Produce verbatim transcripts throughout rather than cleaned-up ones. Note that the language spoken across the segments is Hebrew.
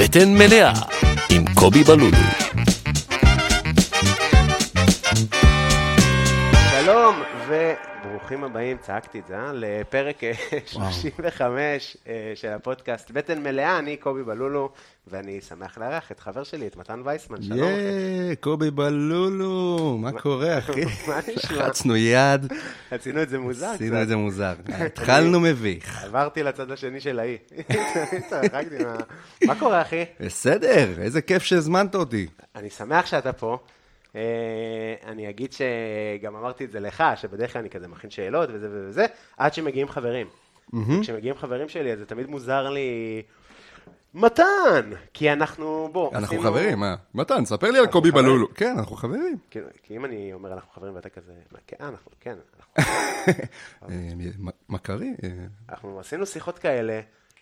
בטן מלאה עם קובי בלולו. שלום וברוכים הבאים, צעקתי את זה, אה? לפרק שלושים וחמש של הפודקאסט בטן מלאה. אני קובי בלולו, ואני שמח לארח את חבר שלי, את מתן וייסמן. שלום. יאי, קובי בלולו, מה קורה, אחי? מה נשמע? חצנו יד. עשינו את זה מוזר. עשינו את זה מוזר. התחלנו מביך. עברתי לצד השני של האי. מה קורה, אחי? בסדר, איזה כיף שהזמנת אותי. אני שמח שאתה פה. אני אגיד שגם אמרתי את זה לך, שבדרך כלל אני כזה מכין שאלות וזה וזה, עד שמגיעים חברים. כשמגיעים חברים שלי, אז זה תמיד מוזר לי, מתן, כי אנחנו, בוא, אנחנו חברים, מה? מתן, ספר לי על קובי בלולו. כן, אנחנו חברים. כי אם אני אומר אנחנו חברים ואתה כזה, כן, אנחנו, כן. מכרי? אנחנו עשינו שיחות כאלה,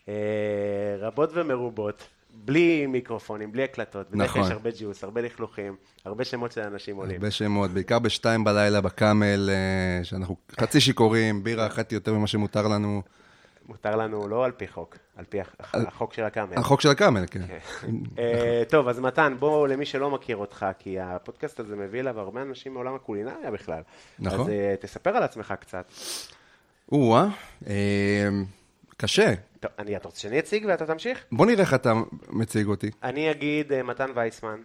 רבות ומרובות. בלי מיקרופונים, בלי הקלטות. בדרך כלל יש הרבה ג'יוס, הרבה לכלוכים, הרבה שמות של אנשים עולים. הרבה שמות, בעיקר בשתיים בלילה בקאמל, שאנחנו חצי שיכורים, בירה אחת יותר ממה שמותר לנו. מותר לנו לא על פי חוק, על פי החוק של הקאמל. החוק של הקאמל, כן. טוב, אז מתן, בוא למי שלא מכיר אותך, כי הפודקאסט הזה מביא אליו הרבה אנשים מעולם הקולינריה בכלל. נכון. אז תספר על עצמך קצת. או-אה, קשה. טוב, אני, אתה רוצה שאני אציג ואתה תמשיך? בוא נראה איך אתה מציג אותי. אני אגיד מתן וייסמן,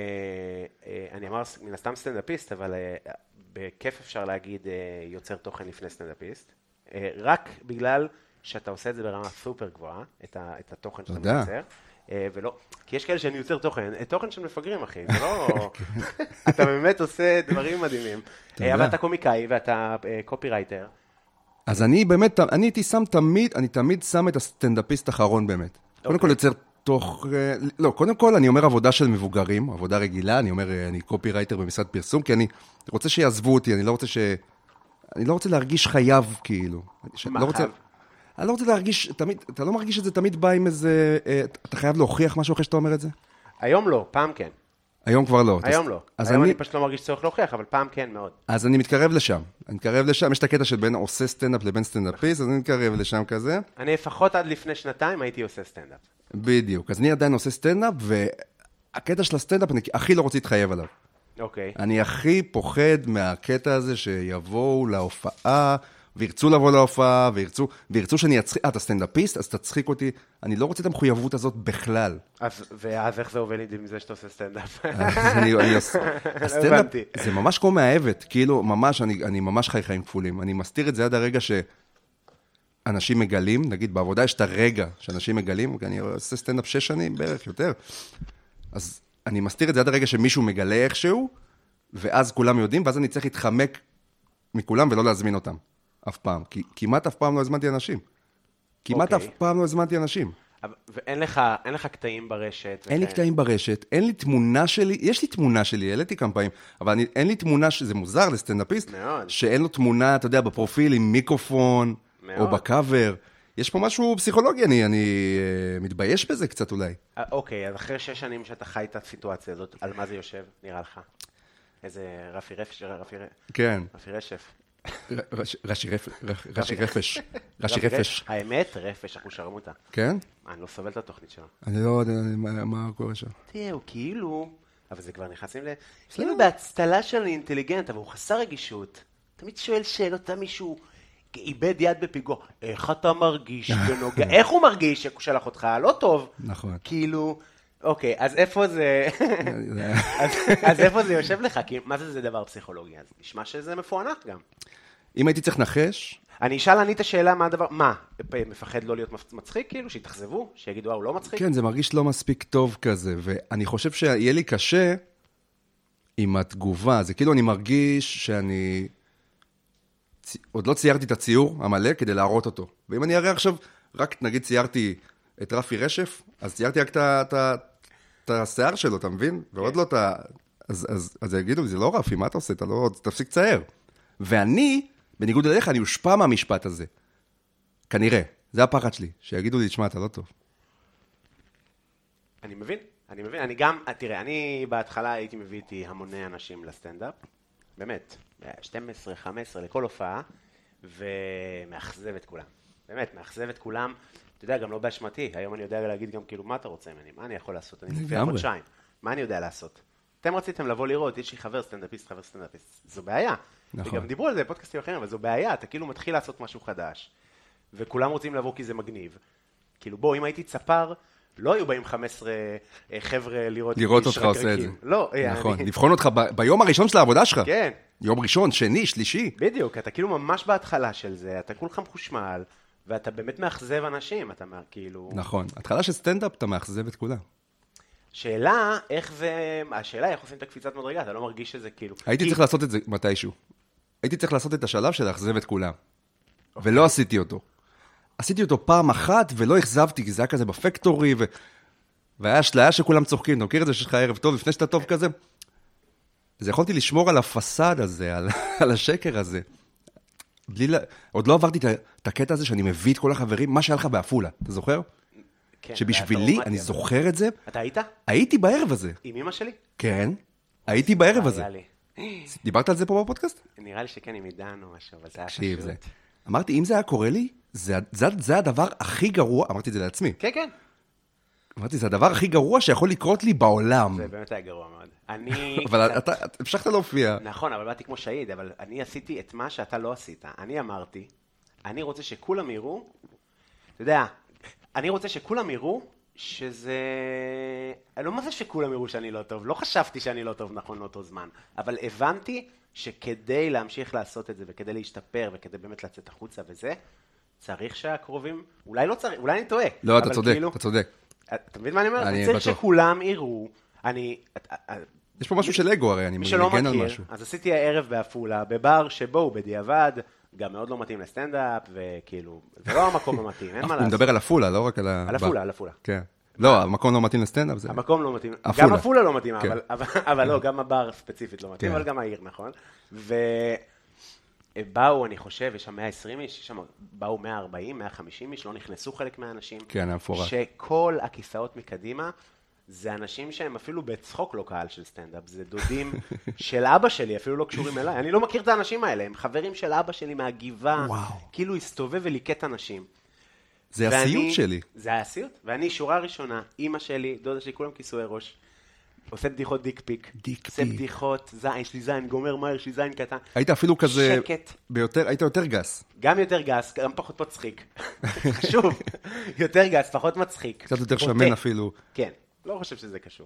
אני אמר מן הסתם סטנדאפיסט, אבל בכיף אפשר להגיד יוצר תוכן לפני סטנדאפיסט, רק בגלל שאתה עושה את זה ברמה סופר גבוהה, את התוכן שאתה מייצר, ולא, כי יש כאלה שאני יוצר תוכן, תוכן של מפגרים, אחי, זה לא, אתה באמת עושה דברים מדהימים, אבל אתה קומיקאי ואתה קופירייטר, אז אני באמת, אני הייתי שם תמיד, אני תמיד שם את הסטנדאפיסט האחרון באמת. קודם כל יוצר תוך, לא, קודם כל אני אומר עבודה של מבוגרים, עבודה רגילה, אני אומר, אני קופירייטר במשרד פרסום, כי אני רוצה שיעזבו אותי, אני לא רוצה ש... אני לא רוצה להרגיש חייב, כאילו. מה חייב? אני לא רוצה להרגיש, תמיד, אתה לא מרגיש את זה תמיד בא עם איזה, אתה חייב להוכיח משהו אחרי שאתה אומר את זה? היום לא, פעם כן. היום כבר לא. היום לא. היום אני פשוט לא מרגיש צורך להוכיח, אבל פעם כן מאוד. אז אני מתקרב לשם. אני מתקרב לשם. יש את הקטע של בין עושה סטנדאפ לבין סטנדאפיסט, אז אני מתקרב לשם כזה. אני לפחות עד לפני שנתיים הייתי עושה סטנדאפ. בדיוק. אז אני עדיין עושה סטנדאפ, והקטע של הסטנדאפ אני הכי לא רוצה להתחייב עליו. אוקיי. אני הכי פוחד מהקטע הזה שיבואו להופעה, וירצו לבוא להופעה, וירצו, וירצו שאני אצחיק, אה, אתה סטנדאפיסט, אז תצחיק אותי. אני לא רוצה את המחויבות הזאת בכלל. אז, ואז איך זה עובד עם זה שאתה עושה סטנדאפ? אני, אני עושה, הסטנדאפ, זה ממש כמו מהאהבת, כאילו, ממש, אני, אני ממש חי חיים כפולים. אני מסתיר את זה עד הרגע שאנשים מגלים, נגיד, בעבודה יש את הרגע שאנשים מגלים, אני עושה סטנדאפ שש שנים, בערך יותר. אז אני מסתיר את זה עד הרגע שמישהו מגלה איכשהו, ואז כולם יודעים, ואז אני צריך להתחמק מכולם ולא להזמין אותם. אף פעם, כי כמעט אף פעם לא הזמנתי אנשים. כמעט אף פעם לא הזמנתי אנשים. ואין לך, אין לך קטעים ברשת? אין לי קטעים ברשת, אין לי תמונה שלי, יש לי תמונה שלי, העליתי כמה פעמים, אבל אין לי תמונה, שזה מוזר לסטנדאפיסט, שאין לו תמונה, אתה יודע, בפרופיל עם מיקרופון, או בקאבר. יש פה משהו פסיכולוגי, אני, אני מתבייש בזה קצת אולי. אוקיי, אז אחרי שש שנים שאתה חי את הסיטואציה הזאת, על מה זה יושב, נראה לך? איזה רפי רפש, רפי כן. רפי רשף. רשי רפש, רשי רפש. האמת, רפש, אנחנו שרם אותה. כן? אני לא סובל את התוכנית שלו. אני לא יודע מה קורה שם. תראה, הוא כאילו, אבל זה כבר נכנסים ל... כאילו בהצטלה של אינטליגנט, אבל הוא חסר רגישות. תמיד שואל שאלות, מישהו איבד יד בפיגוע. איך אתה מרגיש בנוגע? איך הוא מרגיש ששלח אותך? לא טוב. נכון. כאילו... אוקיי, אז איפה זה... אז איפה זה יושב לך? כי מה זה זה דבר פסיכולוגי? אז נשמע שזה מפוענח גם. אם הייתי צריך נחש... אני אשאל אני את השאלה מה הדבר... מה? מפחד לא להיות מצחיק כאילו? שיתאכזבו? שיגידו, הוא לא מצחיק? כן, זה מרגיש לא מספיק טוב כזה, ואני חושב שיהיה לי קשה עם התגובה. זה כאילו אני מרגיש שאני... עוד לא ציירתי את הציור המלא כדי להראות אותו. ואם אני אראה עכשיו, רק נגיד ציירתי... את רפי רשף, אז ציירתי רק את השיער שלו, אתה מבין? ועוד לא את ה... אז יגידו לי, זה לא רפי, מה אתה עושה? אתה לא... תפסיק צייר. ואני, בניגוד אליך, אני אושפע מהמשפט הזה. כנראה. זה הפחד שלי, שיגידו לי, תשמע, אתה לא טוב. אני מבין, אני מבין. אני גם, תראה, אני בהתחלה הייתי מביא איתי המוני אנשים לסטנדאפ. באמת. שתים עשרה חמש עשרה לכל הופעה, ומאכזב את כולם. באמת, מאכזב את כולם. אתה יודע, גם לא באשמתי, היום אני יודע להגיד גם כאילו, מה אתה רוצה ממני? מה אני יכול לעשות? אני לפני לגמרי. חודשיים, מה אני יודע לעשות? אתם רציתם לבוא לראות, יש לי חבר סטנדאפיסט, חבר סטנדאפיסט, זו בעיה. נכון. וגם דיברו על זה בפודקאסטים אחרים, אבל זו בעיה, אתה כאילו מתחיל לעשות משהו חדש, וכולם רוצים לבוא כי זה מגניב. כאילו בוא, אם הייתי צפר, לא היו באים חמישה עשר חבר'ה לראות... לראות איש אותך עושה את זה. רקרקים. לא, נכון, אני- לבחון אותך ב- ביום הראשון של העבודה שלך. כן, יום ראשון, שני, שלישי. בדיוק, אתה כאילו ממש בהתחלה של זה, אתה כולך מחושמל, ואתה באמת מאכזב אנשים, אתה מה- כאילו... נכון. התחלה של סטנדאפ, אתה מאכזב את כולם. שאלה, איך זה... השאלה היא איך עושים את הקפיצת מדרגה, אתה לא מרגיש שזה כאילו... הייתי כי- צריך לעשות את זה מתישהו. הייתי צריך לעשות את השלב של לאכזב את כולם. ולא עשיתי אותו. עשיתי אותו פעם אחת ולא אכזבתי, כי זה היה כזה בפקטורי, ו... והיה אשליה שכולם צוחקים. אתה מכיר את זה שיש לך ערב טוב לפני שאתה טוב כזה? אז יכולתי לשמור על הפסד הזה, על, על השקר הזה. בלי לה... עוד לא עברתי את ה- את הקטע הזה שאני מביא את כל החברים, מה שהיה לך באפולה, אתה זוכר? כן, שבשבילי, זה היה אני טראומטי, זוכר את זה, אתה היית? הייתי בערב הזה. עם אמא שלי? כן, הייתי בערב אה, הזה. היה לי. דיברת על זה פה בפודקאסט? נראה לי שכן עם עידן או משהו, אבל זה היה תקשיב, פשוט. זה. אמרתי, אם זה היה קורה לי, זה, זה, זה הדבר הכי גרוע, אמרתי את זה לעצמי, כן, כן. אמרתי, זה הדבר הכי גרוע שיכול לקרות לי בעולם. זה באמת היה גרוע מאוד. אני... אבל אתה, אתה המשכת להופיע. נכון, אבל באתי כמו שהיד, אבל אני עשיתי את מה שאתה לא עשית. אני אמרתי, אני רוצה שכולם יראו, אתה יודע, אני רוצה שכולם יראו שזה... אני לא מה זה שכולם יראו שאני לא טוב, לא חשבתי שאני לא טוב נכון לאותו זמן, אבל הבנתי שכדי להמשיך לעשות את זה, וכדי להשתפר, וכדי באמת לצאת החוצה וזה, צריך שהקרובים, אולי לא צריך, אולי אני טועה. לא, אתה אבל צודק, כאילו- אתה צודק. אתה מבין מה אני אומר? אני צריך בטוח. שכולם יראו, אני... יש פה משהו של אגו הרי, אני מי שלא מגן על מכיר, משהו. אז עשיתי הערב בעפולה, בבר שבו הוא בדיעבד, גם מאוד לא מתאים לסטנדאפ, וכאילו, זה לא המקום המתאים, אין מה הוא לעשות. מדבר על עפולה, לא רק על ה... על עפולה, על עפולה. כן. לא, המקום לא מתאים לסטנדאפ, זה... המקום לא מתאים, עפולה. גם עפולה לא מתאימה, כן. אבל- אבל אבל לא, גם הבר ספציפית לא מתאים, כן. אבל גם העיר, נכון? ובאו, אני חושב, יש שם מאה ועשרים איש, יש שם באו מאה וארבעים, מאה וחמישים איש, לא נכנסו חלק מהאנשים. כן, היה מפורט. שכל הכיסאות מקדימה, זה אנשים שהם אפילו בצחוק לא קהל של סטנדאפ, זה דודים של אבא שלי, אפילו לא קשורים אליי. אני לא מכיר את האנשים האלה, הם חברים של אבא שלי מהגבעה, וואו. כאילו הסתובב וליקט אנשים. זה ואני- הסיוט שלי. זה היה הסיוט, ואני שורה ראשונה, אמא שלי, דודה שלי, כולם כיסוי ראש, עושה בדיחות דיק פיק, דיק עושה פיק. בדיחות, זין, יש לי זין, גומר מהר, יש לי זין קטן, היית אפילו כזה... שקט. ביותר, היית יותר גס. גם יותר גס, גם פחות מצחיק. חשוב, יותר גס, פחות מצחיק. קצת יותר בוטה. שמן אפילו. כן, לא חושב שזה קשור.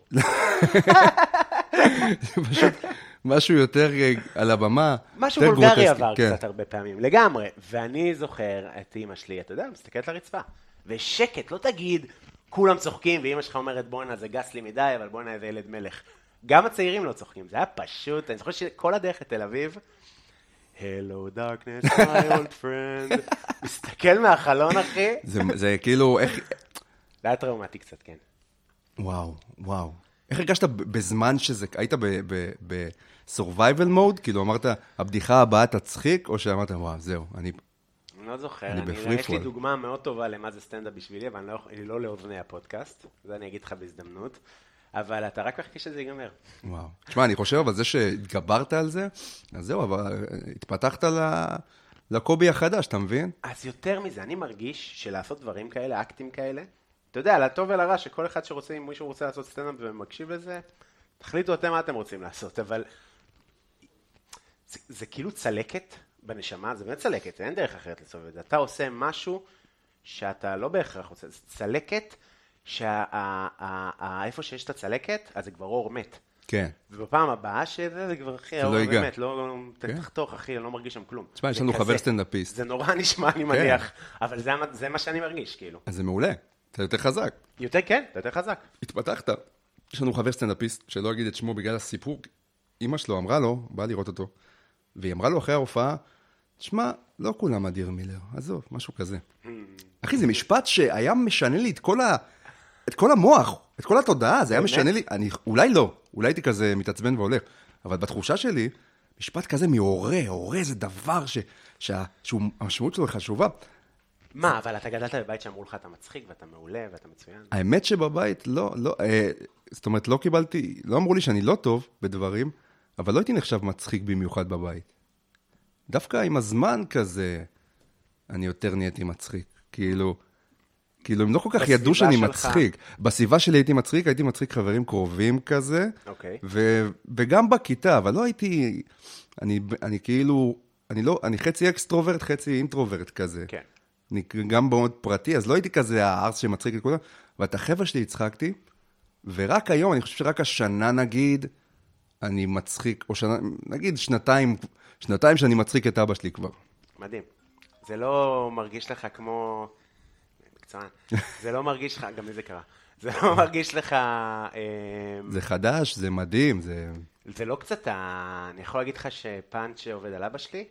פשוט משהו יותר אה, על הבמה. משהו יותר וולגרי גרוטסקי, עבר כן. קצת הרבה פעמים, לגמרי. ואני זוכר את אמא שלי, אתה יודע, מסתכלת לרצפה. ושקט, לא תגיד, כולם צוחקים, ואמא שלך אומרת, בואנה, זה גס לי מדי, אבל בואנה, זה ילד מלך. גם הצעירים לא צוחקים, זה היה פשוט, אני זוכר שכל הדרך לתל אביב, Hello darkness, my old friend, מסתכל מהחלון, אחי. זה, זה כאילו, איך... זה היה טראומטי קצת, כן. וואו, וואו. איך הרגשת ב- בזמן שזה... היית ב-survival mode? כאילו אמרת, הבדיחה הבאה תצחיק, או שאמרת, וואו, זהו, אני... אני לא זוכר, אני אני, בפרי יש לי פול. דוגמה מאוד טובה למה זה סטנדאפ בשבילי, אבל אני לא, אני לא לאוזני הפודקאסט, זה אני אגיד לך בהזדמנות, אבל אתה רק מחכה שזה ייגמר. וואו. תשמע, אני חושב, אבל זה שהתגברת על זה, אז זהו, אבל התפתחת ל... לקובי החדש, אתה מבין? אז יותר מזה, אני מרגיש שלעשות דברים כאלה, אקטים כאלה, אתה יודע, לטוב ולרע, שכל אחד שרוצה, אם מישהו רוצה לעשות סטנדאפ ומקשיב לזה, תחליטו אתם מה אתם רוצים לעשות, אבל זה, זה כאילו צלקת בנשמה, זה באמת צלקת, אין דרך אחרת לסובב את זה. אתה עושה משהו שאתה לא בהכרח רוצה, זה צלקת, שאיפה שיש את הצלקת, אז זה כבר אור מת. כן. ובפעם הבאה שזה, זה כבר, אחי, זה האור לא ייגע. באמת, לא, לא, כן. תחתוך, אחי, אני לא מרגיש שם כלום. תשמע, יש זה לנו כזה. חבר סטנדאפיסט. זה נורא נשמע, אני מניח, אבל זה, המ- זה מה שאני מרגיש, כאילו. אז זה מעולה, אתה יותר חזק. יותר כן, אתה יותר חזק. התפתחת. יש לנו חבר סטנדאפיסט, שלא אגיד את שמו בגלל הסיפור, אמא שלו אמרה לו, באה לראות אותו, והיא אמרה לו אחרי ההופעה, תשמע, לא כולם אדיר מילר, עזוב, משהו כזה. אחי, זה משפט שהיה משנה לי את כל, ה... את כל המוח, את כל התודעה, זה היה באמת? משנה לי, אני... אולי לא, אולי הייתי כזה מתעצבן והולך, אבל בתחושה שלי, משפט כזה מעורר, עורר זה דבר ש... שה... שהוא... המשמעות שלו חשובה. מה, אבל אתה גדלת בבית שאמרו לך, אתה מצחיק ואתה מעולה ואתה מצוין. האמת שבבית לא, לא, אה, זאת אומרת, לא קיבלתי, לא אמרו לי שאני לא טוב בדברים, אבל לא הייתי נחשב מצחיק במיוחד בבית. דווקא עם הזמן כזה, אני יותר נהייתי מצחיק. כאילו, כאילו, הם לא כל כך ידעו שאני שלך. מצחיק. בסביבה שלי הייתי מצחיק, הייתי מצחיק חברים קרובים כזה, אוקיי. ו- וגם בכיתה, אבל לא הייתי, אני, אני כאילו, אני לא, אני חצי אקסטרוברט, חצי אינטרוברט כזה. כן. אני גם מאוד פרטי, אז לא הייתי כזה הארץ שמצחיק את כולם, ואת החבר'ה שלי הצחקתי, ורק היום, אני חושב שרק השנה נגיד, אני מצחיק, או שנה, נגיד שנתיים, שנתיים שאני מצחיק את אבא שלי כבר. מדהים. זה לא מרגיש לך כמו... בקצרן. זה לא מרגיש לך, גם לי זה קרה. זה לא מרגיש לך... זה חדש, זה מדהים, זה... זה לא קצת... אני יכול להגיד לך שפאנץ' שעובד על אבא שלי,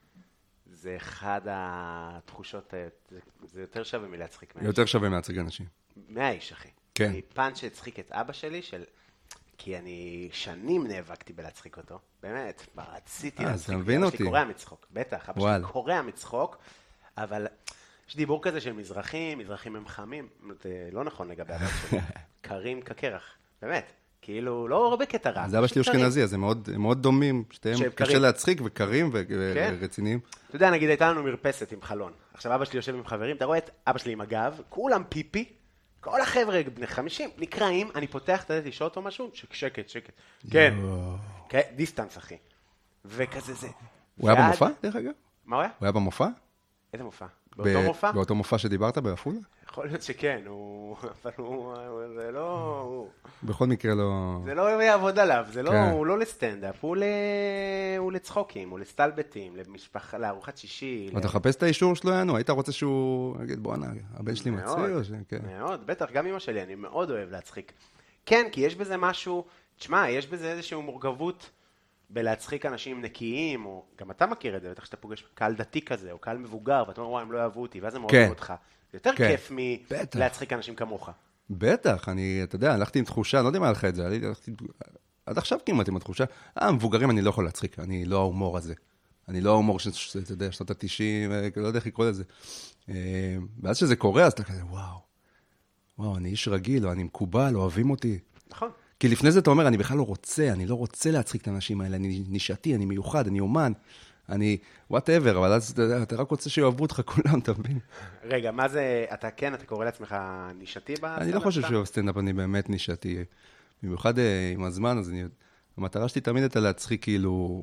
זה אחד התחושות... זה יותר שווה מלהצחיק מהאיש. יותר שווה מהצחיק אנשים. מהאיש, אחי. כן. פאנץ' שהצחיק את אבא שלי, של... כי אני שנים נאבקתי בלהצחיק אותו. באמת, רציתי אה, להצחיק. זה מבין אבא אותי. שלי קורא מצחוק, בטח. אבא וואל. שלי קורא מצחוק, אבל יש דיבור כזה של מזרחים, מזרחים הם חמים. זה לא נכון לגבי אבא שלי. קרים כקרח, באמת. כאילו, לא הרבה קטע רע. אז אבא שלי אשכנזי, אז הם מאוד, הם מאוד דומים, שתיהם שהם קשה קרים. להצחיק וקרים כן. ורציניים. אתה יודע, נגיד, הייתה לנו מרפסת עם חלון. עכשיו אבא שלי יושב עם חברים, אתה רואה את אבא שלי עם הגב, כולם פיפי, כל החבר'ה בני חמישים, נקראים, אני פותח את הדלת לשאול אותו משהו, שקט, שקט. כן, כן, דיסטנס, אחי. וכזה זה. הוא היה ועד- במופע, דרך אגב? מה הוא היה? הוא היה במופע? איזה מופע? באותו ב- מופע? באותו מופע שדיברת בעפולה? יכול להיות שכן, הוא... אבל הוא... זה לא... הוא- בכל מקרה לא... זה לא יעבוד עליו, זה לא, כן. הוא לא לסטנדאפ, הוא, ל... הוא לצחוקים, הוא לסטלבטים, למשפחה, לארוחת שישי. ואתה מחפש את האישור שלו, יענו, היית רוצה שהוא... נגיד, בוא'נה, הבן שלי מאוד, מצחיק או ש... כן. מאוד, בטח, גם אמא שלי, אני מאוד אוהב להצחיק. כן, כי יש בזה משהו, תשמע, יש בזה איזושהי מורכבות בלהצחיק אנשים נקיים, או גם אתה מכיר את זה, בטח שאתה פוגש קהל דתי כזה, או קהל מבוגר, ואתה אומר, וואי, הם לא אהבו אותי, ואז הם כן. אוהבים אותך. זה יותר כן. כיף בטח. מלהצחיק אנשים כמוך. בטח, אני, אתה יודע, הלכתי עם תחושה, לא יודע מה היה לך את זה, הלכתי, עד עכשיו כמעט עם התחושה, אה, מבוגרים אני לא יכול להצחיק, אני לא ההומור הזה. אני לא ההומור של, אתה יודע, שנות ה-תשעים, לא יודע איך לקרוא לזה. אה, ואז שזה קורה, אז אתה כזה, וואו, וואו, אני איש רגיל, או אני מקובל, אוהבים אותי. נכון. כי לפני זה אתה אומר, אני בכלל לא רוצה, אני לא רוצה להצחיק את האנשים האלה, אני נישתי, אני מיוחד, אני אומן, אני whatever, אבל אז אתה יודע, אתה רק רוצה שיאהבו אותך כולם, אתה מבין? רגע, מה זה, אתה כן, אתה קורא לעצמך נישתי בסטנדאפ? אני לא חושב שבסטנדאפ אני באמת נישתי. במיוחד אה, עם הזמן, אז אני... המטרה שלי תמיד הייתה להצחיק כאילו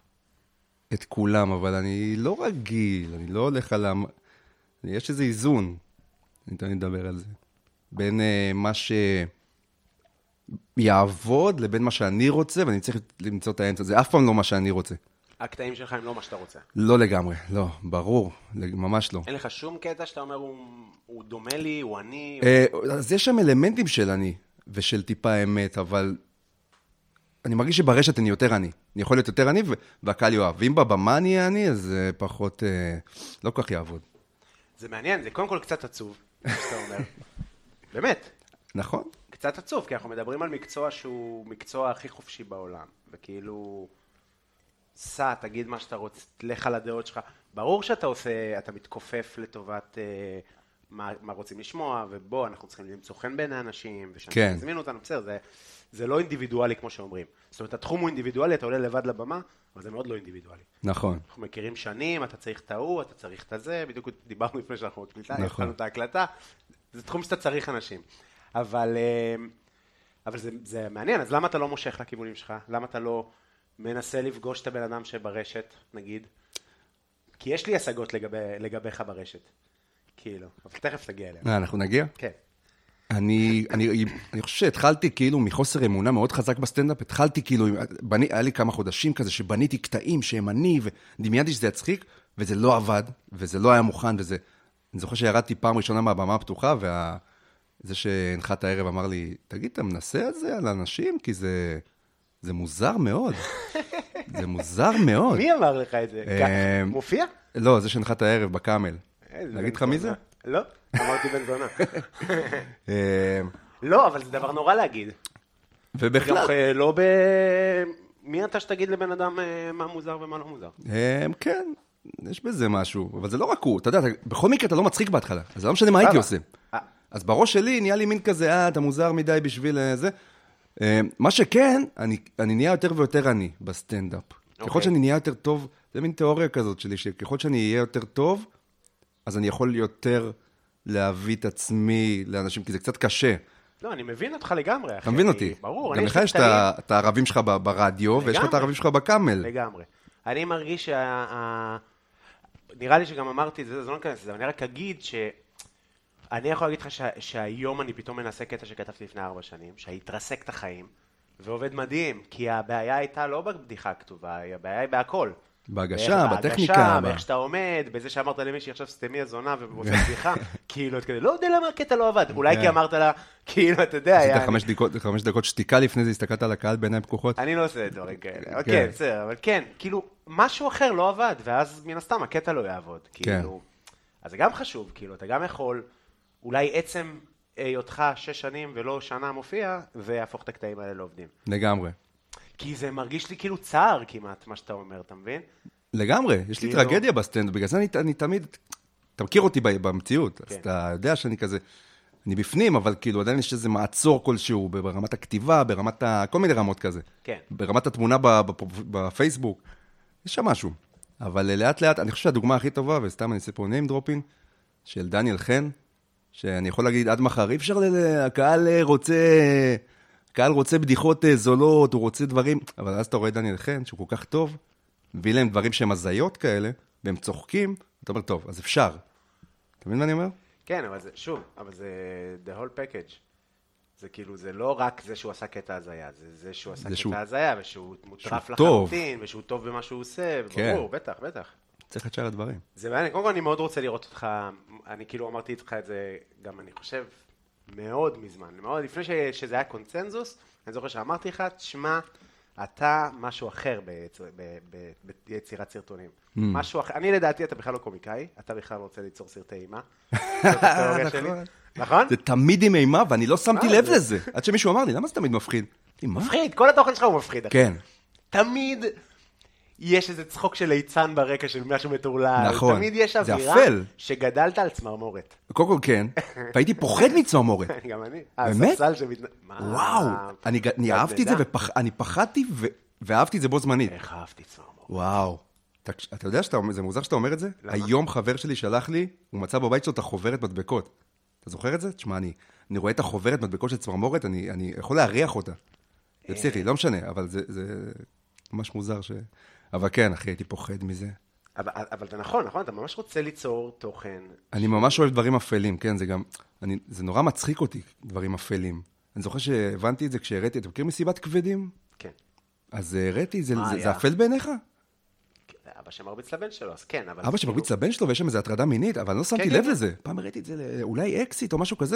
את כולם, אבל אני לא רגיל, אני לא הולך על... המ... יש איזה איזון, אני תמיד מדבר על זה, בין אה, מה שיעבוד לבין מה שאני רוצה, ואני צריך למצוא את האמצע. זה אף פעם לא מה שאני רוצה. הקטעים שלך הם לא מה שאתה רוצה. לא לגמרי, לא, ברור, ממש לא. אין לך שום קטע שאתה אומר, הוא, הוא דומה לי, הוא אני... אה, אז יש שם אלמנטים של אני, ושל טיפה אמת, אבל אני מרגיש שברשת אני יותר אני. אני יכול להיות יותר אני, והקהל יאהב. ואם בבמה אני אהיה אני, אז זה פחות, אה, לא כל כך יעבוד. זה מעניין, זה קודם כל קצת עצוב, שאתה אומר. באמת, נכון? קצת עצוב, כי אנחנו מדברים על מקצוע שהוא מקצוע הכי חופשי בעולם, וכאילו, סע, תגיד מה שאתה רוצה, תלך על הדעות שלך. ברור שאתה עושה, אתה מתכופף לטובת אה, מה, מה רוצים לשמוע, ובוא, אנחנו צריכים למצוא חן בין האנשים, ושאנשים כן. יזמינו אותנו, בסדר, זה, זה לא אינדיבידואלי כמו שאומרים. זאת אומרת, התחום הוא אינדיבידואלי, אתה עולה לבד לבמה, אבל זה מאוד לא אינדיבידואלי. נכון. אנחנו מכירים שנים, אתה צריך את ההוא, אתה צריך את הזה, בדיוק דיברנו לפני שאנחנו מקליטה, נכון. התחלנו את ההקלטה, זה תחום שאתה צריך אנשים. אבל, אה, אבל זה, זה מעניין, אז למה אתה לא מושך לכיוונים שלך? למה אתה לא מנסה לפגוש את הבן אדם שברשת, נגיד? כי יש לי השגות לגבי, לגביך ברשת, כאילו, אבל תכף תגיע אליה. אה, אנחנו נגיע? כן. אני, אני, אני חושב שהתחלתי כאילו מחוסר אמונה מאוד חזק בסטנדאפ, התחלתי כאילו, בני, היה לי כמה חודשים כזה שבניתי קטעים שהם אני, ודמיינתי שזה יצחיק, וזה לא עבד, וזה לא היה מוכן, וזה, אני זוכר שירדתי פעם ראשונה מהבמה הפתוחה, וזה שהנחת הערב אמר לי, תגיד, אתה מנסה את זה על אנשים? כי זה, זה מוזר מאוד. זה מוזר מאוד. מי אמר לך את זה? אה, מופיע? לא, זה שהנחת הערב בקאמל. נגיד לך מי זה? לא, אמרתי בן זונה. אה, לא, אבל זה דבר נורא להגיד. ובכלל... גם אה, לא ב... מי אתה שתגיד לבן אדם אה, מה מוזר ומה לא מוזר? הם, כן, יש בזה משהו, אבל זה לא רק הוא, אתה יודע, אתה- בכל מקרה אתה לא מצחיק בהתחלה, אז זה לא משנה מה הייתי עושה. אה. אז בראש שלי נהיה לי מין כזה, אה, אתה מוזר מדי בשביל אה, זה. אה, מה שכן, אני, אני נהיה יותר ויותר אני בסטנדאפ. ככל אוקיי. שאני נהיה יותר טוב, זה מין תיאוריה כזאת שלי, שככל שאני אהיה יותר טוב, אז אני יכול יותר להביא את עצמי לאנשים, כי זה קצת קשה. לא, אני מבין אותך לגמרי, אחי. אתה מבין אותי? ברור. גם לך יש את הערבים שלך ברדיו, ויש לך את הערבים שלך בקאמל. לגמרי. אני מרגיש שה... נראה לי שגם אמרתי את זה, זה לא נכנס לזה, אני רק אגיד ש... אני יכול להגיד לך שהיום אני פתאום מנסה קטע שכתבתי לפני ארבע שנים, שהתרסק את החיים, ועובד מדהים, כי הבעיה הייתה לא בבדיחה הכתובה, הבעיה היא בהכל. בהגשה, בטכניקה. בהגשה, באיך שאתה עומד, בזה שאמרת למישהי עכשיו סתמי הזונה ובעושה בדיחה, כאילו, את כדי, לא יודע למה הקטע לא עבד, אולי כי אמרת לה, כאילו, אתה יודע, עשית חמש דקות שתיקה לפני זה, הסתכלת על הקהל בעיניים פקוחות. אני לא עושה את דברים כאלה, אבל כן, בסדר, אבל כן, כאילו, משהו אחר לא עבד, ואז מן הסתם הקטע לא יעבוד, כאילו, אז זה גם חשוב, כאילו, אתה גם יכול, אולי עצם היותך שש שנים ולא שנה מופיע, ויהפוך את הקטעים האלה לעובדים. לגמרי. כי זה מרגיש לי כאילו צער כמעט, מה שאתה אומר, אתה מבין? לגמרי, יש לי טרגדיה בסטנד, בגלל זה אני, אני תמיד, אתה מכיר אותי במציאות, כן. אז אתה יודע שאני כזה, אני בפנים, אבל כאילו עדיין יש איזה מעצור כלשהו, ברמת הכתיבה, ברמת ה... כל מיני רמות כזה. כן. ברמת התמונה בפייסבוק, יש שם משהו. אבל לאט לאט, אני חושב שהדוגמה הכי טובה, וסתם אני אעשה פה name dropping, של דניאל חן, שאני יכול להגיד עד מחר, אי אפשר, הקהל רוצה, הקהל רוצה בדיחות זולות, הוא רוצה דברים, אבל אז אתה רואה דניאל חן, שהוא כל כך טוב, מביא להם דברים שהם הזיות כאלה, והם צוחקים, אתה אומר, טוב, אז אפשר. אתה מבין מה אני אומר? כן, אבל זה, שוב, אבל זה the whole package. זה כאילו, זה לא רק זה שהוא עשה קטע הזיה, זה זה שהוא עשה קטע הזיה, ושהוא מוטרף לחלוטין, ושהוא טוב במה שהוא עושה, ברור, בטח, בטח. צריך את שאר הדברים. זה מעניין, קודם כל אני מאוד רוצה לראות אותך, אני כאילו אמרתי איתך את זה, גם אני חושב, מאוד מזמן, מאוד, לפני שזה היה קונצנזוס, אני זוכר שאמרתי לך, תשמע, אתה משהו אחר ביצירת סרטונים. משהו אחר, אני לדעתי אתה בכלל לא קומיקאי, אתה בכלל רוצה ליצור סרטי אימה. זאת התיאוריה שלי. נכון? זה תמיד עם אימה, ואני לא שמתי לב לזה. עד שמישהו אמר לי, למה זה תמיד מפחיד? מפחיד, כל התוכן שלך הוא מפחיד. כן. תמיד יש איזה צחוק של ליצן ברקע של משהו מטורלל. נכון. תמיד יש אווירה שגדלת על צמרמורת. קודם כל כן, והייתי פוחד מצמרמורת. גם אני. באמת? וואו. אני אהבתי את זה, אני פחדתי ואהבתי את זה בו זמנית. איך אהבתי צמרמורת. וואו. אתה יודע שזה מוזר שאתה אומר את זה? היום חבר שלי שלח לי, הוא מצא בבית שלו את החוברת מדבקות. אתה זוכר את זה? תשמע, אני רואה את החוברת מדבקות של צמרמורת, אני יכול להריח אותה. זה פסיכי, לא משנה, אבל זה ממש מוזר ש... אבל כן, אחי, הייתי פוחד מזה. אבל, אבל זה נכון, נכון, אתה ממש רוצה ליצור תוכן. אני ממש אוהב דברים אפלים, כן, זה גם, אני, זה נורא מצחיק אותי, דברים אפלים. אני זוכר שהבנתי את זה כשהראיתי, אתה מכיר מסיבת כבדים? כן. אז הראיתי, זה, זה, זה אפל בעיניך? אבא שמרביץ לבן שלו, אז כן, אבל... אבא שמרביץ לבן שלו, ויש שם איזו הטרדה מינית, אבל לא שמתי לב לזה. פעם הראיתי את זה, אולי אקסיט או משהו כזה.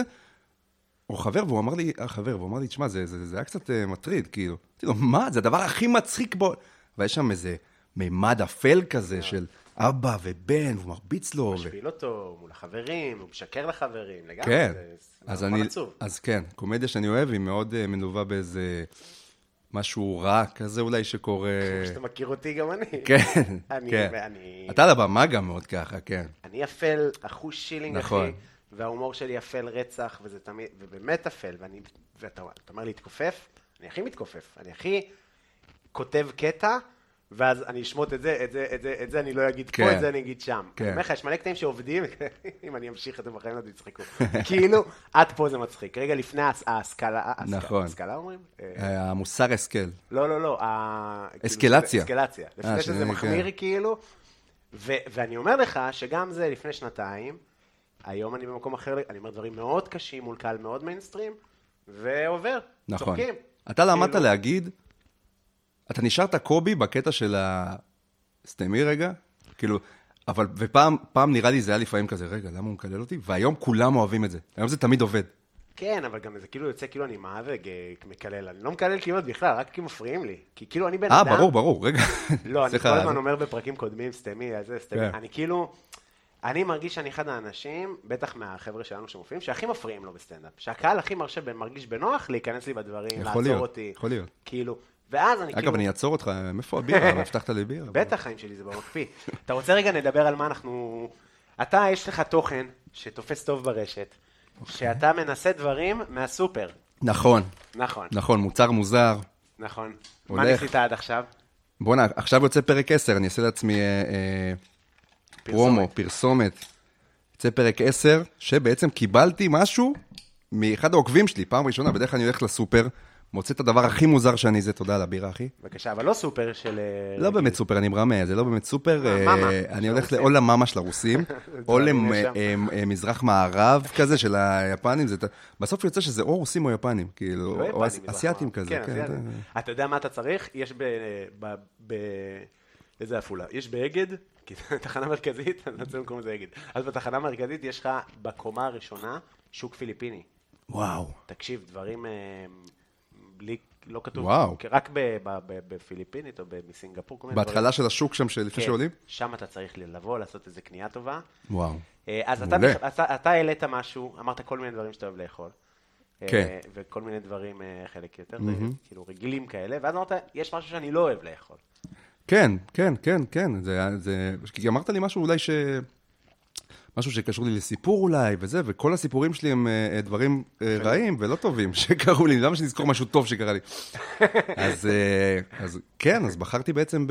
או חבר, והוא אמר לי, חבר, והוא אמר לי, תשמע, זה, זה, זה היה קצת מטריד, כאילו. אמרתי לו, מה? זה הדבר הכי מצחיק בו. ויש שם איזה מימד אפל כזה של אבא ובן, והוא מרביץ לו. הוא משפיל אותו מול החברים, הוא משקר לחברים, לגמרי. כן, אז אני, אז כן, קומדיה שאני אוהב, היא מאוד מלווה באיזה משהו רע כזה אולי שקורה. שאתה מכיר אותי גם אני. כן, כן. אתה על הבמה גם מאוד ככה, כן. אני אפל, אחוש שילינג, אחי. וההומור שלי אפל רצח, וזה תמיד, ובאמת אפל, ואני, ואתה אומר לי, תתכופף, אני הכי מתכופף, אני הכי כותב קטע, ואז אני אשמות את זה, את זה, את זה, את זה אני לא אגיד פה, את זה אני אגיד שם. אני אומר לך, יש מלא קטעים שעובדים, אם אני אמשיך, אתם בחיים לא תצחקו. כאילו, עד פה זה מצחיק. רגע לפני ההשכלה, ההשכלה אומרים? המוסר השכל. לא, לא, לא. אסקלציה. אסקלציה. לפני שזה מחמיר, כאילו, ואני אומר לך שגם זה לפני שנתיים, היום אני במקום אחר, אני אומר דברים מאוד קשים מול קהל מאוד מיינסטרים, ועובר, נכון. צוחקים. אתה למדת להגיד, אתה נשארת קובי בקטע של הסתמי רגע, כאילו, אבל ופעם פעם נראה לי זה היה לפעמים כזה, רגע, למה הוא מקלל אותי? והיום כולם אוהבים את זה, היום זה תמיד עובד. כן, אבל גם זה כאילו יוצא כאילו אני מאבק מקלל, אני לא מקלל כמעט בכלל, רק כי מפריעים לי, כי כאילו אני בן אדם... אה, ברור, ברור, רגע. לא, אני כל הזמן אומר בפרקים קודמים, סתמי, איזה סתמי, אני כאילו... אני מרגיש שאני אחד האנשים, בטח מהחבר'ה שלנו שמופיעים, שהכי מפריעים לו בסטנדאפ. שהקהל הכי מרשה, מרגיש בנוח להיכנס לי בדברים, לעצור אותי. יכול להיות. כאילו, ואז אני כאילו... אגב, אני אעצור אותך, מאיפה הבירה? הבטחת לי בירה. בטח חיים שלי, זה במקפיא. אתה רוצה רגע נדבר על מה אנחנו... אתה, יש לך תוכן שתופס טוב ברשת, שאתה מנסה דברים מהסופר. נכון. נכון. נכון, מוצר מוזר. נכון. מה ניסית עד עכשיו? בוא נע, עכשיו יוצא פרק עשר, אני אעשה לעצמי... פרומו, פרסומת. זה פרק עשר, שבעצם קיבלתי משהו מאחד העוקבים שלי, פעם ראשונה, בדרך כלל אני הולך לסופר, מוצא את הדבר הכי מוזר שאני זה, תודה על הבירה, אחי. בבקשה, אבל לא סופר של... לא באמת סופר, אני מרמה, זה לא באמת סופר. מאמה. אני הולך או למאמה של הרוסים, או למזרח מערב כזה של היפנים. בסוף יוצא שזה או רוסים או יפנים, כאילו, או אסיאטים כזה. אתה יודע מה אתה צריך? יש ב... איזה אפולה? יש באגד, כי תחנה מרכזית, אני לא רוצה לקרוא לזה אגד. אז בתחנה מרכזית יש לך בקומה הראשונה שוק פיליפיני. וואו. תקשיב, דברים... בלי, לא כתוב, וואו. רק בפיליפינית או בסינגפור, כל מיני דברים. בהתחלה של השוק שם, לפני שעולים? שם אתה צריך לבוא, לעשות איזו קנייה טובה. וואו. אז אתה העלית משהו, אמרת כל מיני דברים שאתה אוהב לאכול. כן. וכל מיני דברים, חלק יותר, כאילו רגילים כאלה, ואז אמרת, יש משהו שאני לא אוהב לאכול. כן, כן, כן, כן. כי אמרת לי משהו אולי ש... משהו שקשור לי לסיפור אולי, וזה, וכל הסיפורים שלי הם דברים רעים ולא טובים שקראו לי. למה שנזכור משהו טוב שקרה לי? אז, אז כן, אז בחרתי בעצם ב...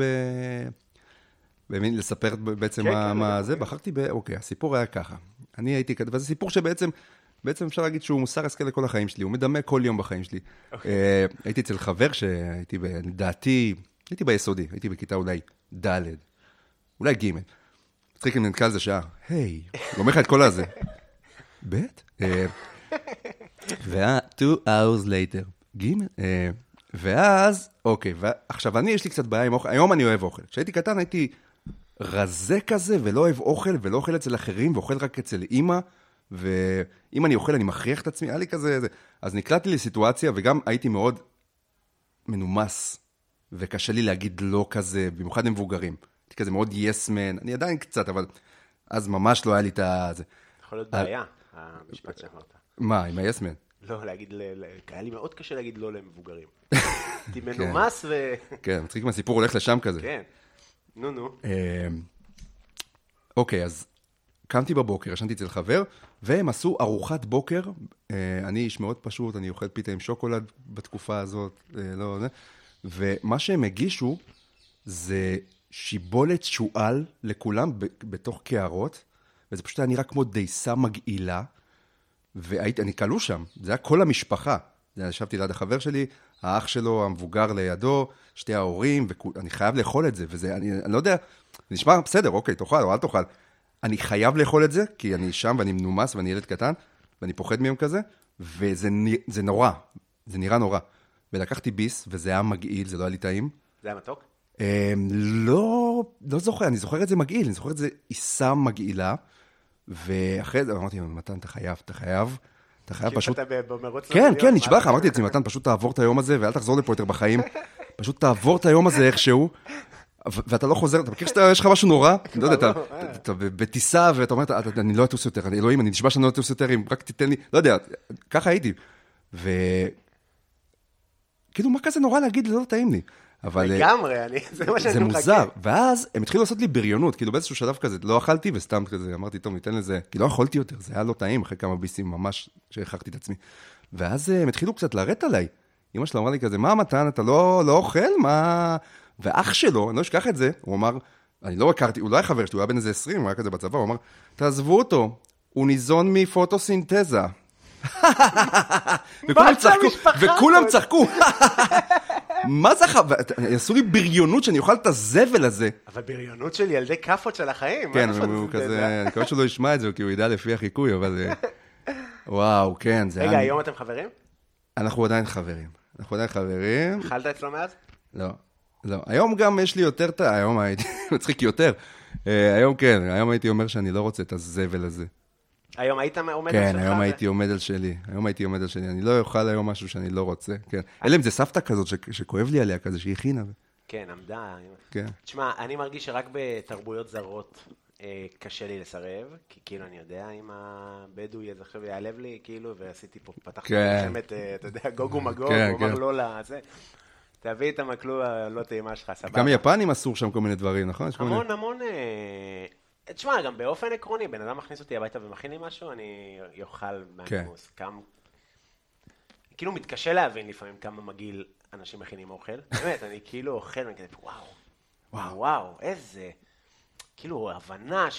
לספר בעצם מה זה, בחרתי ב... אוקיי, הסיפור היה ככה. אני הייתי כזה, וזה סיפור שבעצם, בעצם אפשר להגיד שהוא מוסר השכל לכל החיים שלי, הוא מדמה כל יום בחיים שלי. הייתי אצל חבר שהייתי, לדעתי, הייתי ביסודי, הייתי בכיתה אולי ד', אולי ג'. מצחיק אם נתקל זה שעה, היי, גומר לך את כל הזה. בית? וה- two hours later, גימל, ואז, אוקיי, עכשיו אני, יש לי קצת בעיה עם אוכל, היום אני אוהב אוכל. כשהייתי קטן הייתי רזה כזה, ולא אוהב אוכל, ולא אוכל אצל אחרים, ואוכל רק אצל אמא, ואם אני אוכל אני מכריח את עצמי, היה לי כזה, אז נקלעתי לסיטואציה, וגם הייתי מאוד מנומס, וקשה לי להגיד לא כזה, במיוחד למבוגרים. הייתי כזה מאוד yes man, אני עדיין קצת, אבל אז ממש לא היה לי את זה. יכול להיות בעיה, המשפט שאמרת. מה, עם ה-yes man? לא, להגיד, היה לי מאוד קשה להגיד לא למבוגרים. הייתי מנומס ו... כן, מצחיק מהסיפור הולך לשם כזה. כן, נו נו. אוקיי, אז קמתי בבוקר, ישנתי אצל חבר, והם עשו ארוחת בוקר, אני איש מאוד פשוט, אני אוכל פיתה עם שוקולד בתקופה הזאת, לא, ומה שהם הגישו זה שיבולת שואל לכולם בתוך קערות, וזה פשוט היה נראה כמו דייסה מגעילה, ואני קלו שם, זה היה כל המשפחה. ישבתי ליד החבר שלי, האח שלו, המבוגר לידו, שתי ההורים, ואני חייב לאכול את זה, וזה, אני, אני לא יודע, נשמע בסדר, אוקיי, תאכל או אל תאכל. אני חייב לאכול את זה, כי אני שם ואני מנומס ואני ילד קטן, ואני פוחד מהם כזה, וזה זה נורא, זה נראה נורא. ולקחתי ביס, וזה היה מגעיל, זה לא היה לי טעים. זה היה מתוק? לא, לא זוכר, אני זוכר את זה מגעיל, אני זוכר את זה עיסה מגעילה, ואחרי זה אמרתי, מתן, אתה חייב, אתה חייב, אתה חייב פשוט... כן, כן, נשבע לך, אמרתי לעצמי, מתן, פשוט תעבור את היום הזה, ואל תחזור לפה יותר בחיים, פשוט תעבור את היום הזה איכשהו, ואתה לא חוזר, אתה מכיר שיש לך משהו נורא? לא יודע, אתה בטיסה, ואתה אומר, אני לא אטוס יותר, אלוהים, אני נשבע שאני לא אטוס יותר, אם רק תיתן לי, לא יודע, ככה הייתי. ו... כאילו, מה כזה נורא להגיד, לא טעים לי. לגמרי, אני, זה מה שאני מחכה. זה מוזר, ואז הם התחילו לעשות לי בריונות, כאילו באיזשהו שלב כזה, לא אכלתי וסתם כזה, אמרתי, טוב, ניתן לזה, כי לא אכולתי יותר, זה היה לא טעים, אחרי כמה ביסים ממש שהכרחתי את עצמי. ואז הם התחילו קצת לרדת עליי. אמא שלו אמרה לי כזה, מה מתן, אתה לא, לא אוכל? מה... ואח שלו, אני לא אשכח את זה, הוא אמר, אני לא הכרתי, הוא לא היה חבר שלי, הוא היה בן איזה עשרים, הוא היה כזה בצבא, הוא אמר, תעזבו אותו, הוא ניזון מפוטוסינתזה. וכולם צחקו, וכולם צחקו. מה זה חו... יעשו לי בריונות שאני אוכל את הזבל הזה. אבל בריונות של ילדי כפות של החיים. כן, הוא כזה, אני מקווה שהוא לא ישמע את זה, כי הוא ידע לפי החיקוי, אבל... וואו, כן, זה... רגע, היום אתם חברים? אנחנו עדיין חברים. אנחנו עדיין חברים. אכלת אצלו מאז? לא, לא. היום גם יש לי יותר... היום הייתי... מצחיק יותר. היום כן, היום הייתי אומר שאני לא רוצה את הזבל הזה. היום היית עומד כן, על שלך? כן, היום הייתי עומד על שלי. היום הייתי עומד על שלי. אני לא אוכל היום משהו שאני לא רוצה. כן. אלא אם זה סבתא כזאת שכואב לי עליה כזה, שהיא הכינה. כן, עמדה. כן. תשמע, אני מרגיש שרק בתרבויות זרות קשה לי לסרב, כי כאילו אני יודע אם הבדואי אז עכשיו יעלב לי, כאילו, ועשיתי פה, פתחתי מלחמת, אתה יודע, גוג ומגוג, הוא אמר לא לזה. תביא את המקלו הלא טעימה שלך, סבבה. גם יפנים אסור שם כל מיני דברים, נכון? המון, המון... תשמע, גם באופן עקרוני, בן אדם מכניס אותי הביתה ומכין לי משהו, אני יאכל מהנימוס. כאילו מתקשה להבין לפעמים כמה מגעיל אנשים מכינים אוכל. באמת, אני כאילו אוכל, ואני כזה, וואו, וואו, וואו, איזה, כאילו הבנה של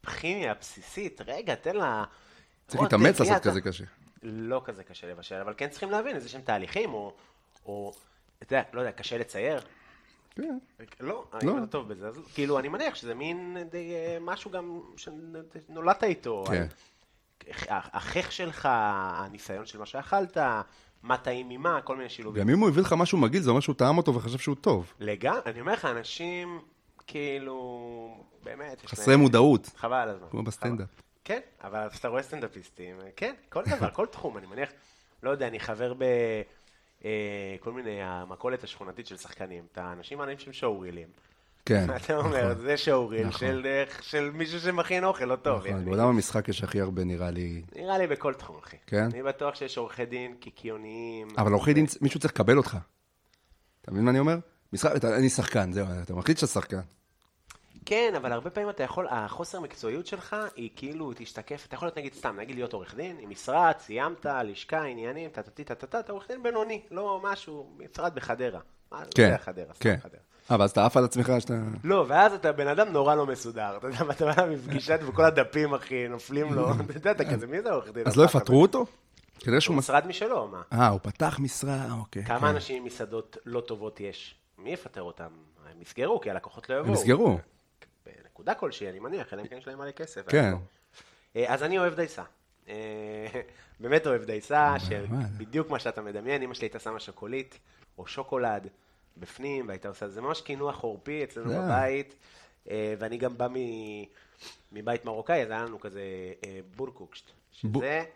הכימיה הבסיסית, רגע, תן לה... צריך להתאמץ לעשות כזה קשה. לא כזה קשה לבשל, אבל כן צריכים להבין איזה שהם תהליכים, או, או, אתה יודע, לא יודע, קשה לצייר. כן. לא, אני לא טוב בזה, אז כאילו, אני מניח שזה מין די, משהו גם שנולדת איתו. כן. החך שלך, הניסיון של מה שאכלת, מה טעים ממה, כל מיני שילובים. גם אם הוא הביא לך משהו מגעיל, זה אומר שהוא טעם אותו וחשב שהוא טוב. לגמרי, אני אומר לך, אנשים, כאילו, באמת, חסרי מודעות. חבל על הזמן. כמו בסטנדאפ. כן, אבל אתה רואה סטנדאפיסטים, כן, כל דבר, כל תחום, אני מניח, לא יודע, אני חבר בכל מיני, המכולת השכונתית של שחקנים, את האנשים העניים שהם שואורילים. כן. אתה אומר, זה שואוריל של מישהו שמכין אוכל, לא טוב. נכון, בעולם המשחק יש הכי הרבה, נראה לי. נראה לי בכל תחום, אחי. כן? אני בטוח שיש עורכי דין קיקיוניים. אבל עורכי דין, מישהו צריך לקבל אותך. אתה מבין מה אני אומר? אני שחקן, זהו, אתה מחליט שאתה שחקן. כן, אבל הרבה פעמים אתה יכול, החוסר מקצועיות שלך היא כאילו תשתקף, אתה יכול להיות נגיד סתם, נגיד להיות עורך דין, עם משרד, סיימת, לשכה, עניינים, תתתי, תתתה, אתה עורך דין בינוני, לא משהו, משרד בחדרה. כן, זה החדרה, כן. אבל אז אתה עף על עצמך שאתה... לא, ואז אתה בן אדם נורא לא מסודר, אתה יודע, אתה בא מפגישת וכל הדפים, אחי, נופלים לו, אתה יודע, אתה כזה, מי זה עורך דין? אז לא יפטרו אותו? הוא משרד משלו, מה? אה, הוא פתח משרה, אוקיי. כמה אנשים עם מסעדות לא טובות יש? מי יפטר אותם? הם יסגרו, כי הלקוחות לא יבואו. הם יסגרו. בנקודה כלשהי, אני מניח, אלא אם כן יש להם מלא כסף. כן. אז אני אוהב דייסה. באמת אוהב דייסה, שבדיוק מה שאתה מדמיין, אמא שלי הייתה שמה שוקולית, או שוקולד, בפנים, והייתה עושה, זה ממש קינוח חורפי אצלנו בבית, ואני גם בא מבית מרוקאי, אז היה לנו כזה בורקוקשט, שזה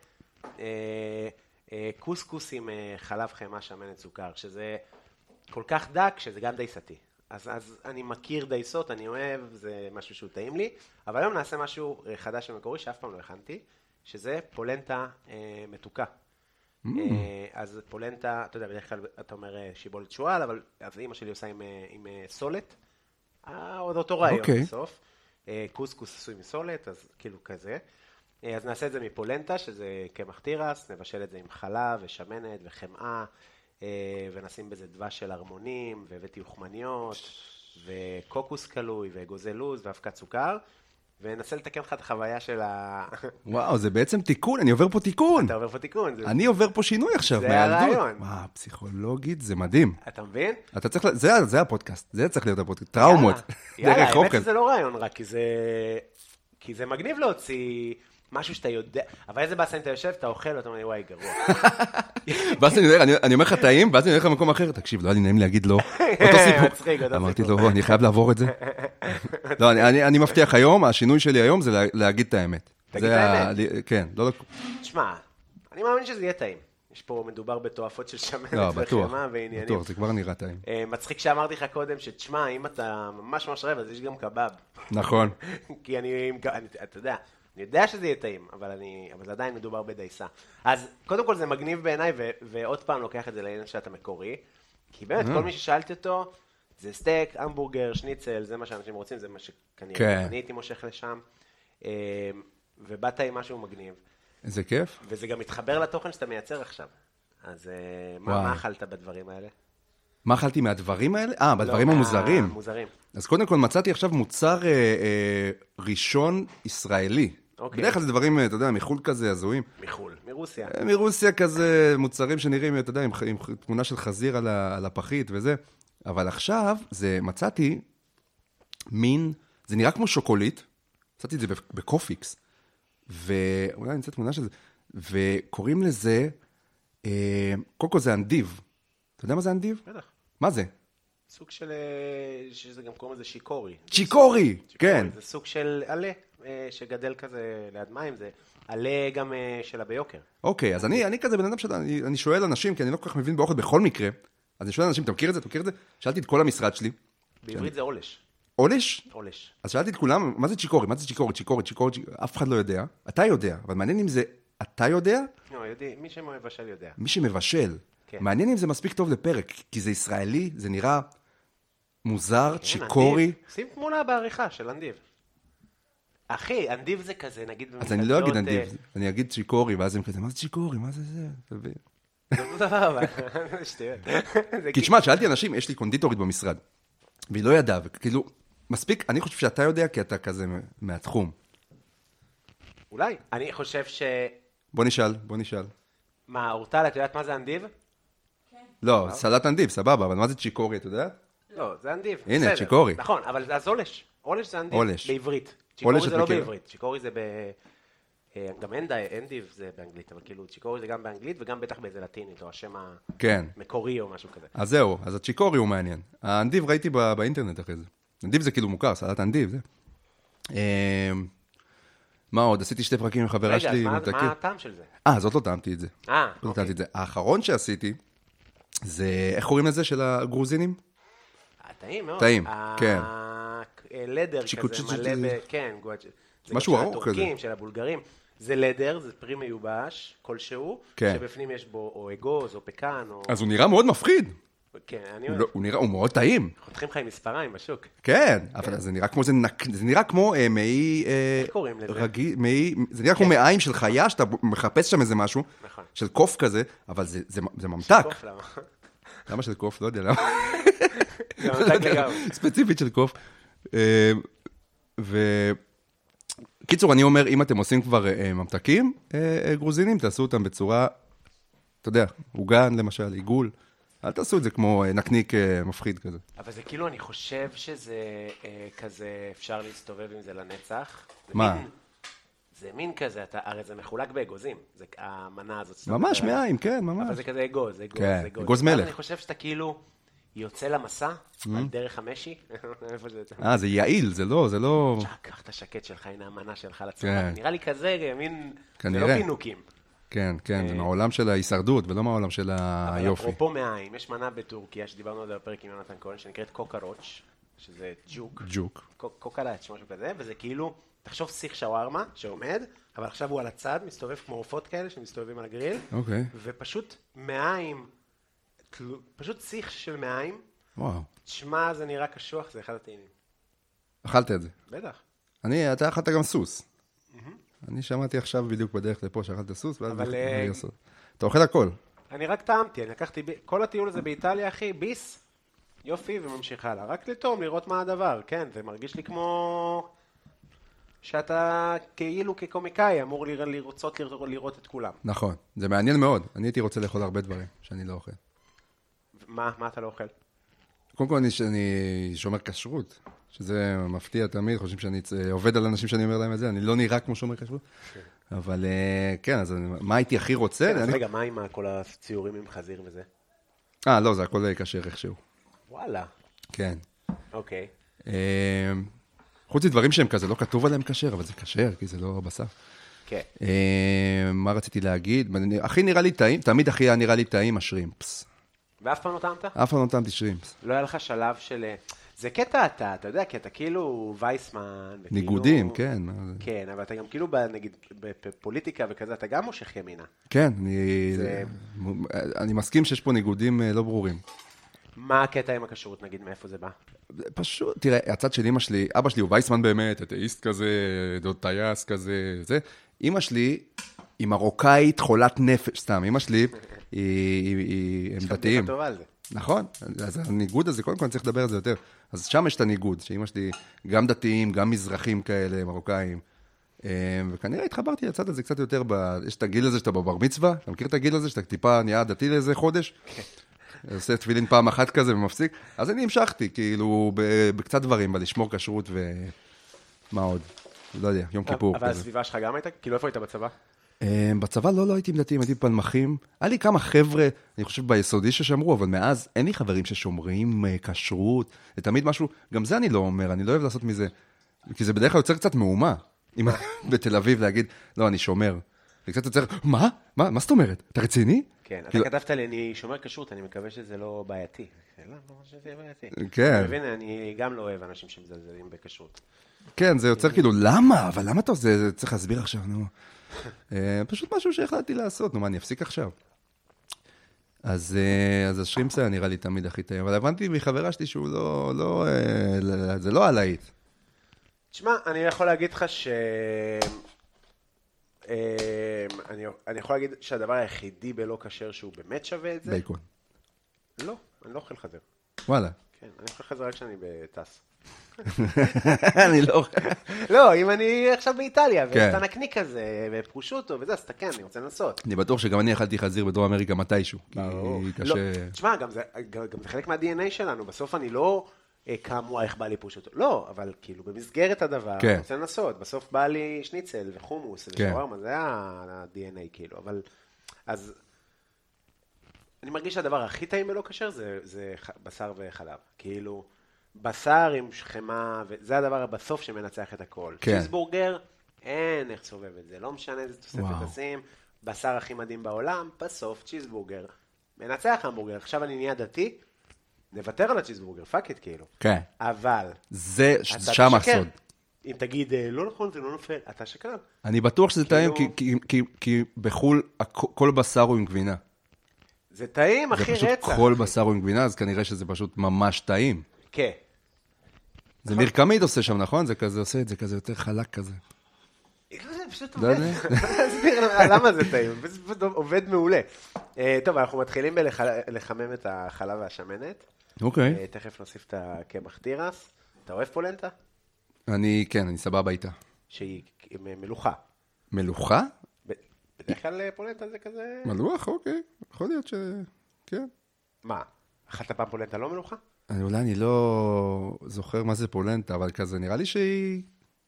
קוסקוס עם חלב חמה שמנת סוכר, שזה כל כך דק, שזה גם דייסתי. אז, אז אני מכיר דייסות, אני אוהב, זה משהו שהוא טעים לי, אבל היום נעשה משהו חדש ומקורי שאף פעם לא הכנתי, שזה פולנטה אה, מתוקה. Mm. אה, אז פולנטה, אתה יודע, בדרך כלל אתה אומר שיבולת שואל, אבל אז אמא שלי עושה עם, עם סולת, אה, עוד אותו רעיון okay. בסוף. אה, קוסקוס עשוי מסולת, אז כאילו כזה. אה, אז נעשה את זה מפולנטה, שזה קמח תירס, נבשל את זה עם חלב ושמנת וחמאה, ונשים בזה דבש של הרמונים, והבאתי אוכמניות, וקוקוס קלוי, וגוזל לוז, ואבקת סוכר, וננסה לתקן לך את החוויה של ה... וואו, זה בעצם תיקון, אני עובר פה תיקון. אתה עובר פה תיקון. אני עובר פה שינוי עכשיו, זה הרעיון. וואו, פסיכולוגית, זה מדהים. אתה מבין? אתה צריך, זה הפודקאסט, זה צריך להיות הפודקאסט, טראומות. יאללה, האמת שזה לא רעיון רק, כי זה מגניב להוציא... משהו שאתה יודע, אבל איזה באסה אם אתה יושב, אתה אוכל, ואתה אומר, וואי, גרוע. ואז אני אומר לך טעים, ואז אני אומר לך במקום אחר, תקשיב, לא היה לי נעים להגיד לא. אותו סיפור. אמרתי לו, אני חייב לעבור את זה. לא, אני מבטיח היום, השינוי שלי היום זה להגיד את האמת. תגיד את האמת? כן. תשמע, אני מאמין שזה יהיה טעים. יש פה מדובר בתואפות של שמנת וחמה ועניינים. בטוח, זה כבר נראה טעים. מצחיק שאמרתי לך קודם, שתשמע, אם אתה ממש ממש רעב, אז יש גם קבב. נכון. כי אני, אתה יודע, אני יודע שזה יהיה טעים, אבל, אני, אבל זה עדיין מדובר בדייסה. אז קודם כל זה מגניב בעיניי, ו, ועוד פעם לוקח את זה לעניין שאתה מקורי, כי באמת כל מי ששאלתי אותו, זה סטייק, המבורגר, שניצל, זה מה שאנשים רוצים, זה מה שכנראה כן. אני הייתי מושך לשם, ובאת עם משהו מגניב. איזה כיף. וזה גם מתחבר לתוכן שאתה מייצר עכשיו. אז מה, מה אכלת בדברים האלה? מה אכלתי מהדברים האלה? אה, בדברים לא, המוזרים. המוזרים. אז קודם כל מצאתי עכשיו מוצר אה, אה, ראשון ישראלי. אוקיי. בדרך כלל זה דברים, אתה יודע, מחול כזה, הזויים. מחול, מרוסיה. מרוסיה כזה, מוצרים שנראים, אתה יודע, עם, עם תמונה של חזיר על, ה, על הפחית וזה. אבל עכשיו, זה מצאתי מין, זה נראה כמו שוקולית, מצאתי את זה בקופיקס, ואולי נמצא תמונה של זה, וקוראים לזה, אה, קודם כל זה אנדיב. אתה יודע מה זה אנדיב? בטח. מה זה? סוג של, שזה גם קוראים לזה שיקורי. שיקורי, כן. זה סוג של עלה, שגדל כזה ליד מים, זה עלה גם שלה ביוקר. אוקיי, אז אני, אני כזה בן אדם שאתה, אני, אני שואל אנשים, כי אני לא כל כך מבין באוכל בכל מקרה, אז אני שואל אנשים, אתה מכיר את זה? אתה מכיר את זה? שאלתי את כל המשרד שלי. בעברית זה עולש. עולש? עולש. אז שאלתי את כולם, מה זה צ'יקורי? מה זה צ'יקורי? צ'יקורי, צ'יקורי, אף אחד לא יודע. אתה יודע, אבל מעניין אם זה, אתה יודע? לא, יודע, מי שמבשל יודע. מי שמבשל. כן. מעניין אם זה מספיק טוב לפרק, כי זה ישראלי, זה נראה מוזר, כן, צ'יקורי. אנדיב. שים תמונה בעריכה של אנדיב. אחי, אנדיב זה כזה, נגיד... אז אני לא אגיד אנדיב, אני אגיד צ'יקורי, ואז הם כזה, מה זה צ'יקורי? מה זה זה? זה לא דבר, אבל... שטויות. כי תשמע, שאלתי אנשים, יש לי קונדיטורית במשרד, והיא לא ידעה, וכאילו, מספיק, אני חושב שאתה יודע, כי אתה כזה מהתחום. אולי. אני חושב ש... בוא נשאל, בוא נשאל. מה, אורטל, את יודעת מה זה אנדיב? לא, סלט אנדיב, סבבה, אבל מה זה צ'יקורי, אתה יודע? לא, זה אנדיב. הנה, בסדר. צ'יקורי. נכון, אבל אז עולש. עולש זה אנדיב. עולש. בעברית. עולש צ'יקורי את זה לא מכירה? בעברית. צ'יקורי זה ב... אה, גם אנדי- אנדיב זה באנגלית, אבל כאילו צ'יקורי זה גם באנגלית וגם בטח באיזה לטינית, או השם כן. המקורי או משהו כזה. אז זהו, אז הצ'יקורי הוא מעניין. האנדיב ראיתי בא- באינטרנט אחרי זה. אנדיב זה כאילו מוכר, סלט אנדיב, זה. אמ, מה עוד? עשיתי שתי פרקים עם חברה רגע, אז שלי. מה- מתקי. מה הטעם של זה? אה, זאת לא טעמתי את זה. אה, לא אוקיי. טעמתי את זה. האחרון שעשיתי, זה, איך קוראים לזה של הגרוזינים? אה, טעים מאוד. טעים, כן. לדר צ'יקו- כזה צ'יקו- מלא צ'יקו- ב... כן, גואג'- זה משהו גם של ארוך כזה. הטורקים, של הבולגרים. זה לדר, זה פרי מיובש, כלשהו, כן. שבפנים יש בו או אגוז או פקן, או... אז הוא נראה מאוד מפחיד. כן, אני הוא אוהב. לא- הוא נראה, הוא מאוד טעים. חותכים לך עם מספריים בשוק. כן, אבל זה נראה כמו זה נק... זה נראה כמו אה, מעי... אה, איך קוראים לזה? רגיל, מעי... זה נראה כמו מעיים של חיה, שאתה מחפש שם איזה משהו, נכון. של קוף כזה, אבל זה, זה, זה ממתק. קוף, למה? למה של קוף? לא יודע למה. זה ממתק לגמרי. ספציפית של קוף. אה, ו... קיצור, אני אומר, אם אתם עושים כבר אה, ממתקים אה, אה, גרוזינים, תעשו אותם בצורה, אתה יודע, עוגן למשל, עיגול. אל תעשו את זה כמו אה, נקניק אה, מפחיד כזה. אבל זה כאילו, אני חושב שזה אה, כזה, אפשר להסתובב עם זה לנצח. זה מה? מין- זה מין כזה, אתה, הרי זה מחולק באגוזים, זה המנה הזאת. שאתה ממש מדבר עליה. מעיים, כן, אבל ממש. זה כזה אגוז, אגוז, כן, אגוז. אגוז ואז מלך. אני חושב שאתה כאילו יוצא למסע, על דרך המשי, איפה זה? אה, זה יעיל, זה לא, זה לא... קח את השקט שלך, הנה המנה שלך כן. לצבא. נראה לי כזה, מין, זה כנראה. לא פינוקים. כן, כן, זה מהעולם של ההישרדות, ולא מהעולם של אבל היופי. אפרופו מעיים, יש מנה בטורקיה, שדיברנו על זה בפרק עם יונתן כהן, שנקראת קוקרוץ', שזה ג'וק. ג'וק. קוקלאץ', משהו כזה, וזה כאילו, תחשוב שיח שווארמה שעומד, אבל עכשיו הוא על הצד, מסתובב כמו עופות כאלה שמסתובבים על הגריל, אוקיי. ופשוט מעיים, תלו- פשוט שיח של מעיים, וואו. תשמע, זה נראה קשוח, זה אחד הטעימים. אכלת את זה. בטח. אני, אתה אכלת גם סוס. אני שמעתי עכשיו בדיוק בדרך לפה שאכלת סוס, ואז... אבל, אני אה, אעשה. אתה אוכל הכל. אני רק טעמתי, אני לקחתי, ב- כל הטיול הזה באיטליה, אחי, ביס, יופי, וממשיך הלאה. רק לטום, לראות מה הדבר, כן, זה מרגיש לי כמו שאתה כאילו כקומיקאי אמור לרא- לרצות לראות, לראות את כולם. נכון. זה מעניין מאוד. אני הייתי רוצה לאכול הרבה דברים שאני לא אוכל. מה, מה אתה לא אוכל? קודם כל, אני, אני שומר כשרות, שזה מפתיע תמיד, חושבים שאני צ- עובד על אנשים שאני אומר להם את זה, אני לא נראה כמו שומר כשרות, אבל אה, כן, אז אני- מה הייתי הכי רוצה? אז אני- רגע, מה עם כל הציורים עם חזיר וזה? אה, לא, זה הכל אה, כשר איכשהו. וואלה, כן. אוקיי. אה, חוץ מדברים שהם כזה, לא כתוב עליהם כשר, אבל זה כשר, כי זה לא בשר. כן. אה, מה רציתי להגיד? אני- הכי נראה לי טעים, תמיד הכי היה נראה לי טעים השרימפס. ואף פעם לא טעמת? אף פעם לא טעמתי שרימפס. לא היה לך שלב של... זה קטע אתה, אתה יודע, כי אתה כאילו וייסמן. וכאילו- ניגודים, כן. מה זה? כן, אבל אתה גם כאילו, ב- נגיד, בפוליטיקה וכזה, אתה גם מושך ימינה. כן, אני, זה- אני מסכים שיש פה ניגודים אה, לא ברורים. מה הקטע עם הכשרות, נגיד, מאיפה זה בא? פשוט, תראה, הצד של אמא שלי, אבא שלי הוא וייסמן באמת, אתאיסט כזה, דוד טייס כזה, זה. אמא שלי היא מרוקאית חולת נפש, סתם, אמא שלי, היא, היא, היא, הם יש לך דתיים. בדיחה טובה על זה. נכון, אז הניגוד הזה, קודם כל אני צריך לדבר על זה יותר. אז שם יש את הניגוד, שאמא שלי גם דתיים, גם מזרחים כאלה, מרוקאים. אה, וכנראה התחברתי לצד הזה קצת יותר, ב... יש את הגיל הזה שאתה בבר מצווה, אתה מכיר את הגיל הזה שאתה טיפה נהיה דתי לאיזה חודש? עושה תפילין פעם אחת כזה ומפסיק. אז אני המשכתי, כאילו, ב- בקצת דברים, בלשמור כשרות ומה עוד? לא יודע, יום כיפור אבל כזה. הסביבה שלך גם הייתה? כאילו, איפה היית בצבא? אה, בצבא לא, לא הייתי עם דתיים, הייתי בפלמחים. היה לי כמה חבר'ה, אני חושב ביסודי ששמרו, אבל מאז אין לי חברים ששומרים אה, כשרות. זה תמיד משהו, גם זה אני לא אומר, אני לא אוהב לעשות מזה, כי זה בדרך כלל יוצר קצת מהומה. אם בתל אביב להגיד, לא, אני שומר. זה קצת יוצר, מה? מה? מה זאת אומרת? אתה רציני? כן, אתה כאילו- כתבת לי, אני שומר כשרות, אני מקווה שזה לא בעייתי. לא, לא חושב שזה יהיה בעייתי. כן. אתה מבין, אני גם לא אוהב אנשים שמזלזלים בכשרות. כן, זה יוצר כאילו, למה? אבל למה אתה עושה? זה צריך להסביר עכשיו, נו. אה, פשוט משהו שהחלטתי לעשות, נו, מה, אני אפסיק עכשיו? אז אה, אז השרימפס היה נראה לי תמיד הכי טעים, אבל הבנתי מחברה שלי שהוא לא, לא, אה, זה לא הלהיט. תשמע, אני יכול להגיד לך ש... אמ, אני, אני יכול להגיד שהדבר היחידי בלא כשר שהוא באמת שווה את זה, בייקון. לא, אני לא אוכל חזיר. וואלה. כן, אני אוכל חזרה רק כשאני בטס. אני לא... לא, אם אני עכשיו באיטליה, כן. ואתה נקניק כזה, ופרושוטו, וזה, אז אתה כן, אני רוצה לנסות. אני בטוח שגם אני אכלתי חזיר בדרום אמריקה מתישהו. כי קשה... לא, תשמע, גם זה, גם זה חלק מה-די אן איי שלנו, בסוף אני לא כאמור איך בא לי פרושוטו. לא, אבל כאילו במסגרת הדבר, כן. אני רוצה לנסות. בסוף בא לי שניצל וחומוס כן. ושווארמה, זה ה-די אן איי כאילו, אבל... אז אני מרגיש שהדבר הכי טעים בלא כשר זה, זה בשר וחלב. כאילו, בשר עם שכמה, וזה הדבר בסוף שמנצח את הכל. כן. צ'יזבורגר, אין איך סובב את זה. לא משנה איזה תוספת וואו. תשים, בשר הכי מדהים בעולם, בסוף צ'יזבורגר. מנצח המבורגר. עכשיו אני נהיה דתי, נוותר על הצ'יזבורגר, פאק את כאילו. כן. אבל, זה, אתה שם תשקר. הסוד. אם תגיד, לא נכון, זה לא נופל, אתה שקרן. אני בטוח שזה טעים, כאילו- כי- כי- כי- כי בחול הכ- כל בשר הוא עם גבינה. זה טעים, זה אחי, פשוט רצח. כל בשר הוא עם גבינה, אז כנראה שזה פשוט ממש טעים. כן. זה מיר קמיד עושה שם, נכון? זה כזה עושה את זה כזה יותר חלק כזה. זה פשוט לא עובד. יודע. תסביר למה זה טעים, זה פשוט עובד מעולה. אה, טוב, אנחנו מתחילים בלחמם את החלב והשמנת. אוקיי. אה, תכף נוסיף את הקמח תירס. אתה אוהב פולנטה? אני, כן, אני סבבה איתה. שהיא מלוכה. מלוכה? ב- בדרך כלל פולנטה זה כזה... מלוח? אוקיי. יכול להיות ש... כן. מה? אכלת פעם פולנטה לא מלוכה? אני, אולי אני לא זוכר מה זה פולנטה, אבל כזה נראה לי שהיא...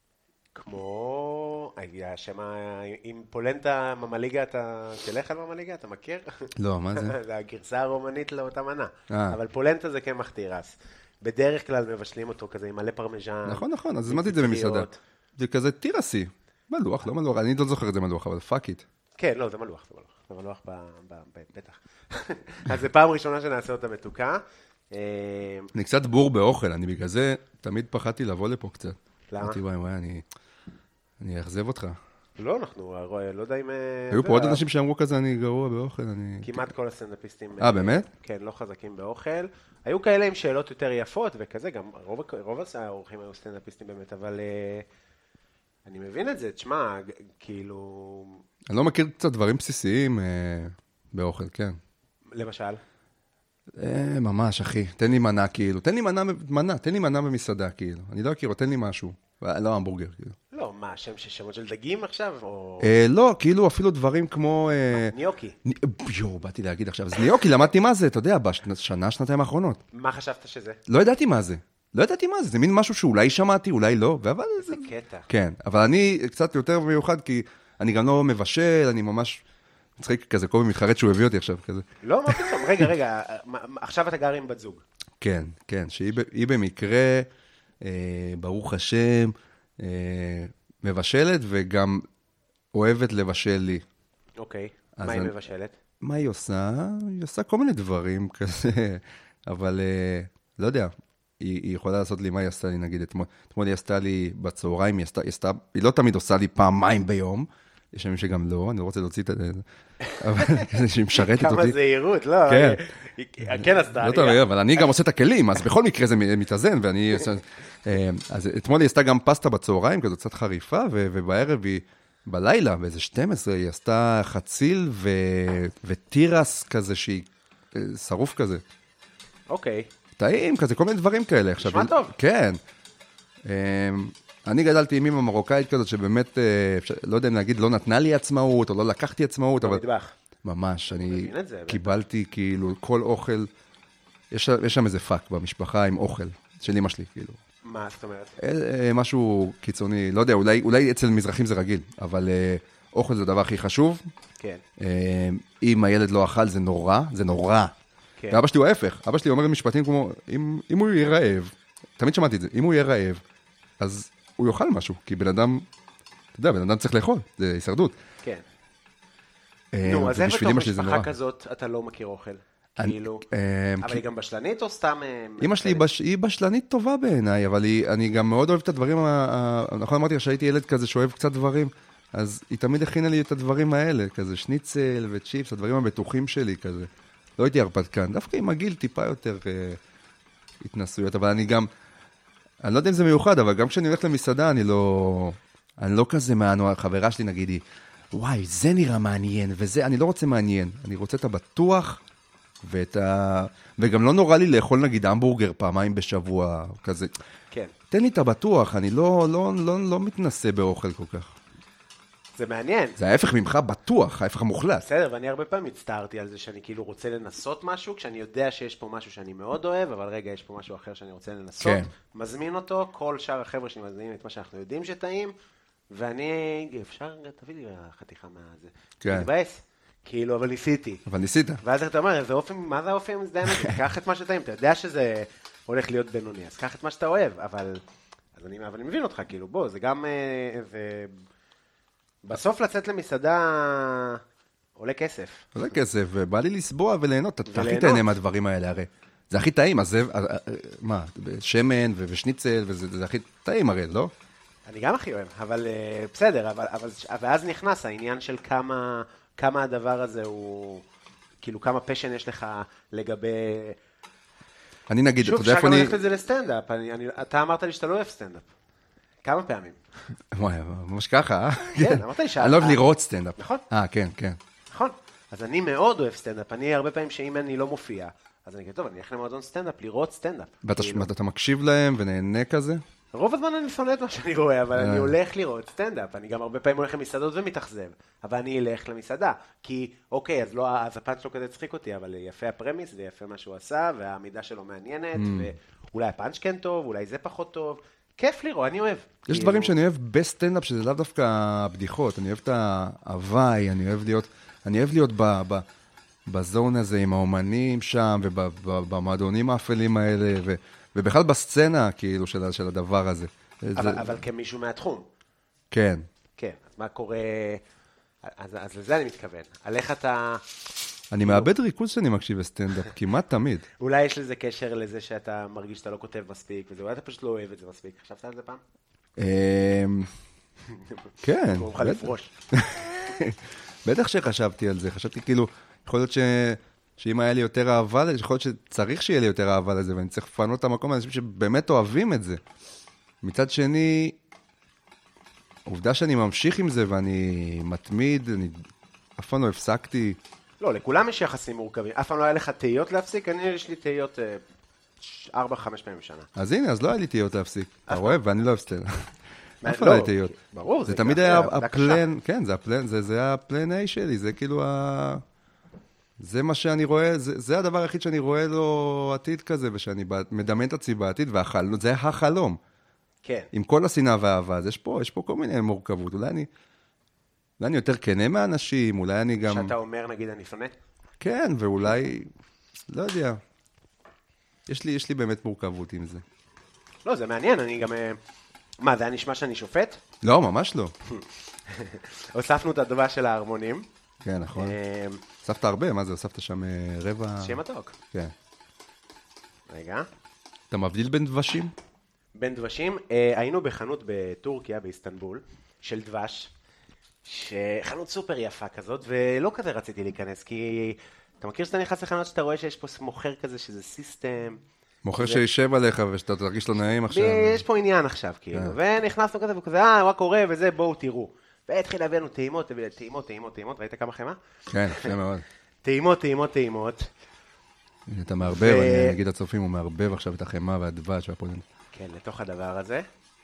כמו... היה שמה... עם פולנטה ממליגה אתה... תלך על ממליגה, אתה מכיר? לא, מה זה? זה הגרסה הרומנית לאותה מנה. אה. אבל פולנטה זה קמח תירס. בדרך כלל מבשלים אותו כזה עם מלא פרמיז'ן. נכון, נכון, אז הזמנתי את זה במסעדה. זה כזה תירסי. מלוח, לא מלוח, אני לא זוכר את זה מלוח, אבל פאק איט. כן, לא, זה מלוח, זה מלוח. זה מלוח ב... ב... ב... בטח. אז זה פעם ראשונה שנעשה אותה מתוקה. אה, אני קצת בור באוכל, אני בגלל זה תמיד פחדתי לבוא לפה קצת. למה? אמרתי, וואי, וואי, אני... אני אאכזב אותך. לא, אנחנו, לא יודע אם... היו זה, פה עוד אנשים שאמרו כזה, אני גרוע באוכל, אני... כמעט כל הסטנדאפיסטים... אה, באמת? כן, לא חזקים באוכל. היו כאלה עם שאלות יותר יפות וכזה, גם רוב, רוב האורחים היו סטנדאפיסטים באמת, אבל אה, אני מבין את זה, תשמע, כאילו... אני לא מכיר קצת דברים בסיסיים אה, באוכל, כן. למשל? אה, ממש, אחי. תן לי מנה, כאילו. תן לי מנה, מנה, תן לי מנה במסעדה, כאילו. אני לא אכיר, תן לי משהו. לא המבורגר, כאילו. לא, מה, שם שמות של דגים עכשיו? או... אה, לא, כאילו אפילו דברים כמו... אה, ניוקי. נ- יואו, באתי להגיד עכשיו. אז ניוקי, למדתי מה זה, אתה יודע, בשנה, שנתיים האחרונות. מה חשבת שזה? לא ידעתי מה זה. לא ידעתי מה זה. זה מין משהו שאולי שמעתי, אולי לא. אבל זה קטע. כן, אבל אני קצת יותר מיוחד, כי אני גם לא מבשל, אני ממש... מצחיק כזה, קובי מתחרט שהוא הביא אותי עכשיו, כזה. לא, מה פתאום? רגע, רגע, מה- מה- עכשיו אתה גר עם בת זוג. כן, כן, שהיא ב- היא במקרה, אה, ברוך השם, אה, מבשלת וגם אוהבת לבשל לי. אוקיי, אז מה היא אני- מבשלת? מה היא עושה? היא עושה כל מיני דברים כזה, אבל אה, לא יודע, היא, היא יכולה לעשות לי מה היא עשתה לי, נגיד, אתמול, אתמול היא עשתה לי בצהריים, היא, עשתה, היא, עשתה, היא לא תמיד עושה לי פעמיים ביום, יש ימים שגם לא, אני לא רוצה להוציא את זה, אבל שהיא משרתת אותי. כמה זהירות, לא? כן. היא- היא- כן עשתה. לא אני- תמיד, אבל אני גם עושה את הכלים, אז בכל מקרה זה מתאזן, ואני... אה, אז אתמול היא עשתה גם פסטה בצהריים, כזו קצת חריפה, ו- ובערב היא, בלילה, באיזה שתים עשרה, היא עשתה חציל ו- וטירס כזה, שהיא אה, שרוף כזה. אוקיי. טעים כזה, כל מיני דברים כאלה. עכשיו, נשמע טוב. כן. אה, אני גדלתי עם אמא מרוקאית כזאת, שבאמת, אה, אפשר- לא יודע אם להגיד, לא נתנה לי עצמאות, או לא לקחתי עצמאות, אבל... במטבח. ממש, אני מבין את זה, קיבלתי כאילו כל אוכל, יש, יש שם איזה פאק במשפחה עם אוכל, של אמא שלי, כאילו. מה זאת אומרת? אה, אה, משהו קיצוני, לא יודע, אולי, אולי אצל מזרחים זה רגיל, אבל אה, אוכל זה הדבר הכי חשוב. כן. אה, אם הילד לא אכל, זה נורא, זה נורא. כן. ואבא שלי הוא ההפך, אבא שלי אומר משפטים כמו, אם, אם הוא יהיה רעב, תמיד שמעתי את זה, אם הוא יהיה רעב, אז הוא יאכל משהו, כי בן אדם, אתה יודע, בן אדם צריך לאכול, זה הישרדות. כן. אה, נו, אז איך ובשביל בתור אמא שלי זה משפחה נורא. כזאת אתה לא מכיר אוכל? אני- כאילו... אה, אבל כי- היא גם בשלנית או סתם... אה, אמא שלי מאכלת? בש... היא בשלנית טובה בעיניי, אבל היא... אני גם מאוד אוהב את הדברים, ה... ה- נכון אמרתי לך שהייתי ילד כזה שאוהב קצת דברים, אז היא תמיד הכינה לי את הדברים האלה, כזה שניצל וצ'יפס, הדברים הבטוחים שלי כזה. לא הייתי הרפתקן, דווקא עם הגיל טיפה יותר אה, התנסויות, אבל אני גם, אני לא יודע אם זה מיוחד, אבל גם כשאני הולך למסעדה, אני לא, אני לא כזה מענו, חברה שלי נגיד היא, וואי, זה נראה מעניין, וזה, אני לא רוצה מעניין, אני רוצה את הבטוח, ואת ה... וגם לא נורא לי לאכול נגיד המבורגר פעמיים בשבוע, כזה. כן. תן לי את הבטוח, אני לא, לא, לא, לא מתנסה באוכל כל כך. זה מעניין. זה ההפך ממך בטוח, ההפך המוחלט. בסדר, ואני הרבה פעמים הצטערתי על זה שאני כאילו רוצה לנסות משהו, כשאני יודע שיש פה משהו שאני מאוד אוהב, אבל רגע, יש פה משהו אחר שאני רוצה לנסות, כן. מזמין אותו, כל שאר החבר'ה שלי מזמינים את מה שאנחנו יודעים שטעים, ואני, אפשר, תביא לי חתיכה מהזה. כן. מתבאס. כאילו, אבל ניסיתי. אבל ניסית. ואז אתה אומר, זה אופן, מה זה האופן המזדיין הזה? קח את מה שטעים, אתה יודע שזה הולך להיות בינוני, אז קח את מה שאתה אוהב, אבל, אז אני, אבל אני מבין אותך, כאילו, בוא, זה גם, זה... בסוף לצאת למסעדה עולה כסף. עולה כסף, ובא לי לסבוע וליהנות. אתה הכי תהנה מהדברים האלה, הרי. זה הכי טעים, אז זה, מה, שמן ושניצל, וזה הכי טעים הרי, לא? אני גם הכי אוהב, אבל בסדר, אבל, אבל, ואז נכנס העניין של כמה, כמה הדבר הזה הוא, כאילו כמה פשן יש לך לגבי... אני נגיד, שוב, אפשר גם ללכת את זה לסטנדאפ. אני, אני, אתה אמרת לי שאתה לא אוהב סטנדאפ. כמה פעמים? וואי, ממש ככה, אה? כן, אמרת לי שאתה... אני לא אוהב לראות סטנדאפ. נכון. אה, כן, כן. נכון. אז אני מאוד אוהב סטנדאפ. אני הרבה פעמים שאם אני לא מופיע, אז אני אגיד, טוב, אני אלך למועדון סטנדאפ, לראות סטנדאפ. ואתה מקשיב להם ונהנה כזה? רוב הזמן אני שונא את מה שאני רואה, אבל אני הולך לראות סטנדאפ. אני גם הרבה פעמים הולך למסעדות ומתאכזב, אבל אני אלך למסעדה. כי, אוקיי, אז, לא, אז הפאנץ' לא כזה צחיק אותי, אבל יפה הפרמיס ויפה מה שהוא עשה, והעמידה שלו מעניינת, ואולי הפאנץ' כן טוב, אולי זה פחות טוב. כיף לראות, אני אוהב. יש דברים שאני אוהב בסטנדאפ, שזה לאו דווקא הבדיחות. אני אוהב את ההוואי, אני אוהב להיות, אני אוהב להיות ב, ב, בזון הזה עם האומנים שם, ובמועדונים האפלים האלה, ו, ובכלל בסצנה, כאילו, של, של הדבר הזה. אבל, זה... אבל כמישהו מהתחום. כן. כן, אז מה קורה... אז, אז לזה אני מתכוון. על איך אתה... אני מאבד ריכוז שאני מקשיב לסטנדאפ, כמעט תמיד. אולי יש לזה קשר לזה שאתה מרגיש שאתה לא כותב מספיק, וזה, אולי אתה פשוט לא אוהב את זה מספיק. חשבת על זה פעם? כן. הוא מוכן לפרוש. בטח שחשבתי על זה. חשבתי כאילו, יכול להיות ש... שאם היה לי יותר אהבה לזה, יכול להיות שצריך שיהיה לי יותר אהבה לזה, ואני צריך לפנות את המקום לאנשים שבאמת אוהבים את זה. מצד שני, העובדה שאני ממשיך עם זה, ואני מתמיד, אני אף פעם לא הפסקתי... לא, לכולם יש יחסים מורכבים. אף פעם לא היה לך תהיות להפסיק? אני, יש לי תהיות ארבע, חמש פעמים בשנה. אז הנה, אז לא היה לי תהיות להפסיק. אתה רואה? ואני לא הפסק. אף פעם לא היה תהיות. ברור. זה תמיד היה הפלן, כן, זה היה הפלן A שלי, זה כאילו ה... זה מה שאני רואה, זה, זה הדבר היחיד שאני רואה לו עתיד כזה, ושאני מדמיין את עצמי בעתיד, והחלום, זה החלום. כן. עם כל השנאה והאהבה, אז יש פה, יש פה כל מיני מורכבות. אולי אני, אולי אני יותר כנה מהאנשים, אולי אני גם... שאתה אומר, נגיד, אני שונא? כן, ואולי, לא יודע. יש לי, יש לי באמת מורכבות עם זה. לא, זה מעניין, אני גם... מה, זה היה נשמע שאני שופט? לא, ממש לא. הוספנו את הדבש של ההרמונים. כן, נכון. הוספת הרבה, מה זה? הוספת שם רבע... שם מתוק. כן. רגע. אתה מבדיל בין דבשים? בין דבשים. היינו בחנות בטורקיה, באיסטנבול, של דבש, שחנות סופר יפה כזאת, ולא כזה רציתי להיכנס, כי אתה מכיר שאתה נכנס לחנות שאתה רואה שיש פה מוכר כזה, שזה סיסטם. מוכר שישב עליך ושאתה תרגיש לו נעים עכשיו. יש פה עניין עכשיו, כאילו. ונכנסנו כזה וכזה, אה, מה קורה וזה, בואו תראו. והתחיל להביא לנו טעימות, טעימות, טעימות, טעימות, ראית כמה חמה? כן, יפה מאוד. טעימות, טעימות, טעימות. אתה מערבב, אני אגיד לצופים, הוא מערבב עכשיו את החמה והדבש והפולן. כן, לתוך הדבר הזה.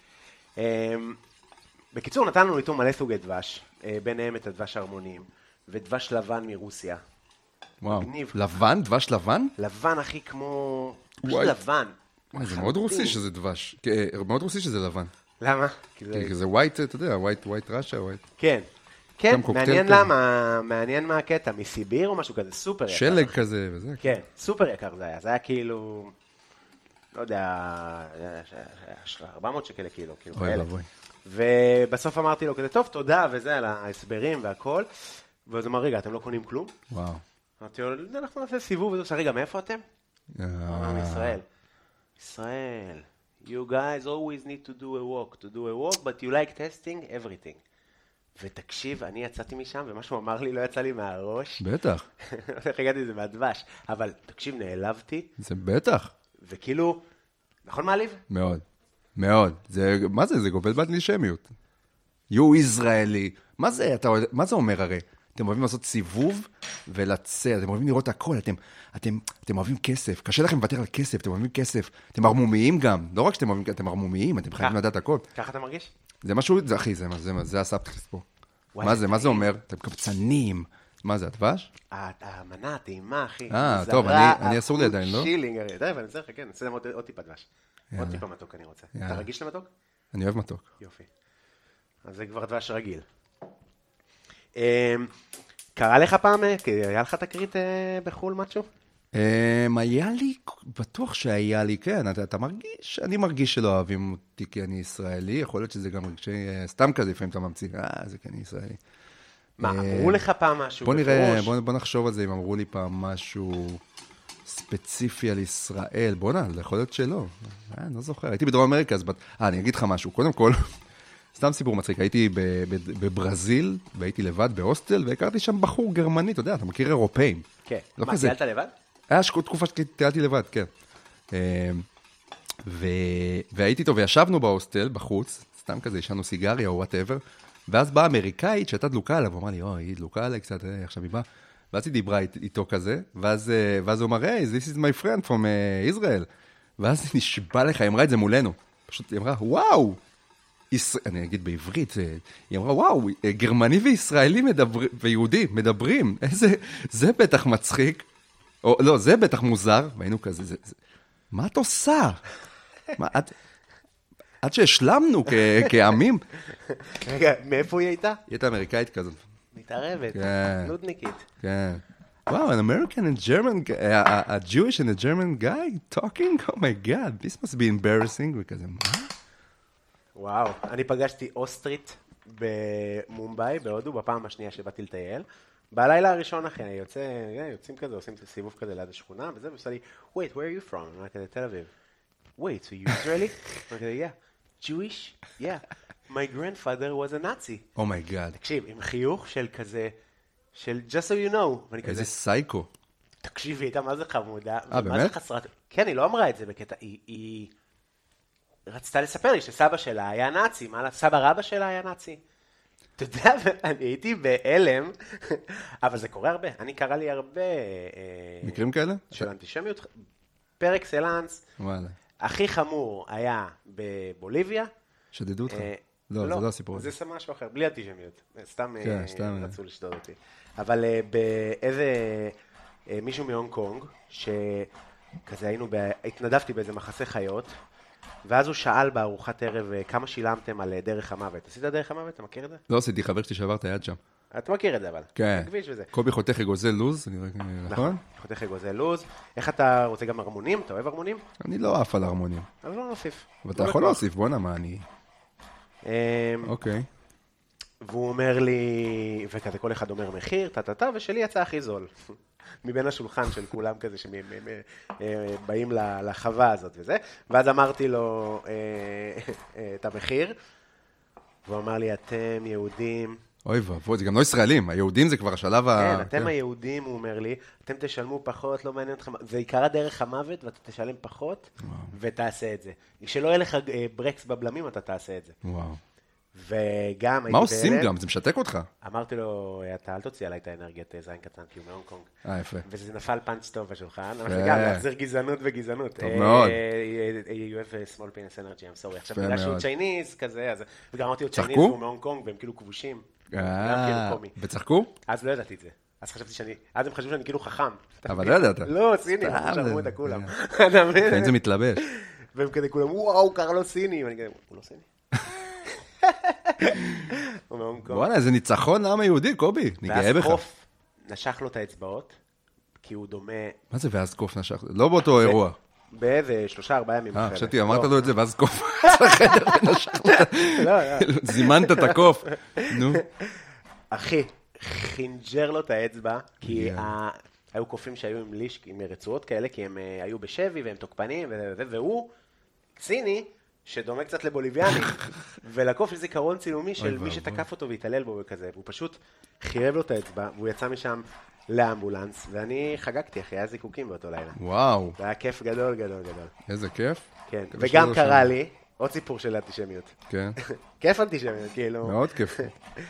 בקיצור, נתנו איתו מלא סוגי דבש, ביניהם את הדבש ההרמוניים, ודבש לבן מרוסיה. וואו, לבן? דבש לבן? לבן הכי כמו... פשוט לבן. זה מאוד רוסי שזה דבש. מאוד רוסי שזה לבן. למה? כי זה ווייט, אתה יודע, ווייט, ווייט רשע, ווייט. כן. כן, מעניין למה, מעניין מה הקטע, מסיביר או משהו כזה, סופר יקר. שלג כזה וזה. כן, סופר יקר זה היה, זה היה כאילו, לא יודע, ארבע מאות שקל לקילו, כאילו כאלה. ובסוף אמרתי לו כזה, טוב, תודה, וזה על ההסברים והכל, ואז אמר, רגע, אתם לא קונים כלום? וואו. אמרתי לו, אנחנו נעשה סיבוב, וזה עושה, רגע, מאיפה אתם? אמרנו, ישראל. ישראל. You guys always need to do a walk, to do a walk, but you like testing everything. ותקשיב, אני יצאתי משם, ומה שהוא אמר לי לא יצא לי מהראש. בטח. איך הגעתי לזה מהדבש. אבל תקשיב, נעלבתי. זה בטח. וכאילו, נכון מעליב? מאוד. מאוד. זה, מה זה? זה גובל באנטישמיות. You ישראלי. מה זה, אתה, מה זה אומר הרי? אתם אוהבים לעשות סיבוב ולצאת, אתם אוהבים לראות הכל, אתם, אתם, אתם אוהבים כסף, קשה לכם לוותר על כסף, אתם אוהבים כסף, אתם ערמומיים גם, לא רק שאתם אוהבים, אתם ערמומיים, אתם חייבים לדעת הכל. ככה אתה מרגיש? זה משהו, זה אחי, זה, זה, זה הסאבטקסט פה. מה זה, מה זה אומר? אתם קבצנים. מה זה, הדבש? המנה, הטעימה, אחי. אה, טוב, אני אסור לי עדיין, לא? שילינג, הרי, די, אבל אני צריך, כן, נעשה להם עוד טיפה דבש. עוד טיפה מתוק אני רוצה. אתה רגיש למתוק? אני אוהב מתוק. יופי. אז זה כבר דבש רגיל. קרה לך פעם, היה לך תקרית בחול משהו? היה לי, בטוח שהיה לי, כן, אתה מרגיש, אני מרגיש שלא אוהבים אותי כי אני ישראלי, יכול להיות שזה גם רגשי, סתם כזה, לפעמים אתה ממציא, אה, זה כי אני ישראלי. מה, אמרו לך פעם משהו? בוא נראה, בוא נחשוב על זה אם אמרו לי פעם משהו ספציפי על ישראל, בוא נע, יכול להיות שלא, אני לא זוכר, הייתי בדרום אמריקה, אז, אה, אני אגיד לך משהו, קודם כל, סתם סיפור מצחיק, הייתי בברזיל, והייתי לבד בהוסטל, והכרתי שם בחור גרמני, אתה יודע, אתה מכיר אירופאים. כן. מה, טיילת לבד? היה תקופה שטיילתי לבד, כן. והייתי איתו, וישבנו בהוסטל, בחוץ, סתם כזה, ישנו סיגריה או whatever, ואז באה אמריקאית שהייתה דלוקה עליו, הוא אמר לי, אוי, היא דלוקה עליי קצת, עכשיו היא באה, ואז היא דיברה איתו כזה, ואז הוא אמר, hey, this is my friend from Israel. ואז היא נשבע לך, היא אמרה את זה מולנו. פשוט היא אמרה, וואו! אני אגיד בעברית, היא אמרה, וואו, גרמני וישראלי ויהודי מדברים, איזה, זה בטח מצחיק, או לא, זה בטח מוזר, והיינו כזה, זה, זה, מה את עושה? מה, את, עד שהשלמנו כ, כעמים. רגע, מאיפה היא הייתה? היא הייתה אמריקאית כזאת. מתערבת, כן. נודניקית. כן. Wow, an American and German, a, a Jewish and a German guy talking? Oh my God, this must be embarrassing. וכזה, מה? וואו, אני פגשתי אוסטרית במומביי, בהודו, בפעם השנייה שבאתי לטייל. בלילה הראשון אחי, יוצא, יוצאים כזה, עושים סיבוב כזה ליד השכונה, וזה, ועושה לי, wait, where are you from? אני אומר כזה, תל אביב. wait, so you Israeli? אני כזה, yeah. Jewish? Yeah. My grandfather was a Nazi. Oh my God. תקשיב, עם חיוך של כזה, של just so you know. איזה סייקו. תקשיב, היא הייתה מה זה חמודה. אה, באמת? חסרת... כן, היא לא אמרה את זה בקטע, היא... היא... רצתה לספר לי שסבא שלה היה נאצי, מה סבא רבא שלה היה נאצי. אתה יודע, אני הייתי באלם, אבל זה קורה הרבה, אני קרא לי הרבה... מקרים כאלה? של אנטישמיות, פר אקסלנס. וואלה. הכי חמור היה בבוליביה. שדדו אותך? לא, זה לא הסיפור הזה. זה משהו אחר, בלי אנטישמיות. סתם רצו לשדוד אותי. אבל באיזה... מישהו מהונג קונג, שכזה היינו, התנדבתי באיזה מחסה חיות, ואז הוא שאל בארוחת ערב כמה שילמתם על דרך המוות. עשית דרך המוות? אתה מכיר את זה? לא עשיתי, חבר שלי שעבר את היד שם. אתה מכיר את זה אבל. כן. קובי חותך אגוזי לוז, נכון? חותך אגוזי לוז. איך אתה רוצה גם הרמונים? אתה אוהב הרמונים? אני לא אף על הרמונים. אז לא נוסיף. אבל אתה יכול להוסיף, בוא נע, מה אני... אוקיי. והוא אומר לי, וכזה כל אחד אומר מחיר, טה-טה-טה, ושלי יצא הכי זול. מבין השולחן של כולם כזה שבאים לחווה הזאת וזה. ואז אמרתי לו את המחיר, והוא אמר לי, אתם יהודים... אוי ואבוי, זה גם לא ישראלים, היהודים זה כבר השלב ה... כן, אתם היהודים, הוא אומר לי, אתם תשלמו פחות, לא מעניין אתכם, זה יקרה דרך המוות, ואתה תשלם פחות, ותעשה את זה. כשלא יהיה לך ברקס בבלמים, אתה תעשה את זה. וואו. וגם... מה עושים גם? זה משתק אותך. אמרתי לו, אתה אל תוציא עליי את האנרגיית זין קטן, כי הוא מהונג קונג. אה, יפה. וזה נפל פאנץ' טוב בשולחן, אבל גם להחזיר גזענות וגזענות. טוב מאוד. You have a small penis energy, I'm sorry. עכשיו, בגלל שהוא צ'ייניז כזה, וגם אמרתי לו צ'ייניז, הוא מהונג קונג, והם כאילו כבושים. וצחקו? אז לא ידעתי את זה. אז חשבתי שאני, אז הם חשבו שאני כאילו חכם. אבל לא ידעת. לא, סיני, הם שרמו את הכולם. כן, זה מתלבש. והם כזה כולם, וואו, קרא לו סיני. ואני כזה, הוא לא סיני. וואלה, איזה ניצחון לעם היהודי, קובי. אני גאה בך. ואז קוף נשך לו את האצבעות, כי הוא דומה... מה זה ואז קוף נשך? לא באותו אירוע. באיזה שלושה, ארבעה ימים. אה, חשבתי, אמרת לו את זה, ואז קוף לחדר ונשך לו. לא, לא. זימנת את הקוף. נו. אחי, חינג'ר לו את האצבע, כי היו קופים שהיו עם ליש, עם רצועות כאלה, כי הם היו בשבי והם תוקפנים, והוא סיני, שדומה קצת לבוליביאני, ולקוף יש זיכרון צילומי של מי שתקף אותו והתעלל בו וכזה, והוא פשוט חירב לו את האצבע, והוא יצא משם לאמבולנס, ואני חגגתי אחרי הזיקוקים באותו לילה. וואו. זה היה כיף גדול, גדול, גדול. איזה כיף. כן, וגם קרה לי, עוד סיפור של אנטישמיות. כן. כיף אנטישמיות, כאילו. מאוד כיף.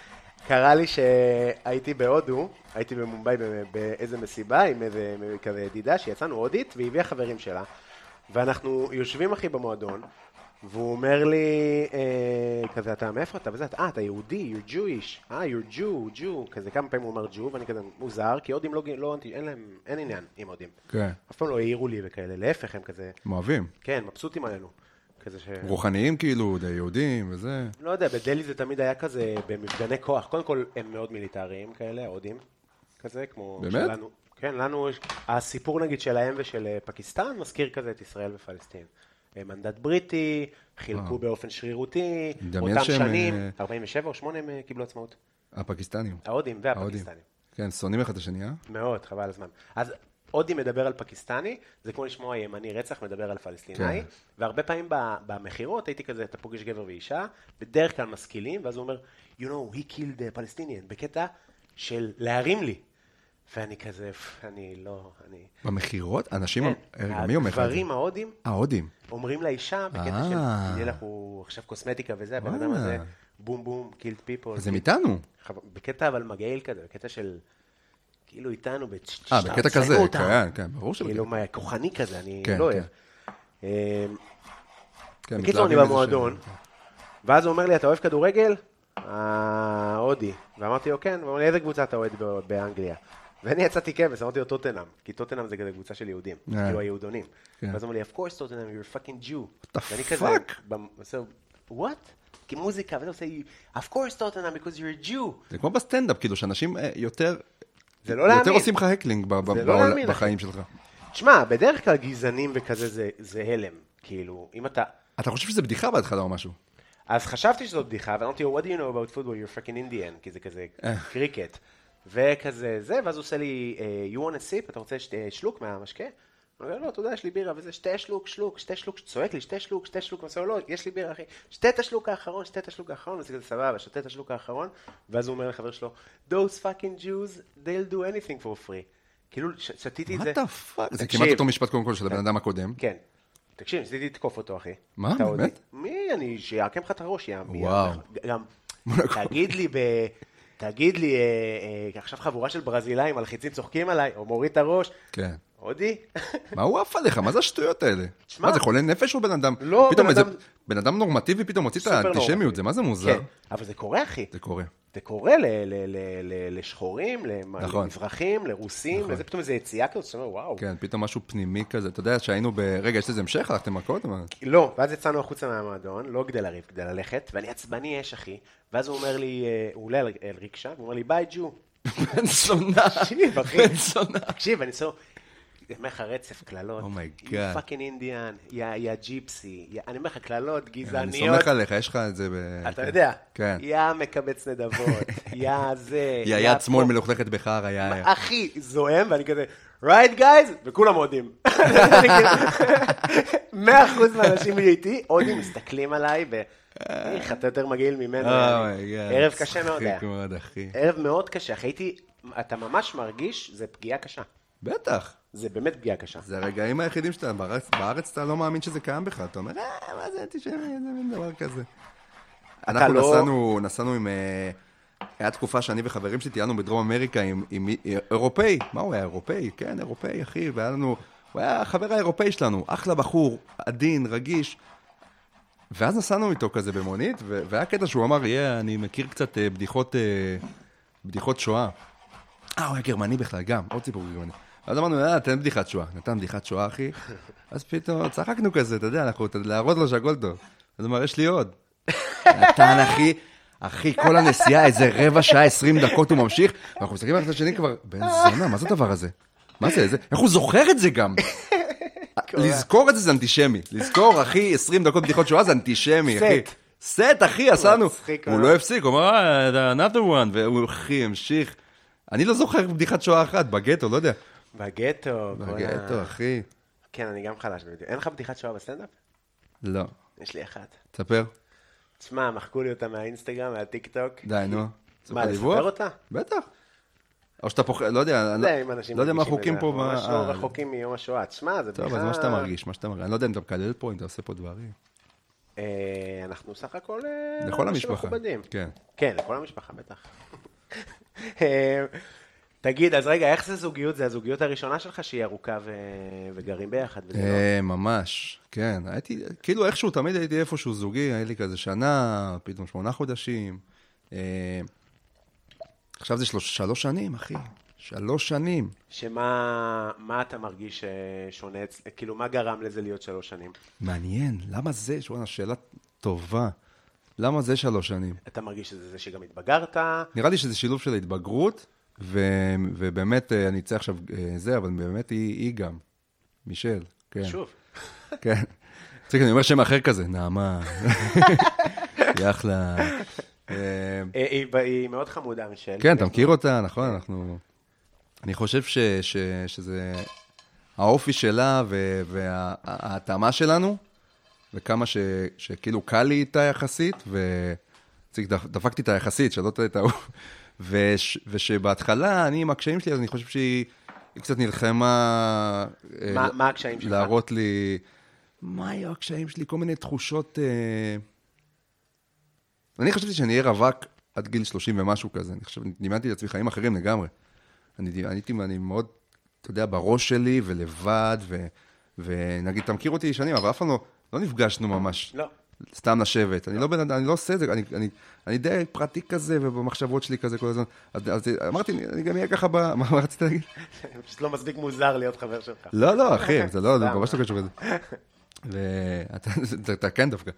קרה לי שהייתי בהודו, הייתי במומביי באיזה מסיבה עם איזה כזה ידידה שיצאנו הודית והיא הביאה חברים שלה. ואנחנו יושבים אחי במועדון, והוא אומר לי, אה, כזה, אתה מאיפה אתה? וזה, אה, אתה יהודי, you're Jewish, אה, you're Jew, Jew, כזה כמה פעמים הוא אומר Jew, ואני כזה מוזר, כי הודים לא, לא, אין להם, אין עניין עם הודים. כן. אף פעם לא העירו לי וכאלה, להפך הם כזה... אוהבים. כן, מבסוטים עלינו. כזה ש... רוחניים כאילו, די יהודים וזה. לא יודע, בדלי זה תמיד היה כזה במפגני כוח. קודם כל, הם מאוד מיליטריים כאלה, ההודים, כזה, כמו... באמת? שלנו. כן, לנו יש... הסיפור נגיד שלהם ושל פקיסטן מזכיר כזה את ישראל ופלסטין. מנדט בריטי, חילקו באופן שרירותי, אותם שנים, ארבעים ושבע או שמונה הם קיבלו עצמאות. הפקיסטנים. ההודים והפקיסטנים. כן, שונאים אחד את השני, אה? מאוד, חבל הזמן. אז הודי מדבר על פקיסטני, זה כמו לשמוע ימני רצח מדבר על פלסטינאי, והרבה פעמים במחירות הייתי כזה, אתה פוגש גבר ואישה, בדרך כלל משכילים, ואז הוא אומר, you know, he killed a Palestinian, בקטע של להרים לי. ואני כזה, אני לא, אני... במחירות? אנשים... כן, מי אומר לך את זה? הגברים ההודים, ההודים. אומרים לאישה, בקטע של, יהיה לך הוא עכשיו קוסמטיקה וזה, הבן אדם הזה, בום בום, killed people. אז הם איתנו. בקטע אבל מגעיל כזה, בקטע של, כאילו איתנו, אה, בקטע כזה, כן, כן, ברור שבקטע. כאילו כוחני כזה, אני לא אוהב. כן, בקיצור, אני במועדון, ואז הוא אומר לי, אתה אוהב כדורגל? ההודי. ואמרתי לו, כן, ואומר לי, איזה קבוצה אתה אוהד באנגליה? ואני יצאתי כבש, אמרתי לו טוטנאם, כי טוטנאם זה כזה קבוצה של יהודים, כאילו היהודונים. ואז אמר לי, of course טוטנאם, you're a fucking Jew. What the fuck? what? כמוזיקה, ואתה עושה, of course טוטנאם, because you're a Jew. זה כמו בסטנדאפ, כאילו, שאנשים יותר... זה לא להאמין. יותר עושים לך הקלינג בחיים שלך. תשמע, בדרך כלל גזענים וכזה זה הלם, כאילו, אם אתה... אתה חושב שזה בדיחה בהתחלה או משהו? אז חשבתי שזאת בדיחה, ואמרתי לו, what do you know about football, you're fucking Indian, כי זה כזה קריקט. וכזה זה, ואז הוא עושה לי, you want a sip, אתה רוצה שלוק מהמשקה? אני אומר, לא, תודה, יש לי בירה, וזה שתי שלוק, שלוק, שתי שלוק, צועק לי, שתי שלוק, שתי שלוק, ועושה לו, לא, יש לי בירה, אחי, שתי את השלוק האחרון, שתי את השלוק האחרון, וזה כזה סבבה, שתי את השלוק האחרון, ואז הוא אומר לחבר שלו, those fucking Jews, they'll do anything for free. כאילו, שתיתי את זה. מה אתה פאק? זה כמעט אותו משפט קודם כל של הבן אדם הקודם. כן. תקשיב, ניסיתי לתקוף אותו, אחי. מה? באמת? מי? אני, שיעקם לך את הראש, יא. וואו. גם, תגיד לי ב... תגיד לי, עכשיו חבורה של ברזילאים, מלחיצים, צוחקים עליי, או מוריד את הראש. כן. הודי? מה הוא עף עליך? מה זה השטויות האלה? מה, זה חולה נפש או בן אדם? לא, בן אדם... בן אדם נורמטיבי פתאום מוציא את האנטישמיות, זה מה זה מוזר? כן, אבל זה קורה, אחי. זה קורה. זה קורה לשחורים, למזרחים, לרוסים, וזה פתאום איזו יציאה כזאת, זאת אומרת, וואו. כן, פתאום משהו פנימי כזה, אתה יודע שהיינו ברגע, יש לזה המשך, הלכתם מכות? לא, ואז יצאנו החוצה מהמועדון, לא כדי לריב, כדי ללכת, ואני עצבני יש, אחי, ואז הוא אומר לי, הוא עולה על ריקשה, והוא אומר לי, ביי ג'ו. בן סונה. תקשיב, אחי. בן סונה. תקשיב, אני סור, אני אומר לך רצף, קללות. אומייגאד. יא פאקינג אינדיאן, יא ג'יפסי, אני אומר לך קללות, גזעניות. אני סומך עליך, יש לך את זה ב... אתה יודע. כן. יא מקבץ נדבות, יא זה. יא יד שמאל מלוכלכת בחר, יא... אחי, זוהם, ואני כזה, right guys, וכולם הודים. מאה אחוז מהאנשים איתי, הודים מסתכלים עליי, ואיך, אתה יותר מגעיל ממנו. ערב קשה מאוד היה. ערב מאוד קשה, אחי, הייתי, אתה ממש מרגיש, זה פגיעה קשה. בטח. זה באמת פגיעה קשה. זה הרגעים היחידים שאתה, בארץ אתה לא מאמין שזה קיים בכלל, אתה אומר, אה, מה זה אנטישמי, זה מין דבר כזה. אנחנו נסענו, נסענו עם, היה תקופה שאני וחברים שלי תיינו בדרום אמריקה עם אירופאי, מה הוא היה, אירופאי? כן, אירופאי, אחי, והיה לנו, הוא היה החבר האירופאי שלנו, אחלה בחור, עדין, רגיש, ואז נסענו איתו כזה במונית, והיה קטע שהוא אמר, יהיה, אני מכיר קצת בדיחות, בדיחות שואה. אה, הוא היה גרמני בכלל, גם, עוד סיפור גרמני. אז אמרנו, אה, תן בדיחת שואה. נתן בדיחת שואה, אחי. אז פתאום צחקנו כזה, אתה יודע, אנחנו, להראות לו שהכל טוב. אז הוא אומר, יש לי עוד. נתן, אחי, אחי, כל הנסיעה, איזה רבע שעה, עשרים דקות הוא ממשיך, ואנחנו מסתכלים על את השני כבר, בן זונה, מה זה הדבר הזה? מה זה, איזה? איך הוא זוכר את זה גם? לזכור את זה זה אנטישמי. לזכור, אחי, עשרים דקות בדיחות שואה זה אנטישמי, אחי. סט, אחי, עשינו. הוא לא הפסיק, הוא אמר, אה, another one, והוא, אחי, המשיך. אני לא זוכר בדיחת שואה אחת, בגטו, לא יודע. בגטו. בגטו, אחי. כן, אני גם חלש. אין לך בדיחת שואה בסטנדאפ? לא. יש לי אחת. תספר. תשמע, מחקו לי אותה מהאינסטגרם, מהטיק טוק. די, נו. מה, לספר אותה? בטח. או שאתה פוחד, לא יודע, לא יודע מה החוקים פה. ממש לא רחוקים מיום השואה. תשמע, זה בדיחה... טוב, אז מה שאתה מרגיש, מה שאתה מרגיש. אני לא יודע אם אתה מקלל פה, אם אתה עושה פה דברים. אנחנו סך הכל... לכל המשפחה. כן. כן, לכל המשפחה, בטח. תגיד, אז רגע, איך זה זוגיות? זה הזוגיות הראשונה שלך שהיא ארוכה וגרים ביחד? ממש, כן. הייתי, כאילו איכשהו, תמיד הייתי איפשהו זוגי, היה לי כזה שנה, פתאום שמונה חודשים. עכשיו זה שלוש שנים, אחי. שלוש שנים. שמה מה אתה מרגיש שונה, כאילו מה גרם לזה להיות שלוש שנים? מעניין, למה זה? שואלה, שאלה טובה. למה זה שלוש שנים? אתה מרגיש שזה זה שגם התבגרת? נראה לי שזה שילוב של התבגרות, ו- ובאמת, אני אצא עכשיו זה, אבל באמת היא, היא גם. מישל, כן. שוב. כן. צריך, אני אומר שם אחר כזה, נעמה. היא אחלה. היא מאוד חמודה, מישל. כן, אתה מכיר אותה, נכון? אנחנו... אני חושב ש- ש- שזה האופי שלה וההתאמה שלנו, וכמה ש- שכאילו קל לי איתה יחסית, ודפקתי את היחסית, שלא את ההוא. וש, ושבהתחלה, אני עם הקשיים שלי, אז אני חושב שהיא קצת נלחמה... מה, מה הקשיים שלך? להראות לי... מה היו הקשיים שלי? כל מיני תחושות... אה... אני חשבתי שאני אהיה רווק עד גיל שלושים ומשהו כזה. אני חושב, נימדתי לעצמי חיים אחרים לגמרי. אני, אני, אני, אני מאוד, אתה יודע, בראש שלי ולבד, ו, ונגיד, אתה מכיר אותי שנים, אבל אף פעם לא, לא נפגשנו ממש. לא. סתם לשבת. אני לא בן, אני לא עושה את זה, אני, אני, אני די פרטי כזה, ובמחשבות שלי כזה כל הזמן. אז, אז אמרתי, אני גם אהיה ככה ב... מה רצית להגיד? פשוט לא מספיק מוזר להיות חבר שלך. לא, לא, אחי, זה לא, זה ממש לא קשור לזה. ואתה כן דווקא.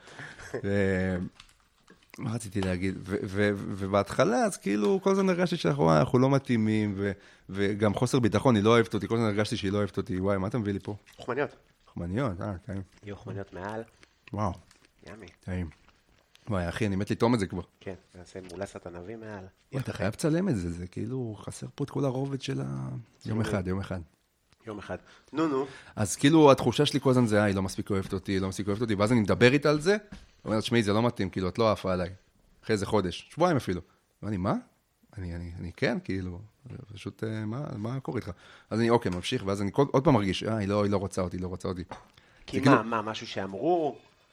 מה רציתי להגיד? ובהתחלה, אז כאילו, כל הזמן הרגשתי שאנחנו לא מתאימים, וגם חוסר ביטחון, היא לא אוהבת אותי, כל הזמן הרגשתי שהיא לא אוהבת אותי. וואי, מה אתה מביא לי פה? חומניות. חומניות, אה, טעים. יהיו חומניות מעל. וואו. ימי. טעים. וואי, אחי, אני מת לטעום את זה כבר. כן, נעשה מולסת ענבים מעל. אתה חייב לצלם את זה, זה כאילו חסר פה את כל הרובד של ה... יום אחד, יום אחד. יום אחד. נו, נו. אז כאילו, התחושה שלי כל הזמן זה, היא לא מספיק אוהבת אותי, היא לא מספיק אוהבת אותי, ואז אני מדבר איתה על זה, ואומרת, שמי, זה לא מתאים, כאילו, את לא עפה עליי. אחרי איזה חודש, שבועיים אפילו. ואני, מה? אני, אני, אני כן, כאילו, פשוט, מה, מה קורה איתך? אז אני, אוקיי, ממשיך, ואז אני עוד פעם מרגיש, אה, היא לא, היא לא רוצה אותי, לא רוצה אותי. כי מה, מה, משהו שאמרו?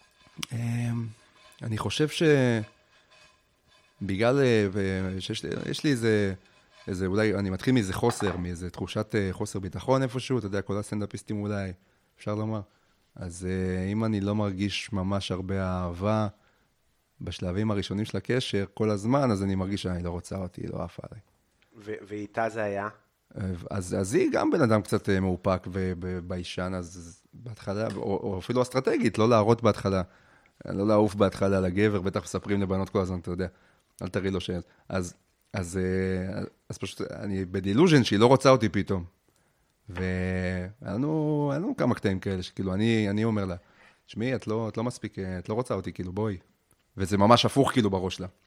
אני חושב ש... בגלל, יש לי איזה, איזה, אולי, אני מתחיל מאיזה חוסר, מאיזה תחושת חוסר ביטחון איפשהו, אתה יודע, כל הסטנדאפיסטים אולי, אפשר לומר. אז אם אני לא מרגיש ממש הרבה אהבה, בשלבים הראשונים של הקשר, כל הזמן, אז אני מרגיש שאני לא רוצה אותי, היא לא עפה עליי. ואיתה זה היה? אז, אז היא גם בן אדם קצת מאופק וביישן, אז בהתחלה, או, או אפילו אסטרטגית, לא להראות בהתחלה, לא לעוף בהתחלה לגבר, בטח מספרים לבנות כל הזמן, אתה יודע, אל תראי לו שאין. אז, אז, אז פשוט, אני בדילוז'ן שהיא לא רוצה אותי פתאום. והיה לנו, היה לנו כמה קטעים כאלה, שכאילו, אני, אני אומר לה, שמי, את לא, את לא מספיק, את לא רוצה אותי, כאילו, בואי. וזה ממש הפוך, כאילו, בראש לה.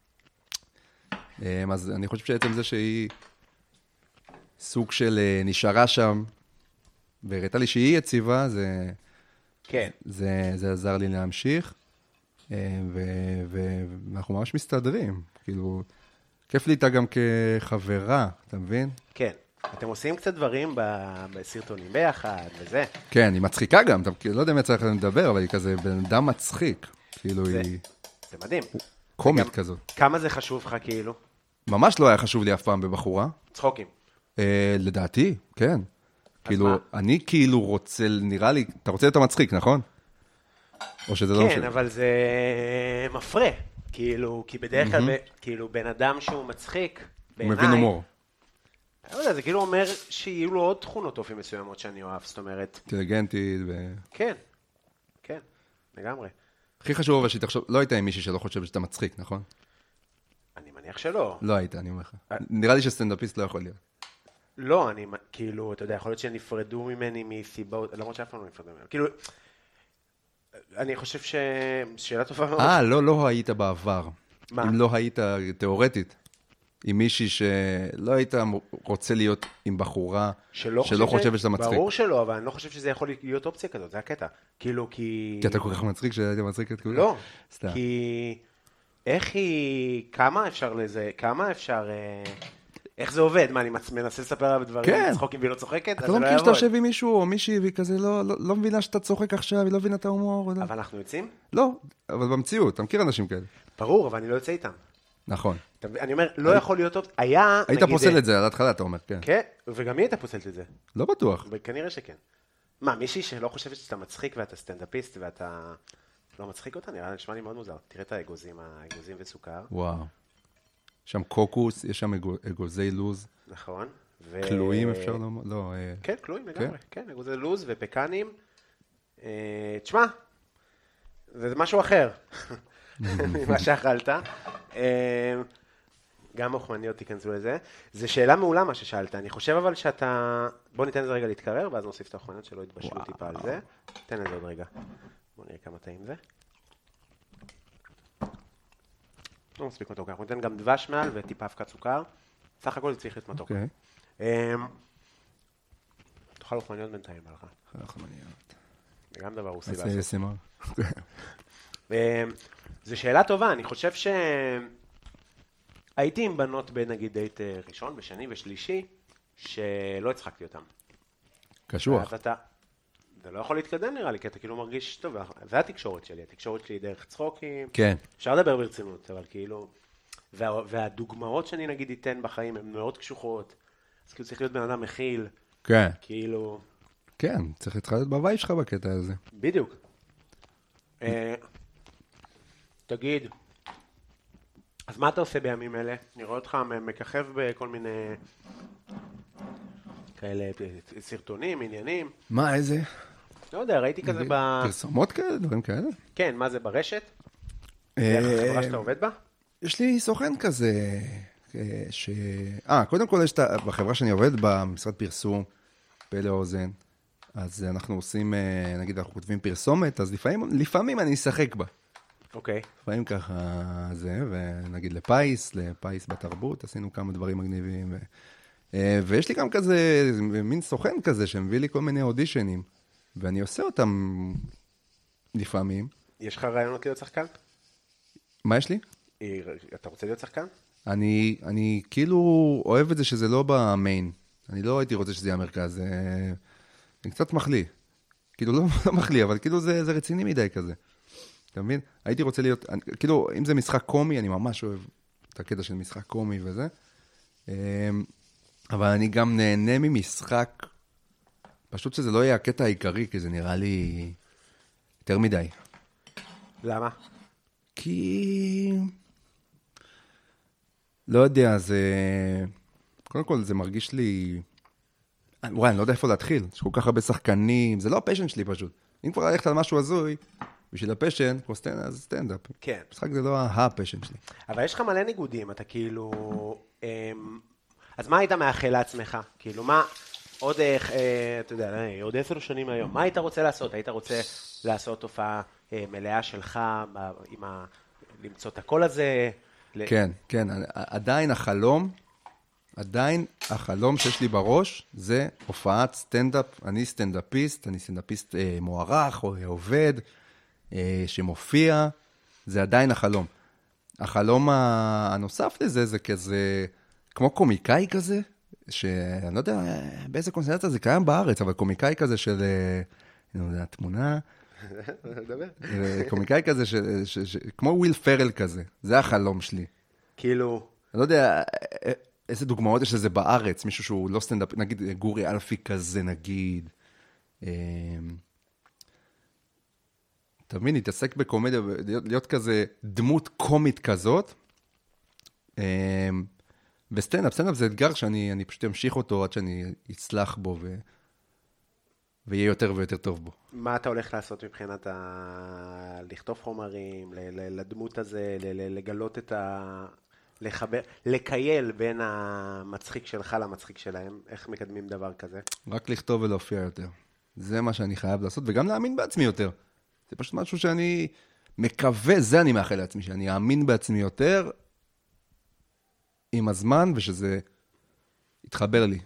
אז אני חושב שעצם זה שהיא סוג של נשארה שם, והראתה לי שהיא יציבה, זה... כן. זה, זה עזר לי להמשיך, ואנחנו ממש מסתדרים. כאילו, כיף לי איתה גם כחברה, אתה מבין? כן. אתם עושים קצת דברים בסרטונים ביחד, וזה. כן, היא מצחיקה גם, אתה לא יודע אם יצא לך לדבר, אבל היא כזה בן אדם מצחיק. כאילו, זה, היא... זה מדהים. קומית וגם, כזאת. כמה זה חשוב לך, כאילו? ממש לא היה חשוב לי אף פעם בבחורה. צחוקים. אה, לדעתי, כן. כאילו, מה? אני כאילו רוצה, נראה לי, אתה רוצה להיות המצחיק, נכון? או שזה לא... כן, אבל זה מפרה. כאילו, כי בדרך כלל, כאילו, בן אדם שהוא מצחיק, הוא מבין הומור. אני לא יודע, זה כאילו אומר שיהיו לו עוד תכונות אופי מסוימות שאני אוהב, זאת אומרת... אינטליגנטית ו... כן, כן, לגמרי. הכי חשוב אבל שתחשוב, לא הייתה עם מישהי שלא חושב שאתה מצחיק, נכון? אני מניח שלא. לא היית, אני אומר לך. נראה לי שסטנדאפיסט לא יכול להיות. לא, אני, כאילו, אתה יודע, יכול להיות שנפרדו ממני מסיבות, למרות שאף פעם לא נפרדו ממני. כאילו, אני חושב ש... שאלה טובה מאוד. אה, לא, לא היית בעבר. מה? אם לא היית תיאורטית, עם מישהי שלא היית רוצה להיות עם בחורה שלא חושבת שאתה מצחיק. ברור שלא, אבל אני לא חושב שזה יכול להיות אופציה כזאת, זה הקטע. כאילו, כי... כי אתה כל כך מצחיק שהייתי מצחיק את כולם? לא, כי... איך היא... כמה אפשר לזה? כמה אפשר... איך זה עובד? מה, אני מנסה לספר עליו דברים, צחוקים והיא לא צוחקת? אתה לא מכיר שאתה יושב עם מישהו או מישהי והיא כזה לא מבינה שאתה צוחק עכשיו, היא לא מבינה את ההומור. אבל אנחנו יוצאים? לא, אבל במציאות, אתה מכיר אנשים כאלה. ברור, אבל אני לא יוצא איתם. נכון. אני אומר, לא יכול להיות טוב, היה... היית פוסל את זה, על ההתחלה אתה אומר, כן. כן, וגם מי היית פוסלת את זה? לא בטוח. וכנראה שכן. מה, מישהי שלא חושבת שאתה מצחיק ואתה סטנדאפיסט ואתה לא מצחיק אותה? נראה לי נשמע לי מאוד מוזר. תראה את האגוזים, האגוזים וסוכר. וואו. שם קוקוס, יש שם אגוזי לוז. נכון. כלואים אפשר לומר? לא. כן, כלואים לגמרי. כן, אגוזי לוז ופקנים. תשמע, זה משהו אחר ממה שאכלת. גם אוכמניות תיכנסו לזה. זו שאלה מעולה מה ששאלת. אני חושב אבל שאתה... בוא ניתן לזה רגע להתקרר, ואז נוסיף את האוכמניות שלא יתבשלו טיפה על זה. תן לזה עוד רגע. בוא נראה כמה טעים זה. לא מספיק מתוק. אנחנו ניתן גם דבש מעל וטיפה אבקת סוכר. סך הכל זה צריך להיות מתוק. תאכל אוכמניות בינתיים עליך. אוכמניות. זה גם דבר רוסי לעשות. סימר. זו שאלה טובה. אני חושב ש... הייתי עם בנות בנגיד דייט ראשון, ושני ושלישי, שלא הצחקתי אותם. קשוח. אתה, זה לא יכול להתקדם נראה לי, כי אתה כאילו מרגיש טוב, זה התקשורת שלי, התקשורת שלי דרך צחוקים. כן. אפשר לדבר ברצינות, אבל כאילו, וה, והדוגמאות שאני נגיד אתן בחיים הן מאוד קשוחות, אז כאילו צריך להיות בן אדם מכיל. כן. כאילו... כן, צריך להתחלת בבית שלך בקטע הזה. בדיוק. אה, תגיד... אז מה אתה עושה בימים אלה? אני רואה אותך מככב בכל מיני כאלה סרטונים, עניינים. מה, איזה? לא יודע, ראיתי כזה ב... פרסומות כאלה, דברים כאלה? כן, מה זה, ברשת? איך החברה שאתה עובד בה? יש לי סוכן כזה, ש... אה, קודם כל יש בחברה שאני עובד בה, משרד פרסום, פה לאוזן, אז אנחנו עושים, נגיד, אנחנו כותבים פרסומת, אז לפעמים, לפעמים אני אשחק בה. אוקיי. לפעמים ככה זה, ונגיד לפייס, לפייס בתרבות, עשינו כמה דברים מגניבים. ו... ויש לי גם כזה, מין סוכן כזה, שמביא לי כל מיני אודישנים, ואני עושה אותם לפעמים. יש לך רעיונות להיות שחקן? מה יש לי? אתה רוצה להיות שחקן? אני, אני כאילו אוהב את זה שזה לא במיין. אני לא הייתי רוצה שזה יהיה המרכז. זה, זה קצת מחליא. כאילו לא, לא מחליא, אבל כאילו זה, זה רציני מדי כזה. אתה מבין? הייתי רוצה להיות, אני, כאילו, אם זה משחק קומי, אני ממש אוהב את הקטע של משחק קומי וזה. אבל אני גם נהנה ממשחק, פשוט שזה לא יהיה הקטע העיקרי, כי זה נראה לי יותר מדי. למה? כי... לא יודע, זה... קודם כל, זה מרגיש לי... וואי, אני לא יודע איפה להתחיל. יש כל כך הרבה שחקנים, זה לא הפשן שלי פשוט. אם כבר ללכת על משהו הזוי, בשביל הפשן, כמו סטנד, אז סטנדאפ. כן. משחק זה לא הפשן שלי. אבל יש לך מלא ניגודים, אתה כאילו... אז מה היית מאחל לעצמך? כאילו, מה... עוד, אתה יודע, עוד עשר שנים היום, מה היית רוצה לעשות? היית רוצה לעשות תופעה מלאה שלך, עם ה... למצוא את הקול הזה? כן, כן. עדיין החלום, עדיין החלום שיש לי בראש, זה הופעת סטנדאפ. אני סטנדאפיסט, אני סטנדאפיסט מוערך או עובד, שמופיע, זה עדיין החלום. החלום הנוסף לזה, זה כזה, כמו קומיקאי כזה, שאני לא יודע באיזה קונסטנציה זה קיים בארץ, אבל קומיקאי כזה של, אני לא יודע, תמונה, קומיקאי כזה, כמו וויל פרל כזה, זה החלום שלי. כאילו... אני לא יודע איזה דוגמאות יש לזה בארץ, מישהו שהוא לא סטנדאפ, נגיד גורי אלפי כזה, נגיד. אתה מבין, להתעסק בקומדיה, להיות כזה דמות קומית כזאת, וסטנדאפ, סטנדאפ זה אתגר שאני אני פשוט אמשיך אותו עד שאני אצלח בו ו... ויהיה יותר ויותר טוב בו. מה אתה הולך לעשות מבחינת ה... לכתוב חומרים, ל... לדמות הזה, ל... לגלות את ה... לחבר, לקייל בין המצחיק שלך למצחיק שלהם? איך מקדמים דבר כזה? רק לכתוב ולהופיע יותר. זה מה שאני חייב לעשות, וגם להאמין בעצמי יותר. זה פשוט משהו שאני מקווה, זה אני מאחל לעצמי, שאני אאמין בעצמי יותר עם הזמן, ושזה יתחבר לי.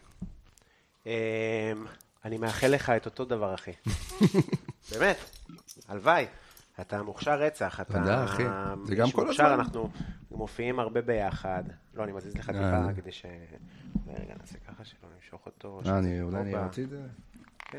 אני מאחל לך את אותו דבר, אחי. באמת, הלוואי. אתה מוכשר רצח. תודה, אחי. זה גם כל הזמן. אנחנו מופיעים הרבה ביחד. לא, אני מזיז לך טיפה, כדי ש... רגע, נעשה ככה, שלא נמשוך אותו. אולי אני ארצי את זה? כן.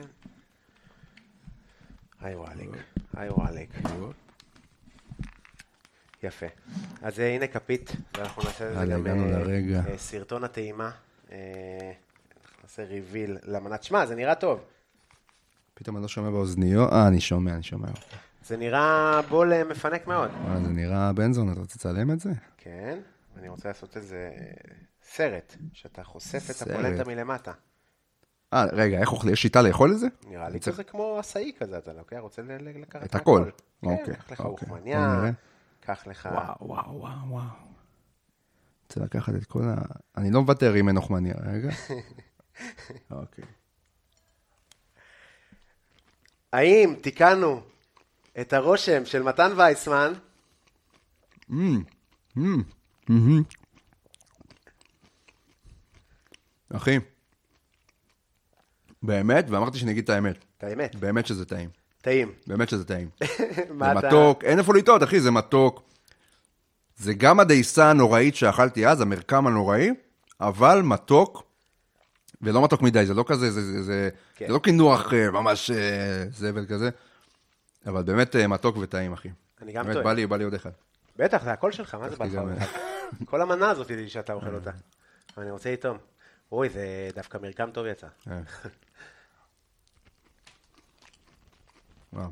היי וואליק, היי וואליק. יפה. אז הנה כפית, ואנחנו נעשה את זה גם הגענו לרגע. סרטון הטעימה. נעשה ריביל למנת. שמע, זה נראה טוב. פתאום אני לא שומע באוזניות. אה, אני שומע, אני שומע. זה נראה בול מפנק מאוד. אה, זה נראה בנזון, אתה רוצה לצלם את זה? כן, אני רוצה לעשות איזה סרט, שאתה חושף את סרט. הפולנטה מלמטה. אה, רגע, איך אוכל? יש שיטה לאכול את זה? נראה לי כזה כמו עשאי כזה, אתה לוקח, רוצה ל- ל- לקחת את הכל. כן, אוקיי, קח לך אוקיי. אוכמניה, בוא נראה. קח לך... וואו, וואו, וואו, וואו. רוצה לקחת את כל ה... אני לא מוותר אם אין אוכמניה, רגע. אוקיי. האם תיקנו את הרושם של מתן וייסמן? אמ, אמ, אמ. אחי, באמת, ואמרתי שאני אגיד את האמת. את האמת, באמת שזה טעים. טעים. באמת שזה טעים. מה זה אתה- מתוק, אין איפה לטעות, אחי, זה מתוק. זה גם הדייסה הנוראית שאכלתי אז, המרקם הנוראי, אבל מתוק, ולא מתוק מדי, זה לא כזה, זה, זה, זה, כן. זה לא קינוח אה, ממש אה, זבל כזה, אבל באמת אה, מתוק וטעים, אחי. אני גם באמת, טועה. בא לי, בא לי עוד אחד. בטח, זה הכל שלך, מה זה בא לך גם- עוד אחד? כל המנה הזאת היא שאתה אוכל אותה. אבל אני רוצה לטעום. אוי, זה דווקא מרקם טוב יצא. אה. וואו.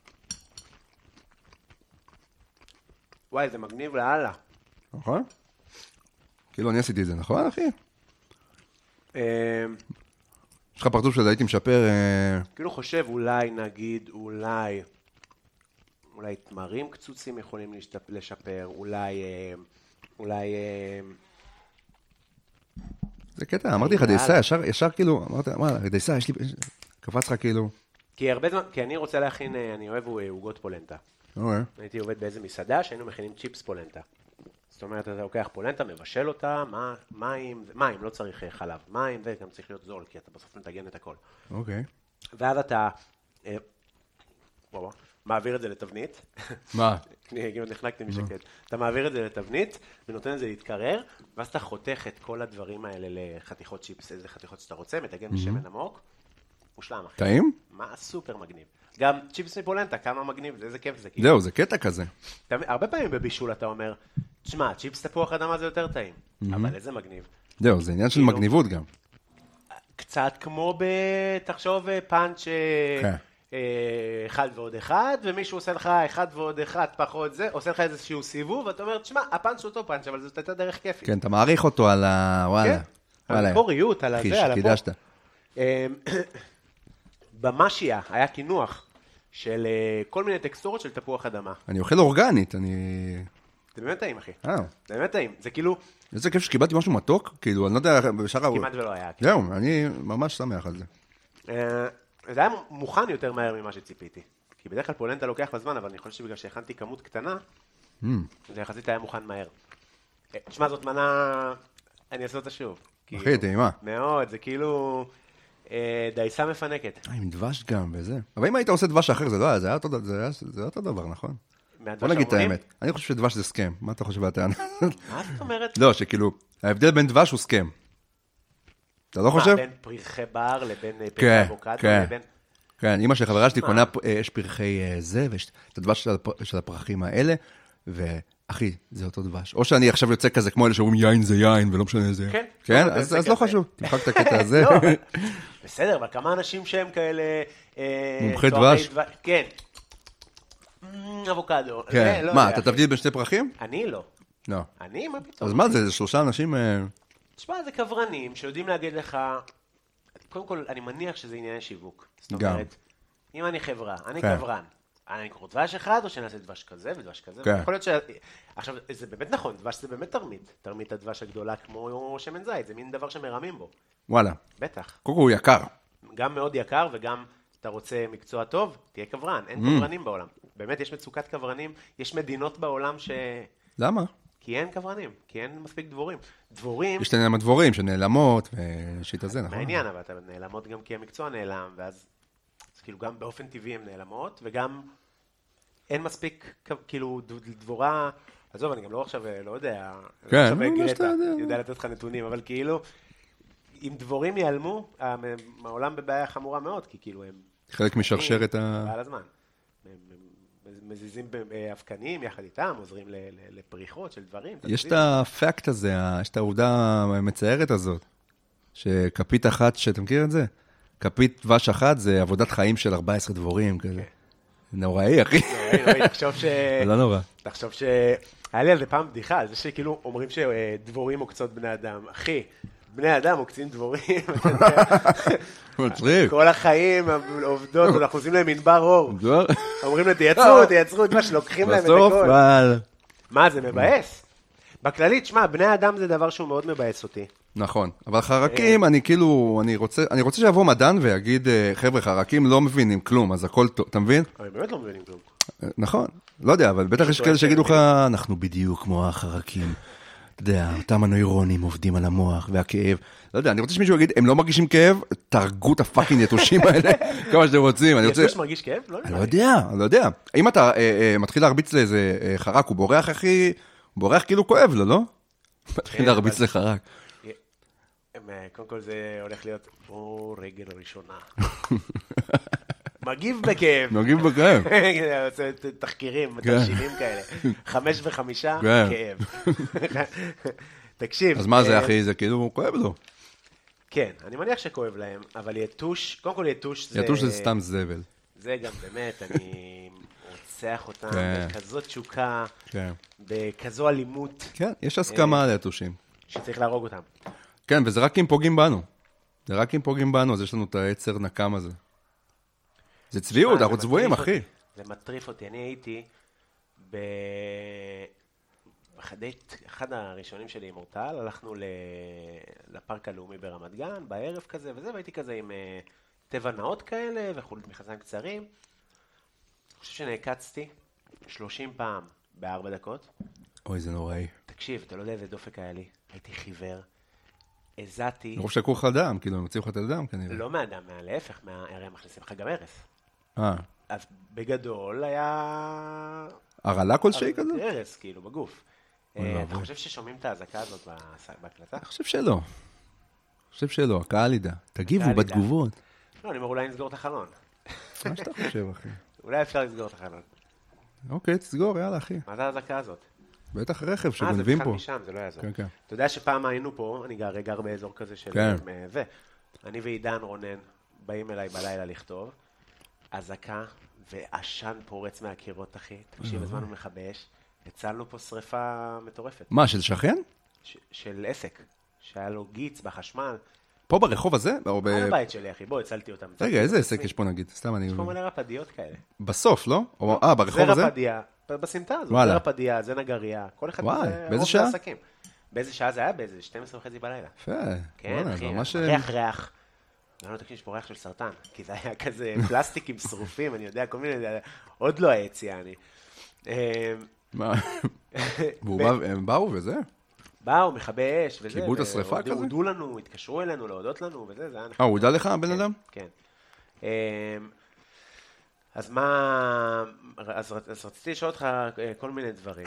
וואי, זה מגניב לאללה. נכון? כאילו אני עשיתי את זה, נכון, אחי? אה, יש לך פרצוף שזה הייתי משפר... אה, כאילו חושב, אולי נגיד, אולי, אולי תמרים קצוצים יכולים להשתפ- לשפר, אולי, אה, אולי, אה, זה קטע, אמרתי לך, יאללה. דייסה, ישר, ישר כאילו, אמרתי, מה, דייסה, יש לי... קפץ לך כאילו... כי הרבה זמן, כי אני רוצה להכין, אה, אני אוהב אה, עוגות פולנטה. אוקיי. הייתי עובד באיזה מסעדה שהיינו מכינים צ'יפס פולנטה. זאת אומרת, אתה לוקח פולנטה, מבשל אותה, מה- מים, מים, לא צריך אה, חלב, מים, וגם צריך להיות זול, כי אתה בסוף מטגן את הכל. אוקיי. ואז אתה אה, בוא, בוא, מעביר את זה לתבנית. מה? אני כמעט נחנקתי משקט. אתה מעביר את זה לתבנית, ונותן את זה להתקרר, ואז אתה חותך את כל הדברים האלה לחתיכות צ'יפס, איזה חתיכות שאתה רוצה, מטגן בשמן עמוק, מושלם, אחי. טעים? מה סופר מגניב. גם צ'יפס מפולנטה, כמה מגניב, זה איזה כיף זה. כאילו. זהו, זה קטע כזה. אתה מבין, הרבה פעמים בבישול אתה אומר, תשמע, צ'יפס תפוח אדמה זה יותר טעים, אבל איזה מגניב. זהו, זה עניין של כאילו- מגניבות גם. קצת כמו ב... תחשוב פאנץ' אה, כן. אה, אחד ועוד אחד, ומישהו עושה לך אחד ועוד אחד פחות זה, עושה לך איזשהו סיבוב, ואתה אומר, תשמע, הפאנץ' אותו פאנץ', אבל זאת הייתה דרך כיפית. כן, אתה מעריך אותו על ה... וואלה. כן, על וואלה. המקוריות, על אחי, הזה, על שקידשת. הפה. במשיה היה קינוח של אה, כל מיני טקסטורות של תפוח אדמה. אני אוכל אורגנית, אני... זה באמת טעים, אחי. אה, זה באמת טעים. זה כאילו, איזה כיף שקיבלתי משהו מתוק, כאילו, אני לא יודע, בשאר... ה- כמעט ולא היה. זהו, אני ממש שמח על זה. אה, זה היה מוכן יותר מהר ממה שציפיתי. כי בדרך כלל פולנטה לוקח בזמן, אבל אני חושב שבגלל שהכנתי כמות קטנה, זה יחסית היה מוכן מהר. אה, תשמע, זאת מנה, אני אעשה אותה שוב. אחי, כאילו, טעימה. מאוד, זה כאילו אה, דייסה מפנקת. אה, עם דבש גם וזה. אבל אם היית עושה דבש אחר, זה לא היה, זה היה אותו ד- זה היה- זה היה אותו דבר, נכון? מהדבש בוא נגיד את האומרים? האמת. אני חושב שדבש זה סכם. מה אתה חושב על הטענה? מה זאת אומרת? לא, שכאילו, ההבדל בין דבש הוא סכם. אתה לא מה, חושב? בין פרחי בר לבין אה, פרחי כן, אבוקדו כן. לבין... כן, אמא של חברה שלי מה? קונה, אה, יש פרחי אה, זה, ויש את הדבש של הפ- של הפרחים האלה, ואחי, זה אותו דבש. או שאני עכשיו יוצא כזה כמו אלה שאומרים יין זה יין, ולא משנה זה. כן. כן? לא, זה- אז זה אז לא כזה. חשוב, תמחק את הקטע הזה. לא, אבל- בסדר, אבל כמה אנשים שהם כאלה... אה, מומחי צוערי דבש? כן. אמ, אבוקדו. כן. זה, לא מה, יודע, אתה אחי. תבדיל בין שני פרחים? אני לא. לא. אני, מה פתאום? אז מה זה, זה שלושה אנשים... אה, תשמע, זה כוורנים שיודעים להגיד לך... קודם כל, אני מניח שזה ענייני שיווק. זאת גם. אומרת, אם אני חברה, אני כן. כוורן. אני אקרוא דבש אחד, או שנעשה דבש כזה ודבש כזה? כן. יכול להיות ש... עכשיו, זה באמת נכון, דבש זה באמת תרמית. תרמית הדבש הגדולה כמו שמן זית, זה מין דבר שמרמים בו. וואלה. בטח. קודם כל הוא יקר. גם מאוד יקר, וגם אתה רוצה מקצוע טוב, תהיה כוורן. אין Mm. כוורנים בעולם. באמת, יש מצוקת כוורנים. יש מדינות בעולם ש... למה? כי אין כוורנים, כי אין מספיק דבורים. דבורים... יש את העניין הדבורים שנעלמות, ושיט הזה, נכון? מעניין, אבל אתה נעלמות גם כי המקצוע נעלם, ואז אז כאילו גם באופן טבעי הן נעלמות, וגם אין מספיק, כ- כאילו, ד- דבורה, עזוב, אני גם לא עכשיו, לא יודע, כן, לא עכשיו מה גרטה, שאתה יודע. יודע לתת לך נתונים, אבל כאילו, אם דבורים ייעלמו, המ- העולם בבעיה חמורה מאוד, כי כאילו הם... חלק משרשרת ה... בעל הזמן. הם- הם- מזיזים באבקנים יחד איתם, עוזרים לפריחות של דברים. יש את הפקט הזה, יש את העובדה המצערת הזאת, שכפית אחת, שאתה מכיר את זה? כפית דבש אחת זה עבודת חיים של ארבעה עשר דבורים, כזה. נוראי, אחי. נוראי, נוראי, תחשוב ש... לא נורא. תחשוב ש... היה לי על זה פעם בדיחה, על זה שכאילו אומרים שדבורים עוקצות בני אדם. אחי, בני אדם עוקצים דבורים. מצחיק. כל החיים עובדות, אנחנו עושים להם מנבר אור. אומרים להם, תייצרו, תייצרו את מה שלוקחים להם את הכל. בסוף, אבל... מה, זה מבאס? בכללית, שמע, בני אדם זה דבר שהוא מאוד מבאס אותי. נכון, אבל חרקים, אני כאילו, אני רוצה, אני רוצה שיבוא מדען ויגיד, חבר'ה, חרקים לא מבינים כלום, אז הכל טוב, אתה מבין? אבל באמת לא מבינים כלום. נכון, לא יודע, אבל בטח יש כאלה שיגידו לך, אנחנו בדיוק כמו החרקים. אתה יודע, אותם הנוירונים עובדים על המוח והכאב. לא יודע, אני רוצה שמישהו יגיד, הם לא מרגישים כאב, תרגו את הפאקינג יתושים האלה, כמה שאתם רוצים. יתוש מרגיש כאב? אני לא יודע, אני לא יודע. אם אתה מתחיל להרביץ לאיזה חרק, הוא בורח, אחי, הוא בורח כאילו כואב לו, לא? מתחיל להרביץ לחרק. קודם כל זה הולך להיות, בוא רגל ראשונה. מגיב בכאב. מגיב בכאב. עושה תחקירים, תחשיבים כאלה. חמש וחמישה, כאב. תקשיב. אז מה זה, אחי? זה כאילו כואב לו. כן, אני מניח שכואב להם, אבל יתוש, קודם כל יתוש זה... יתוש זה סתם זבל. זה גם באמת, אני רוצח אותם בכזאת תשוקה, בכזו אלימות. כן, יש הסכמה על יתושים. שצריך להרוג אותם. כן, וזה רק אם פוגעים בנו. זה רק אם פוגעים בנו, אז יש לנו את היצר נקם הזה. זה צביעות, אנחנו צבועים, אחי. זה מטריף אותי. אני הייתי באחד הראשונים שלי עם אורטל, הלכנו לפארק הלאומי ברמת גן, בערב כזה וזה, והייתי כזה עם טבע נאות כאלה, וחולת מכנסיים קצרים. אני חושב שנעקצתי שלושים פעם בארבע דקות. אוי, זה נוראי. תקשיב, אתה לא יודע איזה דופק היה לי. הייתי חיוור. הזעתי... מרוב שקור לך דם, כאילו, הם מציעו לך את הדם, כנראה. לא מהדם, להפך, הרי הם מכניסים לך גם הרס. אה. אז בגדול היה... הרעלה כלשהי כזה? הרס, כאילו, בגוף. אתה חושב ששומעים את ההזקה הזאת בהקלטה? אני חושב שלא. אני חושב שלא, הקהל ידע. תגיבו בתגובות. לא, אני אומר, אולי נסגור את החלון. מה שאתה חושב, אחי? אולי אפשר לסגור את החלון. אוקיי, תסגור, יאללה, אחי. מה זה ההזקה הזאת? בטח רכב שגונבים פה. אה, זה בכלל משם, זה לא יעזור. כן, כן. אתה יודע שפעם היינו פה, אני גר, גר באזור כזה של... כן. ו... אני ועידן רונן באים אליי בלילה לכתוב, הזקה ועשן פורץ מהקירות, אחי. תקשיב, הזמן הוא מכבש. הצלנו פה שריפה מטורפת. מה, של שכן? ש... של עסק. שהיה לו גיץ בחשמל. פה ברחוב הזה? או ב... על הבית שלי, אחי. בוא, הצלתי אותם. רגע, איזה עסק יש פה נגיד? סתם אני... יש פה מלא רפדיות כאלה. בסוף, לא? אה, ברחוב הזה? זה רפדיה. בסמטה הזאת, זה רפדיה, זה נגריה, כל אחד כזה באיזה שעה? עסקים. באיזה שעה זה היה? באיזה שתים עשרה וחצי בלילה. יפה. כן, אחי, ריח ריח. לא, לא תקשיב, יש פה ריח של סרטן, כי זה היה כזה פלסטיקים שרופים, אני יודע, כל מיני, עוד לא היציאה, אני. מה? הם באו וזה? באו, מכבי אש וזה. קיבלו את השריפה כזה? הודו לנו, התקשרו אלינו, להודות לנו וזה, זה היה נחמד. אה, הוא הודע לך, הבן אדם? כן. אז מה, אז, אז רציתי לשאול אותך כל מיני דברים.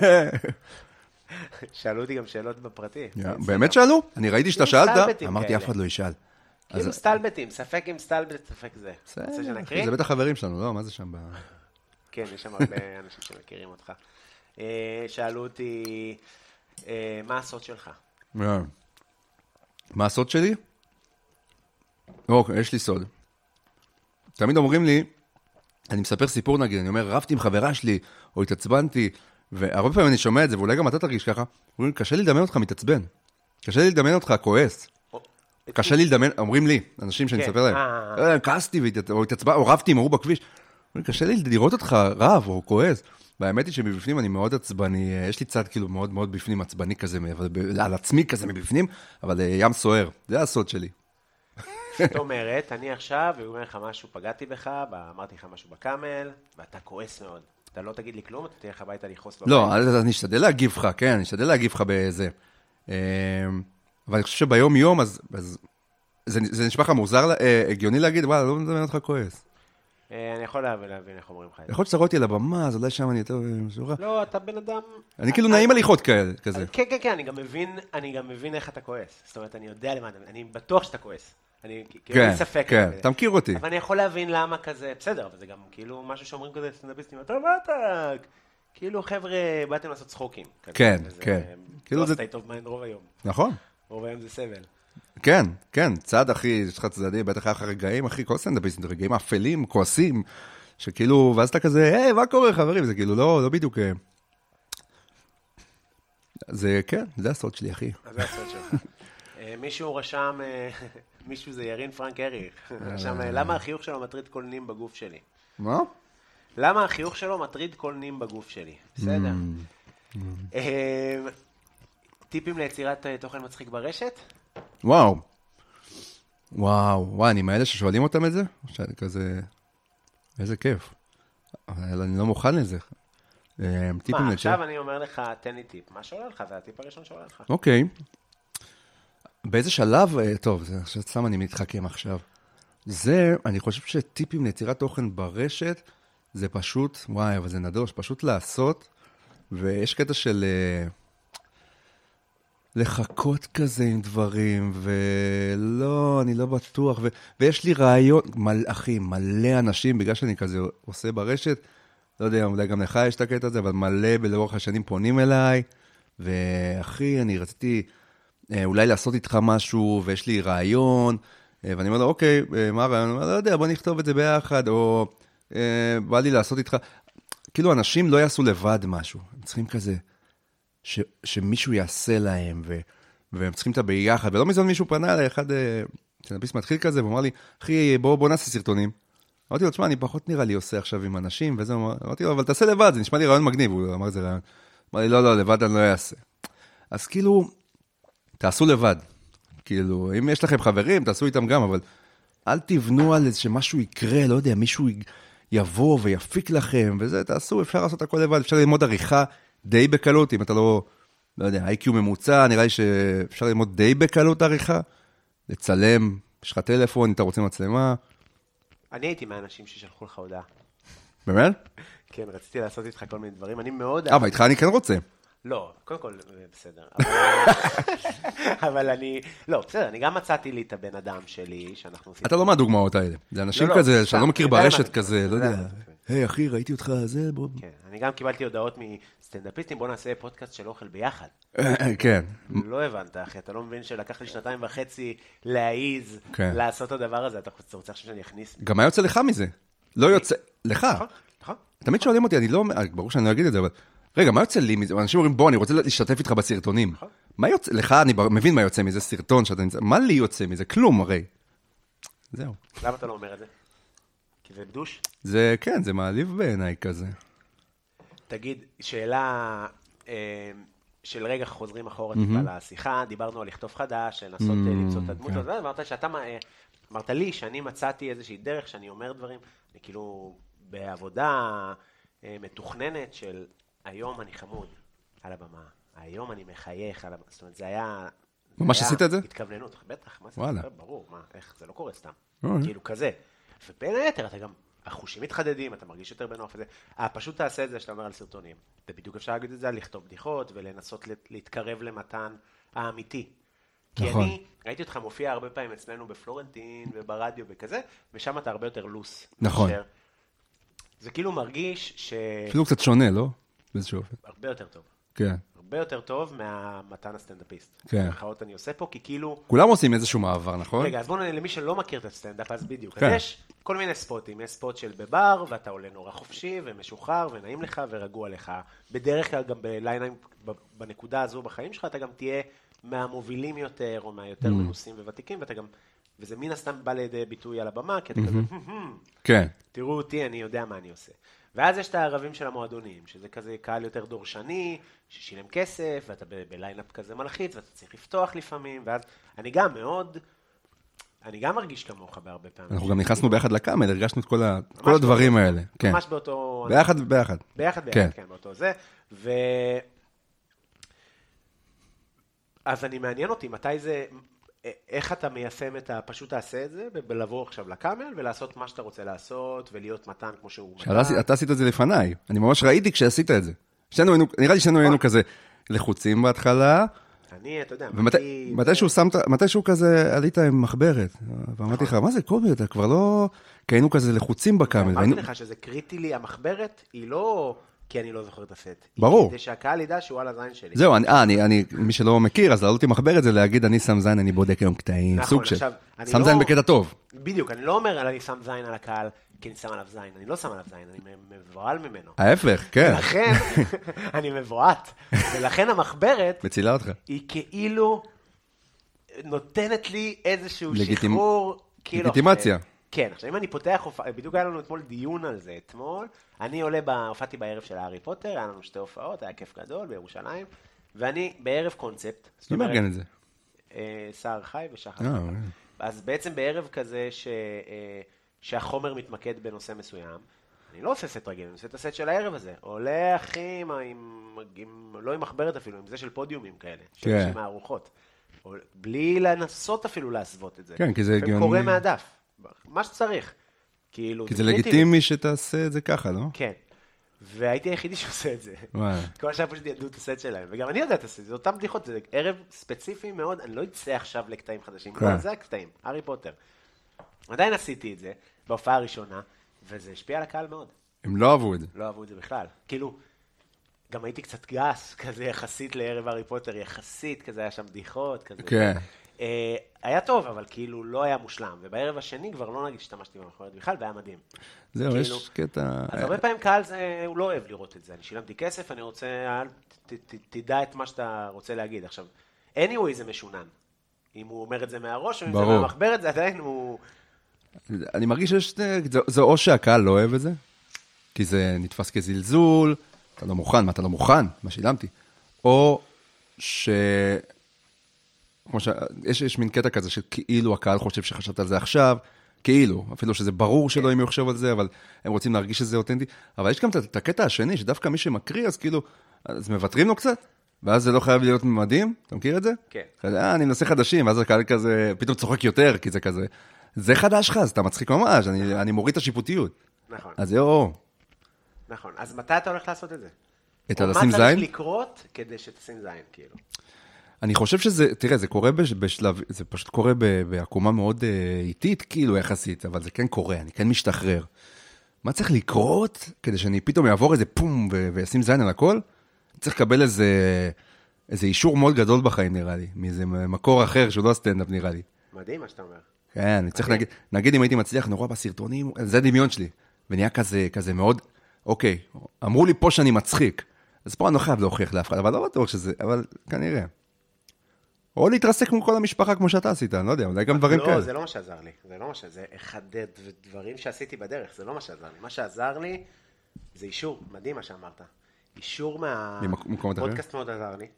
שאלו אותי גם שאלות בפרטי. באמת שאלו? אני ראיתי שאתה שאלת, אמרתי אף אחד לא ישאל. כאילו סטלבטים, ספק עם סטלבט, ספק זה. רוצה שנקריא? זה בטח חברים שלנו, לא? מה זה שם? כן, יש שם הרבה אנשים שמכירים אותך. שאלו אותי, מה הסוד שלך? מה הסוד שלי? אוקיי, יש לי סוד. תמיד אומרים לי, אני מספר סיפור נגיד, אני אומר, רבתי עם חברה שלי, או התעצבנתי, והרבה פעמים אני שומע את זה, ואולי גם אתה תרגיש ככה, אומרים, קשה לי לדמיין אותך מתעצבן. קשה לי לדמיין אותך כועס. קשה לי לדמיין, אומרים לי, אנשים שאני מספר להם, כעסתי, או התעצבנתי, או רבתי עם ההוא בכביש. אומרים, קשה לי לראות אותך רב או כועס. והאמת היא שמבפנים אני מאוד עצבני, יש לי צד כאילו מאוד מאוד בפנים עצבני כזה, על עצמי כזה מבפנים, אבל ים סוער, זה הסוד שלי. זאת אומרת, אני עכשיו, ואומר לך משהו, פגעתי בך, אמרתי לך משהו בקאמל, ואתה כועס מאוד. אתה לא תגיד לי כלום, אתה תלך הביתה לכעוס בבית. לא, אני אשתדל להגיב לך, כן, אני אשתדל להגיב לך בזה. אבל אני חושב שביום יום, אז זה נשמע לך מוזר, הגיוני להגיד, וואלה, לא מדמיין אותך כועס. אני יכול להבין איך אומרים לך. יכול להיות שתראו אותי על הבמה, אז אולי שם אני יותר משורה. לא, אתה בן אדם... אני כאילו נעים הליכות כזה. כן, כן, כן, אני גם מבין איך אתה כועס. זאת אומרת, אני יודע למה, אני בטוח שאתה כועס. אני כאילו אין ספק. כן, אתה מכיר אותי. אבל אני יכול להבין למה כזה, בסדר, אבל זה גם כאילו משהו שאומרים כזה סטנדאפיסטים, אתה מה אתה? כאילו חבר'ה, באתם לעשות צחוקים. כן, כן. כאילו זה state of mind רוב היום. נכון. רוב היום זה סבל. כן, כן, צד אחי, יש לך צדדי, בטח אחרי רגעים, אחי, כל סטנדאפיסטים, רגעים אפלים, כועסים, שכאילו, ואז אתה כזה, היי, מה קורה חברים? זה כאילו, לא, לא בדיוק. זה, כן, זה הסוד שלי, אחי. זה הסוד שלך. מישהו רשם, מישהו זה ירין פרנק אריך, רשם, למה החיוך שלו מטריד כל נים בגוף שלי? מה? למה החיוך שלו מטריד כל נים בגוף שלי? בסדר. טיפים ליצירת תוכן מצחיק ברשת? וואו. וואו, וואו, אני מאלה ששואלים אותם את זה? שאני כזה, איזה כיף. אבל אני לא מוכן לזה. מה, עכשיו אני אומר לך, תן לי טיפ. מה שעולה לך? זה הטיפ הראשון שעולה לך. אוקיי. באיזה שלב, טוב, זה סתם אני מתחכם עכשיו. זה, אני חושב שטיפים ליצירת תוכן ברשת, זה פשוט, וואי, אבל זה נדוש, פשוט לעשות, ויש קטע של לחכות כזה עם דברים, ולא, אני לא בטוח, ו, ויש לי רעיון, מל, אחי, מלא אנשים, בגלל שאני כזה עושה ברשת, לא יודע, אולי גם לך יש את הקטע הזה, אבל מלא בלאורך השנים פונים אליי, ואחי, אני רציתי אולי לעשות איתך משהו, ויש לי רעיון, ואני אומר לו, אוקיי, מה הרעיון? אני אומר, לא יודע, בוא נכתוב את זה ביחד, או בא לי לעשות איתך. כאילו, אנשים לא יעשו לבד משהו. הם צריכים כזה, ש, שמישהו יעשה להם, ו, והם צריכים את הביחד. ולא מזמן מישהו פנה אליי, אחד סטנדאפיסט מתחיל כזה, ואומר לי, אחי, בוא, בוא נעשה סרטונים. אמרתי לו, תשמע, אני פחות נראה לי עושה עכשיו עם אנשים, וזה, אמרתי לו, אבל תעשה לבד, זה נשמע לי רעיון מגניב. הוא אמר, זה רעיון. אמר לי, לא, לא, לבד אני לא אעשה. אז כאילו, תעשו לבד. כאילו, אם יש לכם חברים, תעשו איתם גם, אבל אל תבנו על איזה שמשהו יקרה, לא יודע, מישהו יבוא ויפיק לכם, וזה, תעשו, אפשר לעשות הכל לבד, אפשר ללמוד עריכה די בקלות, אם אתה לא, לא יודע, איי קיו ממוצע, נראה לי שאפשר ללמוד די בקלות עריכה, לצלם, יש לך טלפון, אם אתה רוצה מצלמה. אני הייתי מהאנשים ששלחו לך הודעה. באמת? כן, רציתי לעשות איתך כל מיני דברים, אני מאוד... אבל איתך אני כן רוצה. לא, קודם כל, בסדר. אבל אני, לא, בסדר, אני גם מצאתי לי את הבן אדם שלי, שאנחנו עושים... אתה לא מהדוגמאות האלה. זה אנשים כזה, שאני לא מכיר ברשת כזה, לא יודע. היי, אחי, ראיתי אותך, זה, בוא... כן, אני גם קיבלתי הודעות מסטנדאפיסטים, בוא נעשה פודקאסט של אוכל ביחד. כן. לא הבנת, אחי, אתה לא מבין שלקח לי שנתיים וחצי להעיז לעשות את הדבר הזה, אתה רוצה עכשיו שאני אכניס... גם מה יוצא לך מזה? לא יוצא... לך. נכון. תמיד שואלים אותי, אני לא... ברור שאני לא אגיד את זה, אבל... רגע, מה יוצא לי מזה? אנשים אומרים, בוא, אני רוצה להשתתף איתך בסרטונים. מה יוצא? לך, אני מבין מה יוצא מזה, סרטון שאתה נמצא... מה לי יוצא מזה? כלום, הרי. זהו. למה אתה לא אומר את זה? כי זה בדוש? זה, כן, זה מעליב בעיניי כזה. תגיד, שאלה של רגע חוזרים אחורה טיפה לשיחה, דיברנו על לכתוב חדש, לנסות למצוא את הדמות, אמרת שאתה, אמרת לי שאני מצאתי איזושהי דרך שאני אומר דברים, כאילו בעבודה מתוכננת של היום אני חמוד על הבמה, היום אני מחייך על הבמה, זאת אומרת זה היה... ממש עשית את זה? התכווננות, בטח, מה זה? וואלה. ברור, מה, איך, זה לא קורה סתם, כאילו כזה. ובין היתר אתה גם... החושים מתחדדים, אתה מרגיש יותר בנוח וזה. אה, פשוט תעשה את זה שאתה אומר על סרטונים. ובדיוק אפשר להגיד את זה על לכתוב בדיחות ולנסות להתקרב למתן האמיתי. כי אני ראיתי אותך מופיע הרבה פעמים אצלנו בפלורנטין וברדיו וכזה, ושם אתה הרבה יותר לוס. נכון. זה כאילו מרגיש ש... אפילו קצת שונה, לא? באיזשהו אופן. הרבה יותר טוב. כן. הרבה יותר טוב מהמתן הסטנדאפיסט. כן. מחאות אני עושה פה, כי כאילו... כולם עושים איזשהו מעבר, נכון? רגע, אז בואו למי שלא מכיר את הסטנדאפ, אז בדיוק. אז יש כל מיני ספוטים. יש ספוט של בבר, ואתה עולה נורא חופשי, ומשוחרר, ונעים לך, ורגוע לך. בדרך כלל גם בליינאים, בנקודה הזו בחיים שלך, אתה גם תהיה מהמובילים יותר, או מהיותר מנוסים וותיקים, ואתה גם... וזה מן הסתם בא לידי ביטוי על הבמה, כי אתה כזה... כן. תראו אותי, אני יודע מה אני עושה. ואז יש את הערבים של המועדונים, שזה כזה קהל יותר דורשני, ששילם כסף, ואתה בליינאפ כזה מלחיץ, ואתה צריך לפתוח לפעמים, ואז אני גם מאוד, אני גם מרגיש כמוך בהרבה פעמים. אנחנו גם נכנסנו ביחד לקאמל, הרגשנו את כל הדברים האלה. ממש באותו... ביחד, ביחד. ביחד, ביחד, כן, באותו זה. ו... אז אני מעניין אותי, מתי זה... איך אתה מיישם את ה... פשוט תעשה את זה, ולבוא עכשיו לקאמל, ולעשות מה שאתה רוצה לעשות, ולהיות מתן כמו שהוא מתן. אתה עשית את זה לפניי. אני ממש ראיתי כשעשית את זה. נראה לי שנינו היינו כזה לחוצים בהתחלה, אני, אתה יודע, מתי שהוא כזה עלית עם מחברת, ואמרתי לך, מה זה קובי, אתה כבר לא, כי היינו כזה לחוצים בקאמל. אמרתי לך שזה קריטי לי, המחברת היא לא כי אני לא זוכר את הסט. ברור. כדי שהקהל ידע שהוא על הזין שלי. זהו, מי שלא מכיר, אז לעלות עם מחברת זה להגיד, אני שם זין, אני בודק היום קטעים, סוג של, שם זין בקטע טוב. בדיוק, אני לא אומר, אני שם זין על הקהל, כי אני שם עליו זין, אני לא שם עליו זין, אני מבועל ממנו. ההפך, כן. ולכן, אני מבועט, ולכן המחברת, מצילה אותך. היא כאילו נותנת לי איזשהו שחרור, לגיטימציה. כן, עכשיו אם אני פותח, בדיוק היה לנו אתמול דיון על זה, אתמול, אני עולה, הופעתי בערב של הארי פוטר, היה לנו שתי הופעות, היה כיף גדול בירושלים, ואני בערב קונספט. מי מארגן את זה? סער חי ושחר. אז בעצם בערב כזה ש... שהחומר מתמקד בנושא מסוים, אני לא עושה סט רגיל, אני עושה את הסט של הערב הזה. עולה אחי, עם, עם, עם, לא עם מחברת אפילו, עם זה של פודיומים כאלה, של אנשים מהארוחות. בלי לנסות אפילו להסוות את זה. כן, כי זה הגיוני. וקורא מהדף. מה שצריך. כאילו, כי זה לגיטימי שתעשה את זה ככה, לא? כן. והייתי היחידי שעושה את זה. כל השאר פשוט ידעו את הסט שלהם. וגם אני יודע את הסט, זה אותם בדיחות, זה ערב ספציפי מאוד, אני לא אצא עכשיו לקטעים חדשים. לא, זה הקטעים, הארי פוטר. עדיין עשיתי את זה, בהופעה הראשונה, וזה השפיע על הקהל מאוד. הם לא אהבו את זה. לא אהבו את זה בכלל. כאילו, גם הייתי קצת גס, כזה יחסית לערב הארי פוטר, יחסית, כזה היה שם בדיחות, כזה. כן. היה טוב, אבל כאילו לא היה מושלם. ובערב השני כבר לא נגיד שתמשתי במחברת בכלל, והיה מדהים. זהו, יש קטע... אז הרבה פעמים קהל הוא לא אוהב לראות את זה. אני שילמתי כסף, אני רוצה, תדע את מה שאתה רוצה להגיד. עכשיו, anyway זה משונן. אם הוא אומר את זה מהראש, או אם זה מהמחברת, זה עדיין הוא... אני מרגיש שיש... זה או שהקהל לא אוהב את זה, כי זה נתפס כזלזול, אתה לא מוכן, מה אתה לא מוכן? מה שילמתי. או ש... כמו ש... יש, יש מין קטע כזה שכאילו הקהל חושב שחשבת על זה עכשיו, כאילו, אפילו שזה ברור שלא אם יחשב על זה, אבל הם רוצים להרגיש שזה אותנטי. אבל יש גם את הקטע השני, שדווקא מי שמקריא, אז כאילו, אז מבטרים לו קצת, ואז זה לא חייב להיות מדהים, אתה מכיר את זה? כן. אה, אני מנסה חדשים, ואז הקהל כזה, פתאום צוחק יותר, כי זה כזה, זה חדש לך, אז אתה מצחיק ממש, אני, אני מוריד את השיפוטיות. נכון. אז יו. נכון, אז מתי אתה הולך לעשות את זה? את הלשים זין? מה צריך לקרות כדי שתשים זין, כאילו? אני חושב שזה, תראה, זה קורה בשלב, זה פשוט קורה בעקומה מאוד איטית, כאילו יחסית, אבל זה כן קורה, אני כן משתחרר. מה צריך לקרות כדי שאני פתאום אעבור איזה פום וישים זין על הכל? צריך לקבל איזה, איזה אישור מאוד גדול בחיים, נראה לי, מאיזה מקור אחר שהוא לא הסטנדאפ, נראה לי. מדהים מה שאתה אומר. כן, אני צריך להגיד, נגיד אם הייתי מצליח נורא בסרטונים, זה הדמיון שלי, ונהיה כזה, כזה מאוד, אוקיי, אמרו לי פה שאני מצחיק, אז פה אני לא חייב להוכיח לאף אחד, אבל לא בטוח שזה, אבל כנראה. או להתרסק כמו כל המשפחה כמו שאתה עשית, אני לא יודע, אולי גם דברים כאלה. לא, זה לא מה שעזר לי, זה לא מה שעזר, זה אחדד דברים שעשיתי בדרך, זה לא מה שעזר לי. מה שעזר לי זה אישור, מדהים מה שאמרת. אישור מהפודקאסט מאוד עזר לי.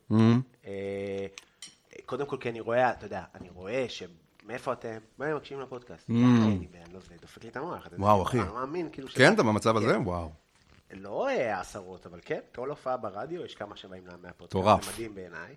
קודם כל, כי אני רואה, אתה יודע, אני רואה שמאיפה אתם, מה הם מקשיבים לפודקאסט? אני לא זה, דופק לי את המוח. וואו, אחי. אני מאמין, כאילו... כן, אתה במצב הזה? וואו. לא עשרות, אבל כן, כל הופעה ברדיו, יש כמה שבאים מהפודקאסט. טורף. זה מדהים בעיניי.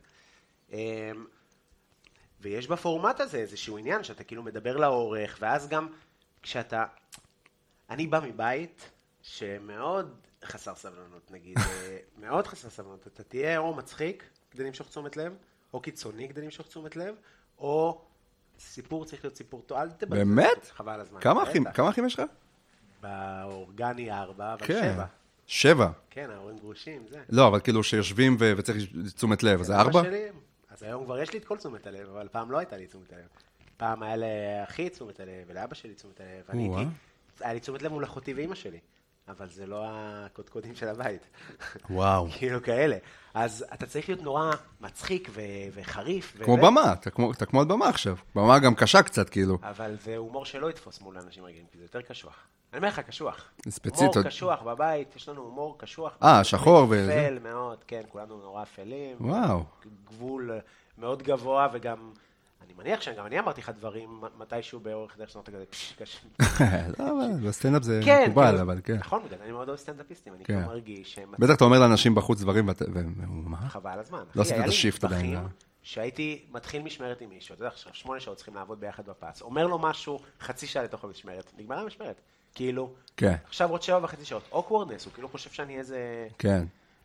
ויש בפורמט הזה איזשהו עניין שאתה כאילו מדבר לאורך, ואז גם כשאתה... אני בא מבית שמאוד חסר סבלנות, נגיד, מאוד חסר סבלנות. אתה תהיה או מצחיק כדי למשוך תשומת לב, או קיצוני כדי למשוך תשומת לב, או סיפור צריך להיות סיפור טוב. אל תבלבל. באמת? חבל על הזמן. כמה אחים, כמה אחים יש לך? באורגני ארבע, אבל כן. שבע. שבע? כן, ההורים גרושים, זה. לא, אבל כאילו שיושבים ו- וצריך תשומת לב, זה ארבע? אז היום כבר יש לי את כל תשומת הלב, אבל פעם לא הייתה לי תשומת הלב. פעם היה לאחי תשומת הלב, ולאבא שלי תשומת הלב. ואני הייתי, היה לי תשומת לב מול אחותי ואמא שלי, אבל זה לא הקודקודים של הבית. וואו. כאילו כאלה. אז אתה צריך להיות נורא מצחיק ו- וחריף. כמו במה, אתה כמו, אתה כמו במה עכשיו. במה גם קשה קצת, כאילו. אבל זה הומור שלא יתפוס מול אנשים רגילים, כי זה יותר קשוח. אני אומר לך, קשוח. ספציפית. הומור קשוח בבית, יש לנו הומור קשוח. אה, שחור וזה. אפל מאוד, כן, כולנו נורא אפלים. וואו. גבול מאוד גבוה, וגם, אני מניח שגם אני אמרתי לך דברים מתישהו באורך דרך שנות כזה, פשש, קשה. לא, אבל בסטנדאפ זה כן, מקובל, אבל כן. נכון, בגלל אני מאוד אוהב סטנדאפיסטים, אני כבר מרגיש שהם... בטח אתה אומר לאנשים בחוץ דברים, ומה? חבל הזמן. לא עשית את השיפט עדיין. שהייתי מתחיל משמרת עם מישהו, אתה יודע, עכשיו שמונה שעות צריכים לעבוד ביחד בפס, אומר לו משהו חצי שעה לתוך המשמרת, נגמרה המשמרת. כאילו, עכשיו עוד שבע וחצי שעות, אוקוורדנס, הוא כאילו חושב שאני איזה... כן.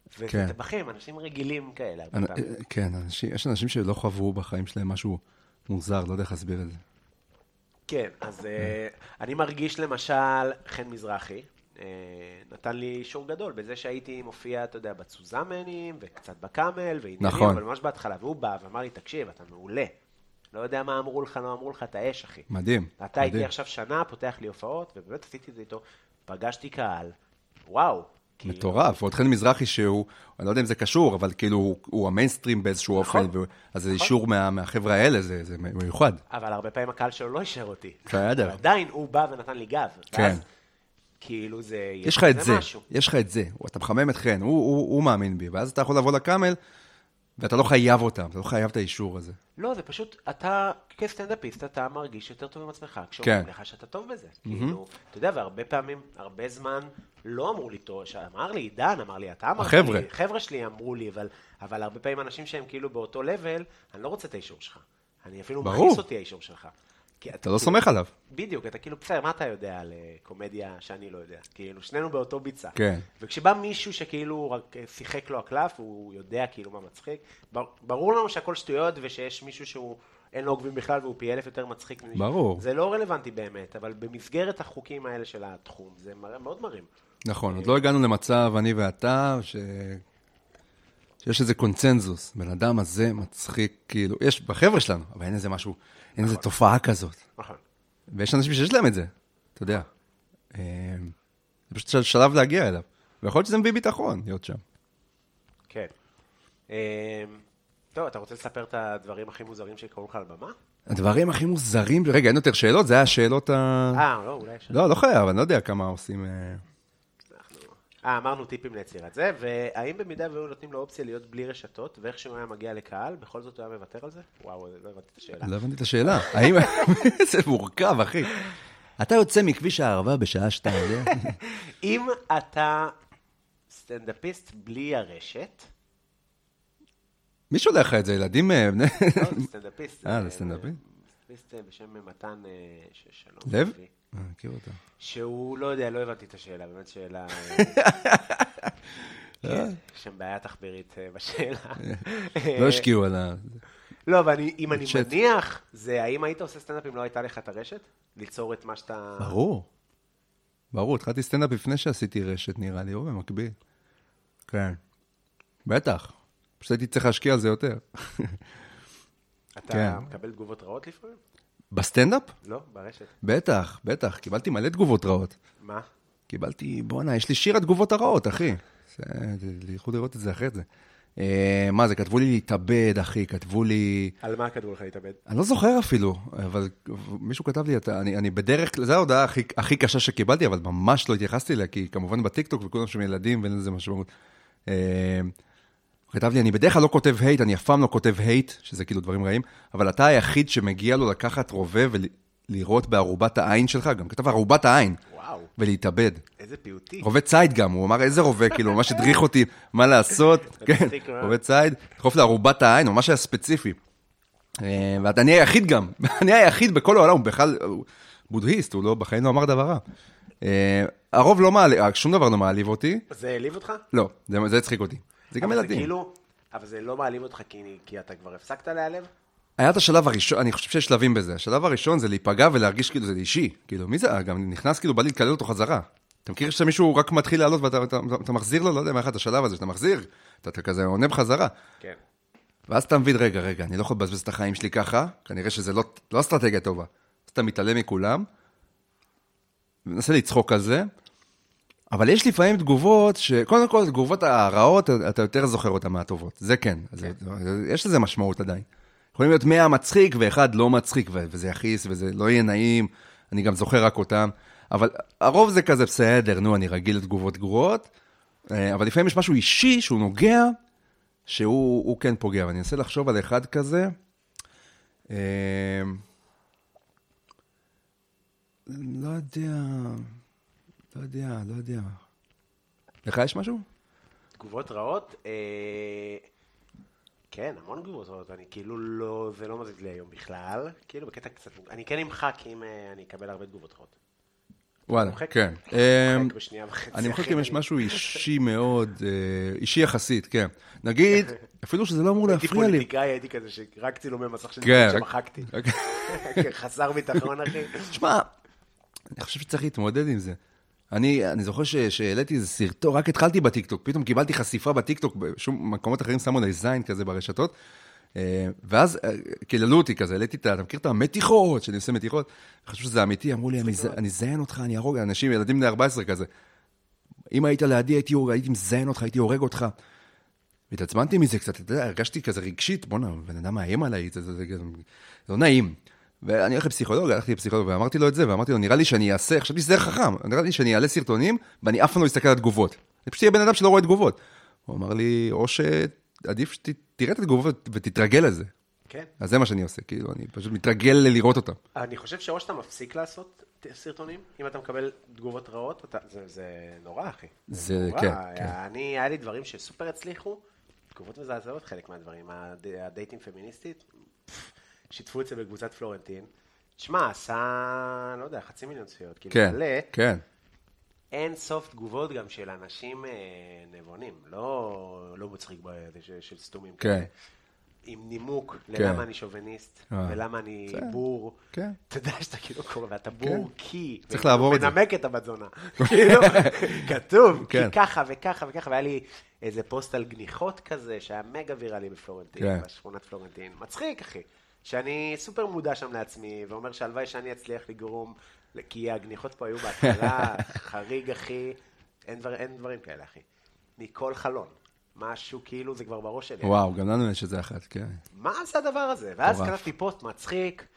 וזה טבחים, אנשים רגילים כאלה. כן, יש אנשים שלא חוו בחיים שלהם משהו מוזר, לא יודע איך להסביר את זה. כן, אז אני מרגיש למשל חן מזרחי, נתן לי אישור גדול בזה שהייתי מופיע, אתה יודע, בצוזמנים וקצת בקאמל ועניינים, אבל ממש בהתחלה, והוא בא ואמר לי, תקשיב, אתה מעולה. לא יודע מה אמרו לך, לא אמרו לך, אתה אש, אחי. מדהים. אתה הייתי עכשיו שנה, פותח לי הופעות, ובאמת עשיתי את זה איתו, פגשתי קהל, וואו. מטורף, ועוד חן מזרחי שהוא, אני לא יודע אם זה קשור, אבל כאילו הוא המיינסטרים באיזשהו אופן, אז זה אישור מהחבר'ה האלה, זה מיוחד. אבל הרבה פעמים הקהל שלו לא אישר אותי. בסדר. עדיין הוא בא ונתן לי גב. כן. כאילו זה, יש לך את זה, יש לך את זה, אתה מחמם את חן, הוא מאמין בי, ואז אתה יכול לבוא לקאמל, ואתה לא חייב אותם, אתה לא חייב את האישור הזה. לא, זה פשוט, אתה כסטנדאפיסט, אתה מרגיש יותר טוב עם עצמך, כשאומרים לך שאתה טוב בזה. כאילו, אתה יודע, והרבה פעמים, הרבה זמן, לא אמרו לי טוב, אמר לי, עידן, אמר לי, אתה אמרת לי, חבר'ה שלי אמרו לי, אבל הרבה פעמים אנשים שהם כאילו באותו לבל, אני לא רוצה את האישור שלך. אני אפילו מכניס אותי האישור שלך. אתה לא סומך עליו. בדיוק, אתה כאילו, בסדר, מה אתה יודע על קומדיה שאני לא יודע? כאילו, שנינו באותו ביצה. כן. וכשבא מישהו שכאילו רק שיחק לו הקלף, הוא יודע כאילו מה מצחיק, ברור לנו שהכל שטויות ושיש מישהו שהוא אין לו עוקבים בכלל והוא פי אלף יותר מצחיק ממישהו. ברור. זה לא רלוונטי באמת, אבל במסגרת החוקים האלה של התחום, זה מאוד מרים. נכון, עוד לא הגענו למצב, אני ואתה, ש... שיש איזה קונצנזוס, בן אדם הזה מצחיק, כאילו, יש בחבר'ה שלנו, אבל אין איזה משהו, אין איזה תופעה כזאת. נכון. ויש אנשים שיש להם את זה, אתה יודע. זה פשוט שלב להגיע אליו. ויכול להיות שזה מביא ביטחון, להיות שם. כן. טוב, אתה רוצה לספר את הדברים הכי מוזרים שקורים לך על במה? הדברים הכי מוזרים, רגע, אין יותר שאלות, זה היה השאלות ה... אה, לא, אולי שאלות. לא, לא חייב, אני לא יודע כמה עושים... אה, אמרנו טיפים ליצירת זה, והאם במידה והיו נותנים לו אופציה להיות בלי רשתות, ואיך שהוא היה מגיע לקהל, בכל זאת הוא היה מוותר על זה? וואו, לא הבנתי את השאלה. לא הבנתי את השאלה. האם... זה מורכב, אחי. אתה יוצא מכביש הערבה בשעה שתיים, יודע? אם אתה סטנדאפיסט בלי הרשת... מי שולח לך את זה? ילדים... לא, זה סטנדאפיסט. אה, זה סטנדאפיסט? סטנדאפיסט בשם מתן שלום. לב? אה, מכיר אותה. שהוא, לא יודע, לא הבנתי את השאלה, באמת שאלה... שם בעיה תחבירית בשאלה. לא השקיעו על ה... לא, אבל אם אני מניח, זה האם היית עושה סטנדאפ אם לא הייתה לך את הרשת? ליצור את מה שאתה... ברור. ברור, התחלתי סטנדאפ לפני שעשיתי רשת, נראה לי, או במקביל. כן. בטח. פשוט הייתי צריך להשקיע על זה יותר. אתה מקבל תגובות רעות לפעמים? בסטנדאפ? לא, ברשת. בטח, בטח. קיבלתי מלא תגובות רעות. מה? קיבלתי, בוא'נה, יש לי שיר התגובות הרעות, אחי. יכולו לראות את זה אחרי זה. מה זה, כתבו לי להתאבד, אחי, כתבו לי... על מה כתבו לך להתאבד? אני לא זוכר אפילו, אבל מישהו כתב לי, אני בדרך, זו ההודעה הכי קשה שקיבלתי, אבל ממש לא התייחסתי אליה, כי כמובן בטיקטוק וכולם שם ילדים, ואין לזה משמעות. כתב לי, אני בדרך כלל לא כותב הייט, אני אף פעם לא כותב הייט, שזה כאילו דברים רעים, אבל אתה היחיד שמגיע לו לקחת רובה ולראות בערובת העין שלך, גם כתב ערובת העין, ולהתאבד. איזה פיוטי. רובה צייד גם, הוא אמר איזה רובה, כאילו, ממש הדריך אותי מה לעשות, כן, רובה צייד, תחוף לערובת העין, ממש היה ספציפי. ואני היחיד גם, אני היחיד בכל העולם, הוא בכלל בודהיסט, הוא לא, בחיים לא אמר דבר רע. הרוב לא מעליב, שום דבר לא מעליב אותי. זה העליב אותך? לא, זה הצחיק אותי. זה גם ילדים. אבל זה לא מעליב אותך כי אתה כבר הפסקת להיעלב? היה את השלב הראשון, אני חושב שיש שלבים בזה. השלב הראשון זה להיפגע ולהרגיש כאילו זה אישי. כאילו, מי זה? גם נכנס כאילו, בא לי לקלל אותו חזרה. אתה מכיר שמישהו רק מתחיל לעלות ואתה מחזיר לו, לא יודע מה אחד השלב הזה, שאתה מחזיר, אתה כזה עונה בחזרה. כן. ואז אתה מבין, רגע, רגע, אני לא יכול לבזבז את החיים שלי ככה, כנראה שזה לא, לא אסטרטגיה טובה. אז אתה מתעלם מכולם, ונסה לצחוק על זה, אבל יש לפעמים תגובות, שקודם כל, תגובות הרעות, אתה יותר זוכר אותן מהטובות. זה כן. זה, יש לזה משמעות עדיין. יכולים להיות מאה מצחיק ואחד לא מצחיק, וזה יחיס וזה לא יהיה נעים, אני גם זוכר רק אותם, אבל הרוב זה כזה בסדר, נו, אני רגיל לתגובות גרועות, אבל לפעמים יש משהו אישי שהוא נוגע, שהוא כן פוגע, ואני אנסה לחשוב על אחד כזה, לא יודע, לא יודע, לא יודע. לך יש משהו? תגובות רעות? כן, המון תגובות רעות. אני כאילו לא, זה לא מזיז לי היום בכלל. כאילו בקטע קצת, אני כן אמחק אם אני אקבל הרבה תגובות רעות. וואלה, מוחק? כן. מוחק בשנייה וחצי. אני מוחק אם יש משהו אישי מאוד, אישי יחסית, כן. נגיד, אפילו שזה לא אמור הייתי להפריע לי. פוליטיקאי, הייתי כזה שרק צילומי מסך שלי כן. שמחקתי. חסר ביטחון, אחי. תשמע, אני חושב שצריך להתמודד עם זה. אני, אני זוכר ש- שהעליתי איזה סרטון, רק התחלתי בטיקטוק, פתאום קיבלתי חשיפה בטיקטוק, בשום מקומות אחרים שמו לי זין כזה ברשתות, אה, ואז אה, קיללו אותי כזה, העליתי את ה... אתה מכיר את המתיחות, שאני עושה מתיחות? חשבו שזה אמיתי, אמרו לי, אני ז- אני זיין אותך, אני ארוג, אנשים, ילדים בני ארבע עשרה כזה. אם היית לידי, הייתי, הייתי מזיין אותך, הייתי הורג אותך. והתעצמנתי מזה קצת, אתה יודע, הרגשתי כזה רגשית, בוא'נה, בן אדם מאיים עליי, זה, זה, זה, זה, זה לא נעים. ואני הולך לפסיכולוג, הלכתי לפסיכולוג, ואמרתי לו את זה, ואמרתי לו, נראה לי שאני אעשה, חשבתי שזה חכם, נראה לי שאני אעלה סרטונים, ואני אף פעם לא אסתכל על תגובות. אני פשוט אהיה בן אדם שלא רואה תגובות. הוא אמר לי, או שעדיף שתראה את התגובות ותתרגל לזה. כן. אז זה מה שאני עושה, כאילו, אני פשוט מתרגל לראות אותם. אני חושב שאו שאתה מפסיק לעשות סרטונים, אם אתה מקבל תגובות רעות, אתה, זה, זה נורא, אחי. זה, נורא. כן, כן. אני, היה לי דברים שסופר הצליחו, תגובות מזעזעות חלק מהדברים. הד- הדייטים פמיניסטית, פף, שיתפו את זה בקבוצת פלורנטין. תשמע, עשה, לא יודע, חצי מיליון צפיות. כאילו, כן, מלא. כן. אין סוף תגובות גם של אנשים אה, נבונים, לא, לא מצחיק ב- של, של סתומים כן. כאלה. עם נימוק ללמה אני שוביניסט, אה. ולמה אני בסדר. בור. כן. אתה יודע שאתה כאילו קורא, ואתה בור כי... צריך לעבור את זה. מנמק את הבת זונה. כאילו, כתוב, כי כן. ככה וככה וככה, והיה לי איזה פוסט על גניחות כזה, שהיה מגה ויראלי בפלורנטין, כן. בשכונת פלורנטין. מצחיק, אחי. שאני סופר מודע שם לעצמי, ואומר שהלוואי שאני אצליח לגרום, כי הגניחות פה היו בהתחלה, חריג, אחי. אין, דבר, אין דברים כאלה, אחי. מכל חלון. משהו כאילו, זה כבר בראש שלי. וואו, גם לנו יש איזה אחת, כן. מה זה הדבר הזה? ואז מטורף. כתבתי פוסט מצחיק,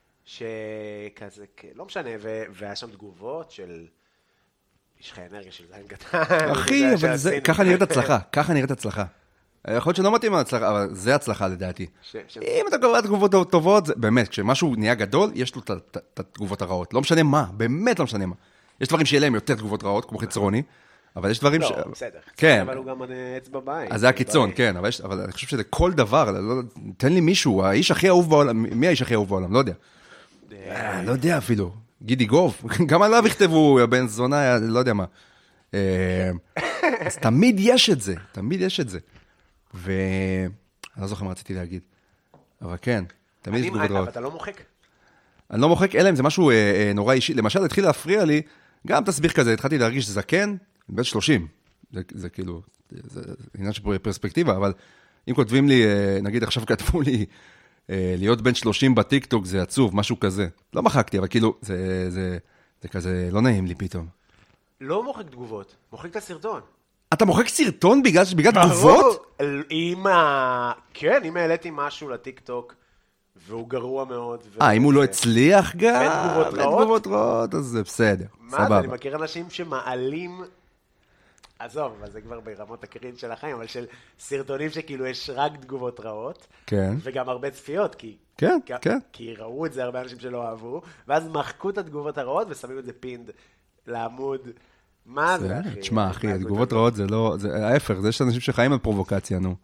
שכזה, לא משנה, ו- והיה שם תגובות של, יש לך אנרגיה של זין קטן. אחי, וזה אבל זה, שעשינו. ככה נראית הצלחה, ככה נראית הצלחה. יכול להיות שלא מתאים להצלחה, אבל זה הצלחה לדעתי. ש- ש- אם אתה קורא תגובות טובות, זה- באמת, כשמשהו נהיה גדול, יש לו את ה- את ה- את התגובות הרעות. לא משנה מה, באמת לא משנה מה. יש דברים שיהיה להם יותר תגובות רעות, כמו חצרוני, אבל יש דברים ש... לא, בסדר. כן. אבל הוא גם אצבע בעין. אז זה הקיצון, כן, אבל, יש, אבל אני חושב שזה כל דבר, לא, תן לי מישהו, האיש הכי אהוב בעולם, מי האיש הכי אהוב בעולם? לא יודע. אה, לא יודע אפילו, גידי גוב, גם עליו יכתבו, בן זונה, לא יודע מה. אה, אז תמיד יש את זה, תמיד יש את זה. ואני לא זוכר מה רציתי להגיד, אבל כן, תמיד יש תגובות אבל רעות. אתה לא מוחק? אני לא מוחק, אלא אם זה משהו אה, אה, נורא אישי. למשל, התחיל להפריע לי, גם תסביך כזה, התחלתי להרגיש זקן, בן שלושים. זה, זה כאילו, זה עניין של פרספקטיבה, אבל אם כותבים לי, אה, נגיד עכשיו כתבו לי, אה, להיות בן שלושים בטיקטוק זה עצוב, משהו כזה. לא מחקתי, אבל כאילו, זה, זה, זה כזה לא נעים לי פתאום. לא מוחק תגובות, מוחק את הסרטון. אתה מוחק סרטון בגלל, בגלל תגובות? אם ה... כן, אם העליתי משהו לטיקטוק, והוא גרוע מאוד. אה, אם הוא לא הצליח גם, אין תגובות אין רעות? תגובות רעות, אז זה בסדר, מה זה, סבבה. אני מכיר אנשים שמעלים, עזוב, אבל זה כבר ברמות הקרין של החיים, אבל של סרטונים שכאילו יש רק תגובות רעות, כן. וגם הרבה צפיות, כי, כן, כי, כן. כי ראו את זה הרבה אנשים שלא אהבו, ואז מחקו את התגובות הרעות ושמים את זה פינד לעמוד. מה זה, אחי? תשמע, אחי, מה, התגובות זה- רעות זה לא, זה ההפך, זה יש אנשים שחיים על פרובוקציה, נו.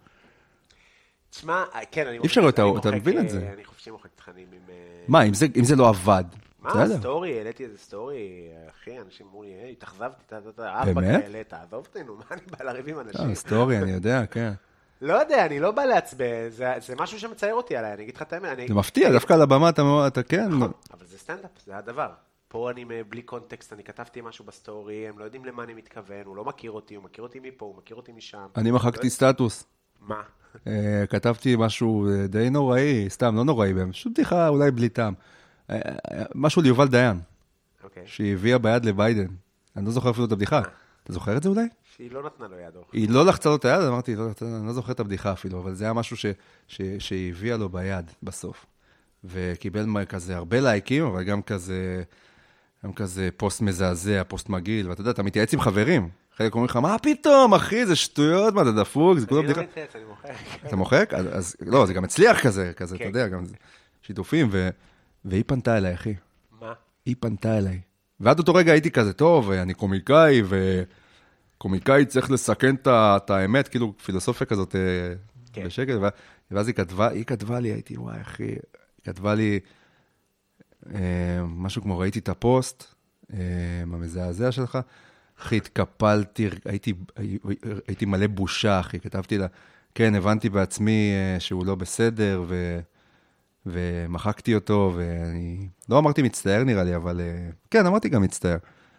תשמע, כן, אני אפשר מוחק- אתה- אני אתה מוחק, מבין את אה, זה. אני חופשי מוחק תכנים עם... אה, מה, אם זה, אם זה לא עבד? מה, בסדר. סטורי, העליתי איזה סטורי, אחי, אנשים אמרו לי, היי, התאכזבתי, אתה יודע, ארבע באמת? כאלה, תעזוב אותנו, מה אני בא לריב עם אנשים? אה, סטורי, אני יודע, כן. לא יודע, אני לא בא לעצבן, זה, זה משהו שמצייר אותי עליי, אני אגיד לך את האמת. אני... זה מפתיע, דווקא על הבמה אתה, אתה כן. נכון, אבל זה סטנדאפ, זה הדבר. פה אני בלי קונטקסט, אני כתבתי משהו בסטורי, הם לא יודעים למה אני מתכוון, הוא לא מכיר אותי, הוא מכיר אותי מפה, הוא מכיר אותי משם. אני מחקתי סטטוס. מה? אה, כתבתי משהו אה, די נוראי, סתם, לא נוראי, בהם, פשוט בדיחה אולי בלי טעם. אה, אה, משהו ליובל דיין, אוקיי. שהיא הביאה ביד לביידן. אני לא זוכר אפילו את הבדיחה. אתה זוכר את זה אולי? שהיא לא נתנה לו יד אור. היא לא לחצה לו את היד, אמרתי, לא, אני לא זוכר את הבדיחה אפילו, אבל זה היה משהו ש, ש, שהיא הביאה לו ביד בסוף. וקיבל כזה הרבה לייקים, אבל גם כזה, גם כזה פוסט מזעזע, פוסט מגעיל, ואתה יודע, אתה מתייעץ עם חברים. חלק אומרים לך, מה פתאום, אחי, זה שטויות, מה, אתה דפוק, זה כולה אני לא בדיחה. מתייעץ, אני מוכר. אתה מוחק? אז, אז לא, זה גם הצליח כזה, כזה, אתה כן. יודע, גם שיתופים, ו, והיא פנתה אליי, אחי. מה? היא פנתה אליי. ועד אותו רגע הייתי כזה, טוב, אני קומיקאי, וקומיקאי צריך לסכן את ה- את האמת, כאילו פילוסופיה כזאת אה, כן. בשקט, ו- ואז היא כתבה, היא כתבה לי, הייתי, וואי, אחי, היא כתבה לי אה, משהו כמו, ראיתי את הפוסט, המזעזע שלך. אחי, התקפלתי, הייתי, הייתי מלא בושה, אחי, כתבתי לה, כן, הבנתי בעצמי שהוא לא בסדר, ו... ומחקתי אותו, ואני לא אמרתי מצטער נראה לי, אבל כן, אמרתי גם מצטער.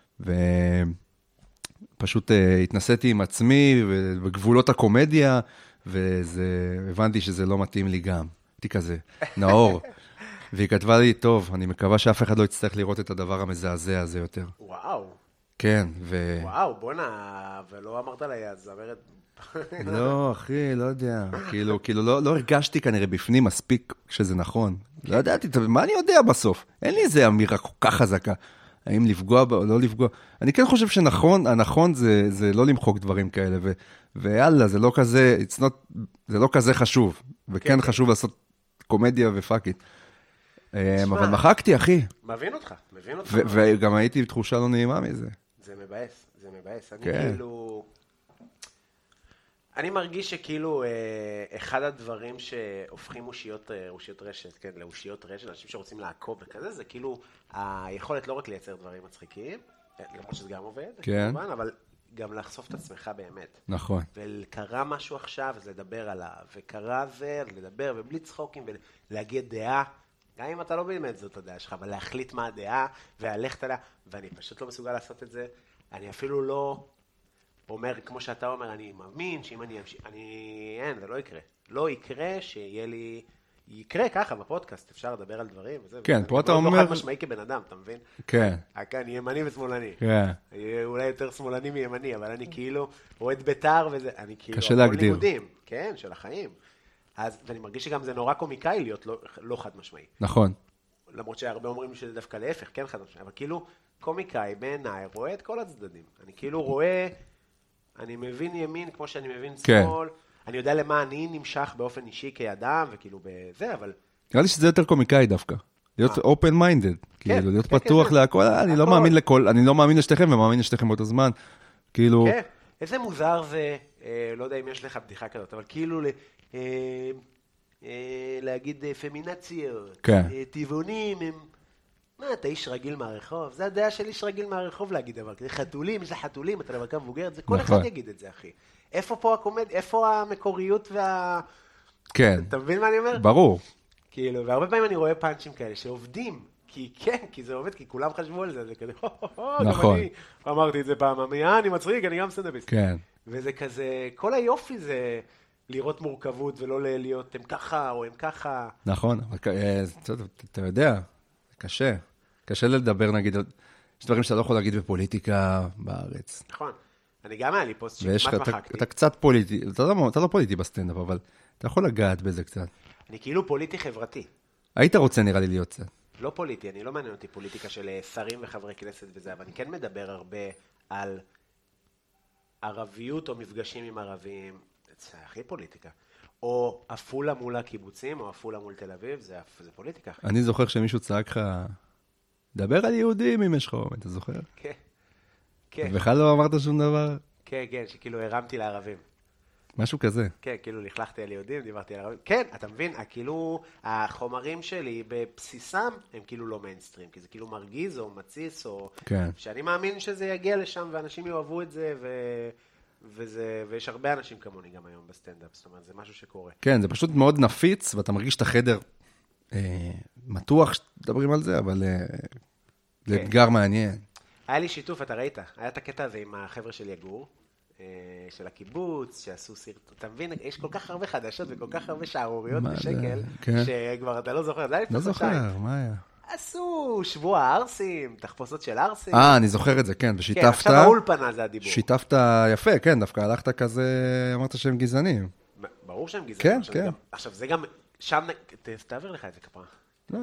ופשוט התנסיתי עם עצמי, בגבולות הקומדיה, והבנתי שזה לא מתאים לי גם. הייתי כזה, נאור. והיא כתבה לי, טוב, אני מקווה שאף אחד לא יצטרך לראות את הדבר המזעזע הזה יותר. וואו. כן, ו... וואו, בוא'נה, ולא אמרת לה, אז אמרת... לא, אחי, לא יודע. כאילו, כאילו, לא, לא הרגשתי כנראה בפנים מספיק שזה נכון. לא ידעתי, מה אני יודע בסוף? אין לי איזה אמירה כל כך חזקה. האם לפגוע בה או לא לפגוע. אני כן חושב שנכון, הנכון זה, זה לא למחוק דברים כאלה, ו, ויאללה, זה לא כזה, it's not, זה לא כזה חשוב. וכן חשוב לעשות קומדיה ופאקית. אבל מחקתי, אחי. מבין אותך, מבין אותך. וגם הייתי בתחושה לא נעימה מזה. זה מבאס, זה מבאס. אני כאילו... אני מרגיש שכאילו אחד הדברים שהופכים אושיות, אושיות רשת, כן, לאושיות רשת, אנשים שרוצים לעקוב וכזה, זה כאילו היכולת לא רק לייצר דברים מצחיקים, למרות שזה גם עובד, כן. כמובן, אבל גם לחשוף את עצמך באמת. נכון. וקרה משהו עכשיו, אז לדבר עליו, וקרה זה, אז לדבר, ובלי צחוקים, ולהגיד דעה, גם אם אתה לא באמת זאת הדעה שלך, אבל להחליט מה הדעה, והלכת עליה, ואני פשוט לא מסוגל לעשות את זה, אני אפילו לא... אומר, כמו שאתה אומר, אני מאמין שאם אני אמשיך, אני, אין, זה לא יקרה. לא יקרה שיהיה לי, יקרה ככה בפודקאסט, אפשר לדבר על דברים וזה. כן, פה אתה אומר... לא חד משמעי כבן אדם, אתה מבין? כן. אני ימני ושמאלני. כן. אולי יותר שמאלני מימני, אבל אני כאילו אוהד בית"ר וזה, אני כאילו... קשה להגדיר. לימודים, כן, של החיים. אז, ואני מרגיש שגם זה נורא קומיקאי להיות לא, לא חד משמעי. נכון. למרות שהרבה אומרים שזה דווקא להפך, כן חד משמעי, אבל כאילו קומיקאי בעיניי רואה את כל הצדדים. אני כאילו רואה... אני מבין ימין כמו שאני מבין שמאל, אני יודע למה אני נמשך באופן אישי כאדם, וכאילו בזה, אבל... נראה לי שזה יותר קומיקאי דווקא. להיות open minded, כאילו, להיות פתוח להכל, אני לא מאמין לכל, אני לא מאמין לשתיכם, ומאמין לשתיכם באותו זמן, כאילו... כן, איזה מוזר זה, לא יודע אם יש לך בדיחה כזאת, אבל כאילו להגיד פמינציות, טבעונים הם... מה, אתה איש רגיל מהרחוב? זה הדעה של איש רגיל מהרחוב להגיד דבר כזה. חתולים, יש חתולים, אתה לבקה מבוגרת, זה כל אחד יגיד את זה, אחי. איפה פה הקומד, איפה המקוריות וה... כן. אתה מבין מה אני אומר? ברור. כאילו, והרבה פעמים אני רואה פאנצ'ים כאלה שעובדים, כי כן, כי זה עובד, כי כולם חשבו על זה, זה כזה, נכון. גם אני אמרתי את זה פעם, אני מצחיק, אני גם סטנדאפיסט. כן. וזה כזה, כל היופי זה לראות מורכבות ולא להיות הם ככה או הם ככה. נכון, אתה יודע, קשה. קשה לדבר, נגיד, יש דברים שאתה לא יכול להגיד בפוליטיקה בארץ. נכון. אני גם היה לי פוסט שכמעט מחקתי. אתה קצת פוליטי, אתה לא, אתה לא פוליטי בסטנדאפ, אבל אתה יכול לגעת בזה קצת. אני כאילו פוליטי חברתי. היית רוצה נראה לי להיות קצת. לא פוליטי, אני לא מעניין אותי פוליטיקה של שרים וחברי כנסת וזה, אבל אני כן מדבר הרבה על ערביות או מפגשים עם ערבים, זה הכי פוליטיקה. או אפולה מול הקיבוצים, או אפולה מול תל אביב, זה, זה פוליטיקה. אני זוכר שמישהו צעק לך, דבר על יהודים אם יש לך, אתה זוכר? כן. כן. ובכלל לא אמרת שום דבר? כן, כן, שכאילו הרמתי לערבים. משהו כזה. כן, כאילו לכלכתי על יהודים, דיברתי על ערבים. כן, אתה מבין, כאילו, החומרים שלי בבסיסם הם כאילו לא מיינסטרים, כי זה כאילו מרגיז או מציס, או... כן. שאני מאמין שזה יגיע לשם ואנשים יאהבו את זה, ו... וזה, ויש הרבה אנשים כמוני גם היום בסטנדאפ, זאת אומרת, זה משהו שקורה. כן, זה פשוט מאוד נפיץ, ואתה מרגיש את החדר אה, מתוח שתדברים על זה, אבל אה, זה כן. אתגר מעניין. היה לי שיתוף, אתה ראית? היה את הקטע הזה עם החבר'ה של יגור, אה, של הקיבוץ, שעשו סרטון, אתה מבין? יש כל כך הרבה חדשות וכל כך הרבה שערוריות בשקל, כן. שכבר אתה לא זוכר, זה היה לא לפני חודשיים. זוכר, מה היה? עשו שבוע הארסים, תחפושות של הארסים. אה, אני זוכר את זה, כן, ושיתפת... כן, עכשיו האולפנה זה הדיבור. שיתפת יפה, כן, דווקא הלכת כזה, אמרת שהם גזענים. ברור שהם גזענים. כן, כן. גם, עכשיו זה גם, שם, ת, תעביר לך את זה כפרה. לא.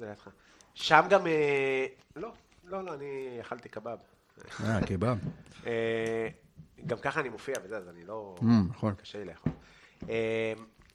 שם גם, אה, לא, לא, לא, אני אכלתי קבב. אה, קבב. אה, גם ככה אני מופיע וזה, אז אני לא... נכון. קשה לי לאכול. אה,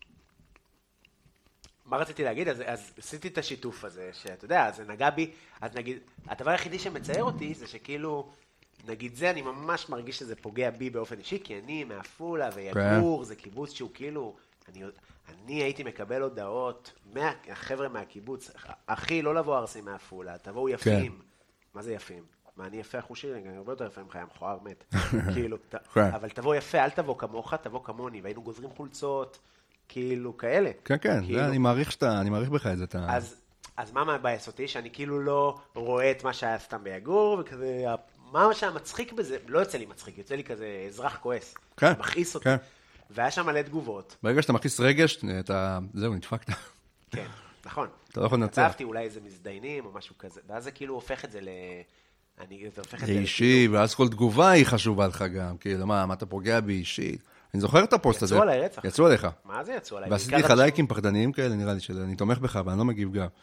מה רציתי להגיד? אז, אז עשיתי את השיתוף הזה, שאתה יודע, זה נגע בי, אז נגיד, הדבר היחידי שמצייר אותי זה שכאילו, נגיד זה, אני ממש מרגיש שזה פוגע בי באופן אישי, כי אני מעפולה ויגור, זה קיבוץ שהוא כאילו, אני, אני הייתי מקבל הודעות, מהחבר'ה מהקיבוץ, אחי, לא לבוא ארסים מעפולה, תבואו יפים. מה זה יפים? מה, אני יפה החושי, אני הרבה יותר יפה ממך, היה מכוער מת. כאילו, אבל תבוא יפה, אל תבוא כמוך, תבוא כמוני, והיינו גוזרים חולצות, כאילו, כאלה. כן, כן, אני מעריך שאתה, אני מעריך בך את זה. אז מה מבאס אותי? שאני כאילו לא רואה את מה שהיה סתם ביגור, וכזה, מה שהיה מצחיק בזה, לא יוצא לי מצחיק, יוצא לי כזה אזרח כועס, מכעיס אותי. והיה שם מלא תגובות. ברגע שאתה מכניס רגש, אתה, זהו, נדפקת. כן, נכון. אתה לא יכול לנצח. כתבתי אולי איזה מזדיינים או משהו כזה, ואז זה כאילו הופך את זה ל... אני, זה הופך את זה... אישי, ואז כל תגובה היא חשובה לך גם, כאילו, מה, מה אתה פוגע באישית? אני זוכר את הפוסט הזה. יצאו עליי רצח. יצאו עליך. מה זה יצאו עליי? ועשיתי לך לייקים פחדניים כאלה, נראה לי, שאני תומך בך, אבל אני לא מגיב גם.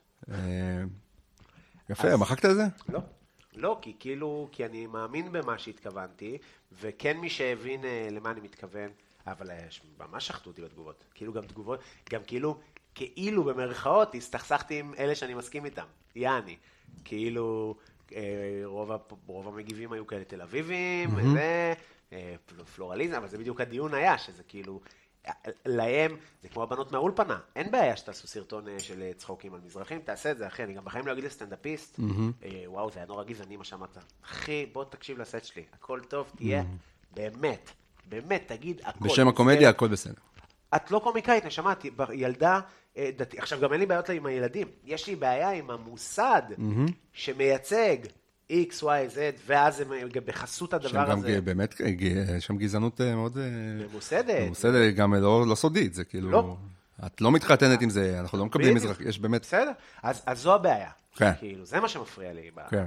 יפה, מחקת את זה? לא. לא, כי כאילו, כי אני מאמין במה שהתכוונתי, וכן מי שהבין למה אני מתכוון, אבל ממש שחטו אותי בתגובות. כאילו גם תגובות, גם כאילו, כאילו במרכאות, הסתכסכתי עם אלה שאני מסכים איתם. יעני. כאילו, רוב, רוב המגיבים היו כאלה תל אביבים, וזה, פלורליזם, אבל זה בדיוק הדיון היה, שזה כאילו, להם, זה כמו הבנות מהאולפנה, אין בעיה שתעשו סרטון של צחוקים על מזרחים, תעשה את זה, אחי, אני גם בחיים לא אגיד לסטנדאפיסט, וואו, זה היה נורא גזעני מה שאמרת. אחי, בוא תקשיב לסט שלי, הכל טוב, תהיה, באמת, באמת, תגיד, הכל. בשם הקומדיה, הכל בסדר. את לא קומיקאית, נשמעתי, ילדה, דתי, עכשיו גם אין לי בעיות לה עם הילדים, יש לי בעיה עם המוסד שמייצג X, Y, Z, ואז הם בחסות הדבר הזה. שם באמת, שם גזענות מאוד... ממוסדת. ממוסדת, גם לא סודית, זה כאילו... לא. את לא מתחתנת עם זה, אנחנו לא מקבלים מזרח, יש באמת... בסדר, אז זו הבעיה. כן. כאילו, זה מה שמפריע לי. כן.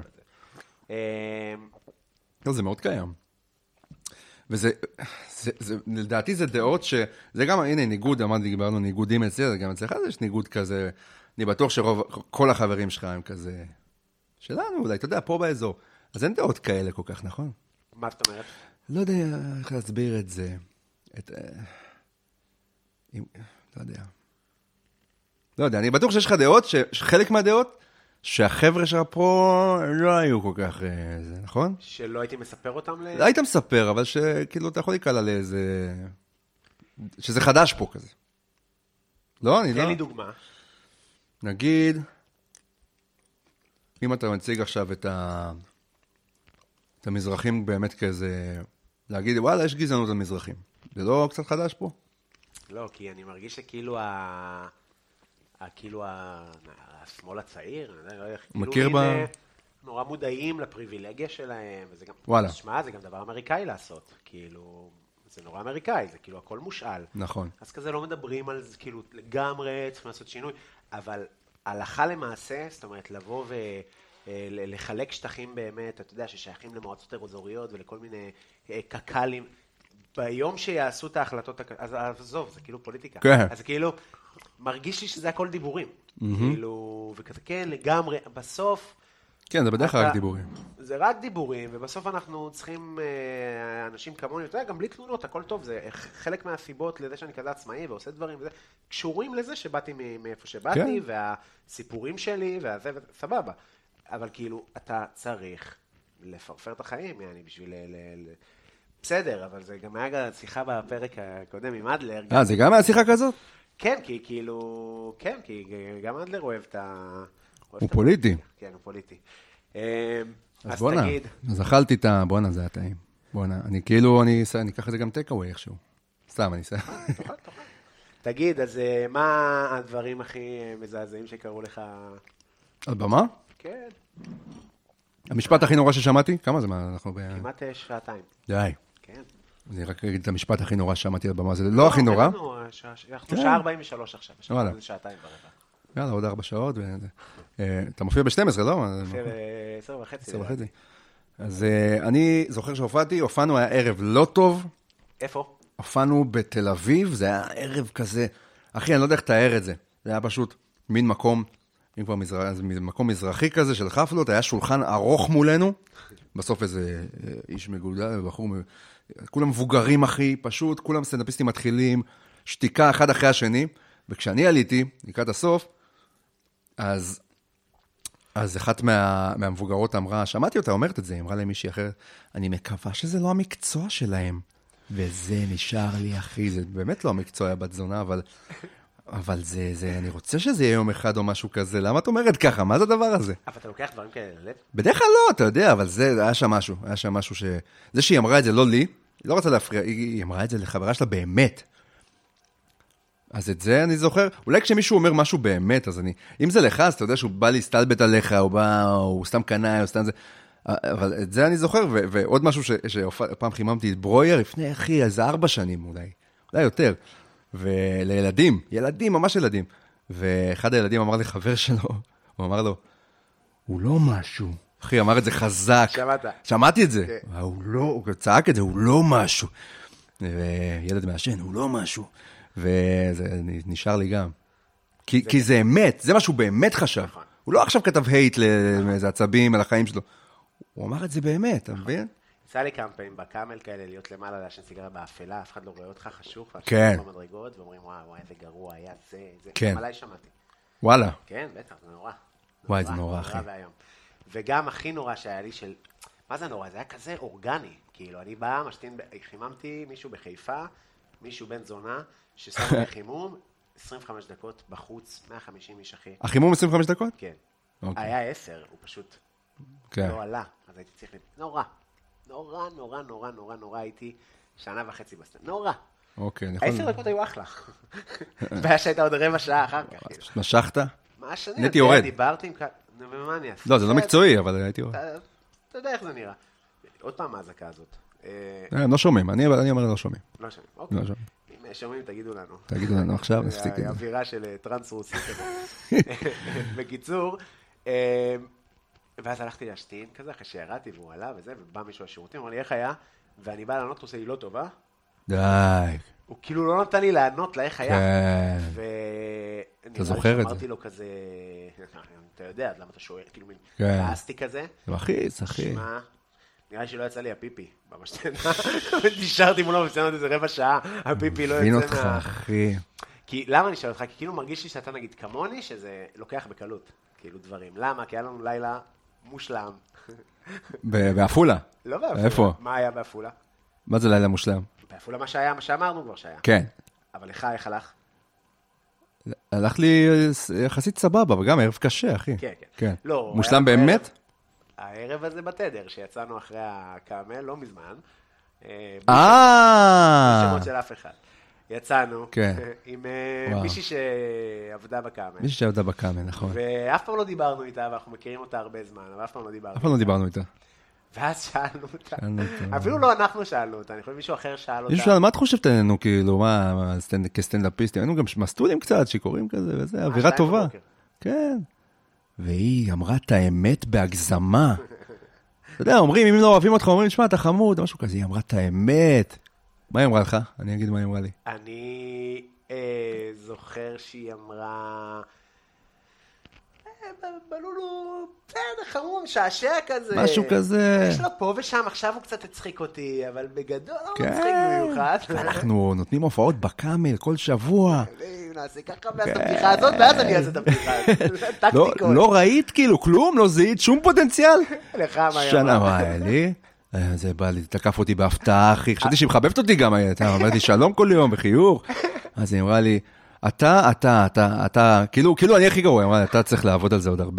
זה מאוד קיים. וזה, לדעתי זה דעות ש... זה גם, הנה, ניגוד, אמרתי, דיברנו ניגודים אצלי, זה גם אצלך, יש ניגוד כזה, אני בטוח שרוב, כל החברים שלך הם כזה... שלנו, אולי, אתה יודע, פה באזור. אז אין דעות כאלה כל כך, נכון? מה זאת אומרת? לא יודע איך להסביר את זה. את... לא יודע. לא יודע, אני בטוח שיש לך דעות, שחלק מהדעות, שהחבר'ה שלך פה לא היו כל כך, זה, נכון? שלא הייתי מספר אותם ל... לא היית מספר, אבל שכאילו אתה יכול להיקלע לאיזה... שזה חדש פה כזה. לא, אני לא... תן לי דוגמה. נגיד... אם אתה מציג עכשיו את, ה... את המזרחים באמת כזה, להגיד, וואלה, יש גזענות על מזרחים. זה לא קצת חדש פה? לא, כי אני מרגיש שכאילו ה... כאילו ה... השמאל הצעיר, אני לא יודע, מכיר כאילו ב... נורא מודעים לפריבילגיה שלהם, וזה גם... וואלה. תשמע, זה גם דבר אמריקאי לעשות, כאילו... זה נורא אמריקאי, זה כאילו הכל מושאל. נכון. אז כזה לא מדברים על זה, כאילו לגמרי, צריכים לעשות שינוי, אבל... הלכה למעשה, זאת אומרת, לבוא ולחלק שטחים באמת, אתה יודע, ששייכים למועצות אזוריות ולכל מיני קקלים, ביום שיעשו את ההחלטות, אז עזוב, זה כאילו פוליטיקה. כן. אז כאילו, מרגיש לי שזה הכל דיבורים. כאילו, וכזה, כן, לגמרי, בסוף... כן, זה בדרך כלל רק דיבורים. זה רק דיבורים, ובסוף אנחנו צריכים אנשים כמוני, אתה יודע, גם בלי תלונות, הכל טוב, זה חלק מהסיבות לזה שאני כזה עצמאי ועושה דברים וזה, קשורים לזה שבאתי מאיפה שבאתי, והסיפורים שלי, והזה, סבבה. אבל כאילו, אתה צריך לפרפר את החיים, יעני, בשביל... בסדר, אבל זה גם היה שיחה בפרק הקודם עם אדלר. אה, זה גם היה שיחה כזאת? כן, כי כאילו, כן, כי גם אדלר אוהב את ה... הוא פוליטי. כן, הוא פוליטי. אז בוא'נה, אז אכלתי את ה... בוא'נה, זה היה טעים. בוא'נה, אני כאילו, אני אקח את זה גם טקאווי איכשהו. סתם, אני אעשה. תאכל, תאכל. תגיד, אז מה הדברים הכי מזעזעים שקראו לך? על במה? כן. המשפט הכי נורא ששמעתי? כמה זה? אנחנו ב... כמעט שעתיים. די. כן. אני רק אגיד את המשפט הכי נורא ששמעתי על במה, זה לא הכי נורא. אנחנו שעה ארבעים ושלוש עכשיו. וואלה. שעתיים ברבע. יאללה, עוד ארבע שעות. אתה מופיע ב-שתים עשרה, לא? מופיע ב-עשר וחצי. עשר וחצי. אז אני זוכר שהופעתי, הופענו, היה ערב לא טוב. איפה? הופענו בתל אביב, זה היה ערב כזה. אחי, אני לא יודע איך תאר את זה. זה היה פשוט מין מקום, אם כבר מזרח, מקום מזרחי כזה של חפלות, היה שולחן ארוך מולנו. בסוף איזה איש מגודל, בחור, כולם מבוגרים, אחי, פשוט, כולם סטנדאפיסטים מתחילים, שתיקה אחד אחרי השני. וכשאני עליתי, לקראת הסוף, אז, אז אחת מה, מהמבוגרות אמרה, שמעתי אותה, אומרת את זה, אמרה להם מישהי אחרת, אני מקווה שזה לא המקצוע שלהם. וזה נשאר לי, אחי, זה באמת לא המקצוע, הבת זונה, אבל אבל זה, זה, אני רוצה שזה יהיה יום אחד או משהו כזה, למה את אומרת ככה? מה זה הדבר הזה? אבל אתה לוקח דברים כאלה ללב? בדרך כלל לא, אתה יודע, אבל זה, היה שם משהו, היה שם משהו ש... זה שהיא אמרה את זה לא לי, היא לא רצה להפריע, היא אמרה את זה לחברה שלה באמת. אז את זה אני זוכר, אולי כשמישהו אומר משהו באמת, אז אני, אם זה לך, אז אתה יודע שהוא בא להסתלבט עליך, או בא, או סתם קנאי, או סתם זה, אבל את זה אני זוכר, ו- ועוד משהו ש- שפעם חיממתי את ברויר, לפני אחי, איזה ארבע שנים אולי, אולי יותר, ולילדים, ילדים, ממש ילדים, ואחד הילדים אמר לי חבר שלו, הוא אמר לו, הוא לא משהו, אחי, אמר את זה חזק, שמעת. שמעתי את זה, כן. הוא לא, הוא צעק את זה, הוא לא משהו, וילד מעשן, הוא לא משהו, וזה נשאר לי גם. כי, זה כי זה אמת, זה מה שהוא באמת חשב. נכון. הוא לא עכשיו כתב הייט לאיזה עצבים על החיים שלו. הוא אמר את זה באמת, אתה מבין? יצא לי כמה פעמים בקאמל כאלה, להיות למעלה לעשן סיגריה באפלה, אף אחד לא רואה אותך חשוך, כן. במדרגות, ואומרים, וואי, וואי, איזה גרוע היה זה, זה. כן. מלא שמעתי. וואלה. כן, בטח, זה נורא. וואי, זה נורא, אחי. וגם הכי נורא שהיה לי של, מה זה נורא? זה היה כזה אורגני. כאילו, אני בא, משתין, חיממתי מישהו בחיפה, מישהו בן זונה, ששם לחימום, עשרים וחמש דקות בחוץ, מאה וחמישים איש, אחי. החימום עשרים וחמש דקות? כן. Okay. היה עשר, הוא פשוט okay. לא עלה, אז הייתי צריך... נורא, נורא, נורא, נורא, נורא, נורא, הייתי שנה וחצי בסטנד, נורא. אוקיי, אני יכול... העשר דקות היו אחלה. בעיה שהייתה עוד רבע שעה אחר כך. משכת? מה השני? נהייתי יורד. דיברתי עם... ומה אני אעשה? לא, זה לא מקצועי, אבל הייתי יורד. אתה יודע איך זה נראה. עוד פעם ההזקה הזאת. הם לא שומעים, אני אומר לא שומעים. לא שומעים, אוקיי. לא שומעים. אם שומעים, תגידו לנו. תגידו לנו עכשיו, נפסיק את זה. האווירה של טרנס רוסי כזה. בקיצור, ואז הלכתי להשתין כזה, אחרי שירדתי והוא עלה וזה, ובא מישהו לשירותים, אמר לי, איך היה? ואני בא לענות, הוא עושה לי לא טובה. די. הוא כאילו לא נתן לי לענות לה איך היה. כן. אתה זוכר את זה? אמרתי לו כזה, אתה יודע, למה אתה שואל, כאילו מין, כן. כעסתי כזה. מחיץ, אחי. שמע, נראה לי שלא יצא לי הפיפי במשתנה, ונשארתי מולו ומציינות איזה רבע שעה, הפיפי לא יוצא מה... מבין אותך, אחי. כי למה אני שואל אותך? כי כאילו מרגיש לי שאתה נגיד כמוני, שזה לוקח בקלות, כאילו דברים. למה? כי היה לנו לילה מושלם. באפולה? לא באפולה. איפה? מה היה באפולה? מה זה לילה מושלם? באפולה מה שהיה, מה שאמרנו כבר שהיה. כן. אבל לך, איך הלך? הלך לי יחסית סבבה, וגם ערב קשה, אחי. כן, כן. כן. לא, מושלם באמת? הערב הזה בתדר, שיצאנו אחרי הקאמל, לא מזמן. אה! שמות של אף אחד. יצאנו כן. עם מישהי שעבדה בקאמל. מישהי שעבדה בקאמל, נכון. ואף פעם לא דיברנו איתה, ואנחנו מכירים אותה הרבה זמן, אבל אף פעם לא דיברנו איתה. אף פעם לא דיברנו איתה. ואז שאלנו אותה. שאלנו אותה. אפילו לא אנחנו שאלנו אותה, אני חושב מישהו אחר שאל אותה. מישהו שאל, מה את חושבת עלינו, כאילו, מה, כסטנדאפיסטים? היינו גם מסטולים קצת, שיכורים כזה, וזה, אווירה טובה. כן. והיא אמרה את האמת בהגזמה. אתה יודע, אומרים, אם לא אוהבים אותך, אומרים, שמע, אתה חמוד, משהו כזה, היא אמרה את האמת. מה היא אמרה לך? אני אגיד מה היא אמרה לי. אני זוכר שהיא אמרה... בלולו, בסדר, חמום, שעשע כזה. משהו כזה. יש לו פה ושם, עכשיו הוא קצת הצחיק אותי, אבל בגדול לא מצחיק במיוחד. אנחנו נותנים הופעות בקאמל כל שבוע. נעשה ככה ואז את הפתיחה הזאת, ואז אני אעשה את הפתיחה. טקטיקות. לא ראית כאילו כלום, לא זיהית שום פוטנציאל. לך מה היא שנה, מה היה לי? זה בא לי, תקף אותי בהפתעה, אחי. חשבתי שהיא מחבבת אותי גם, אתה אומרת לי שלום כל יום, בחיוך. אז היא אמרה לי, אתה, אתה, אתה, אתה, כאילו, כאילו אני הכי גרוע, אמרה, אתה צריך לעבוד על זה עוד הרבה.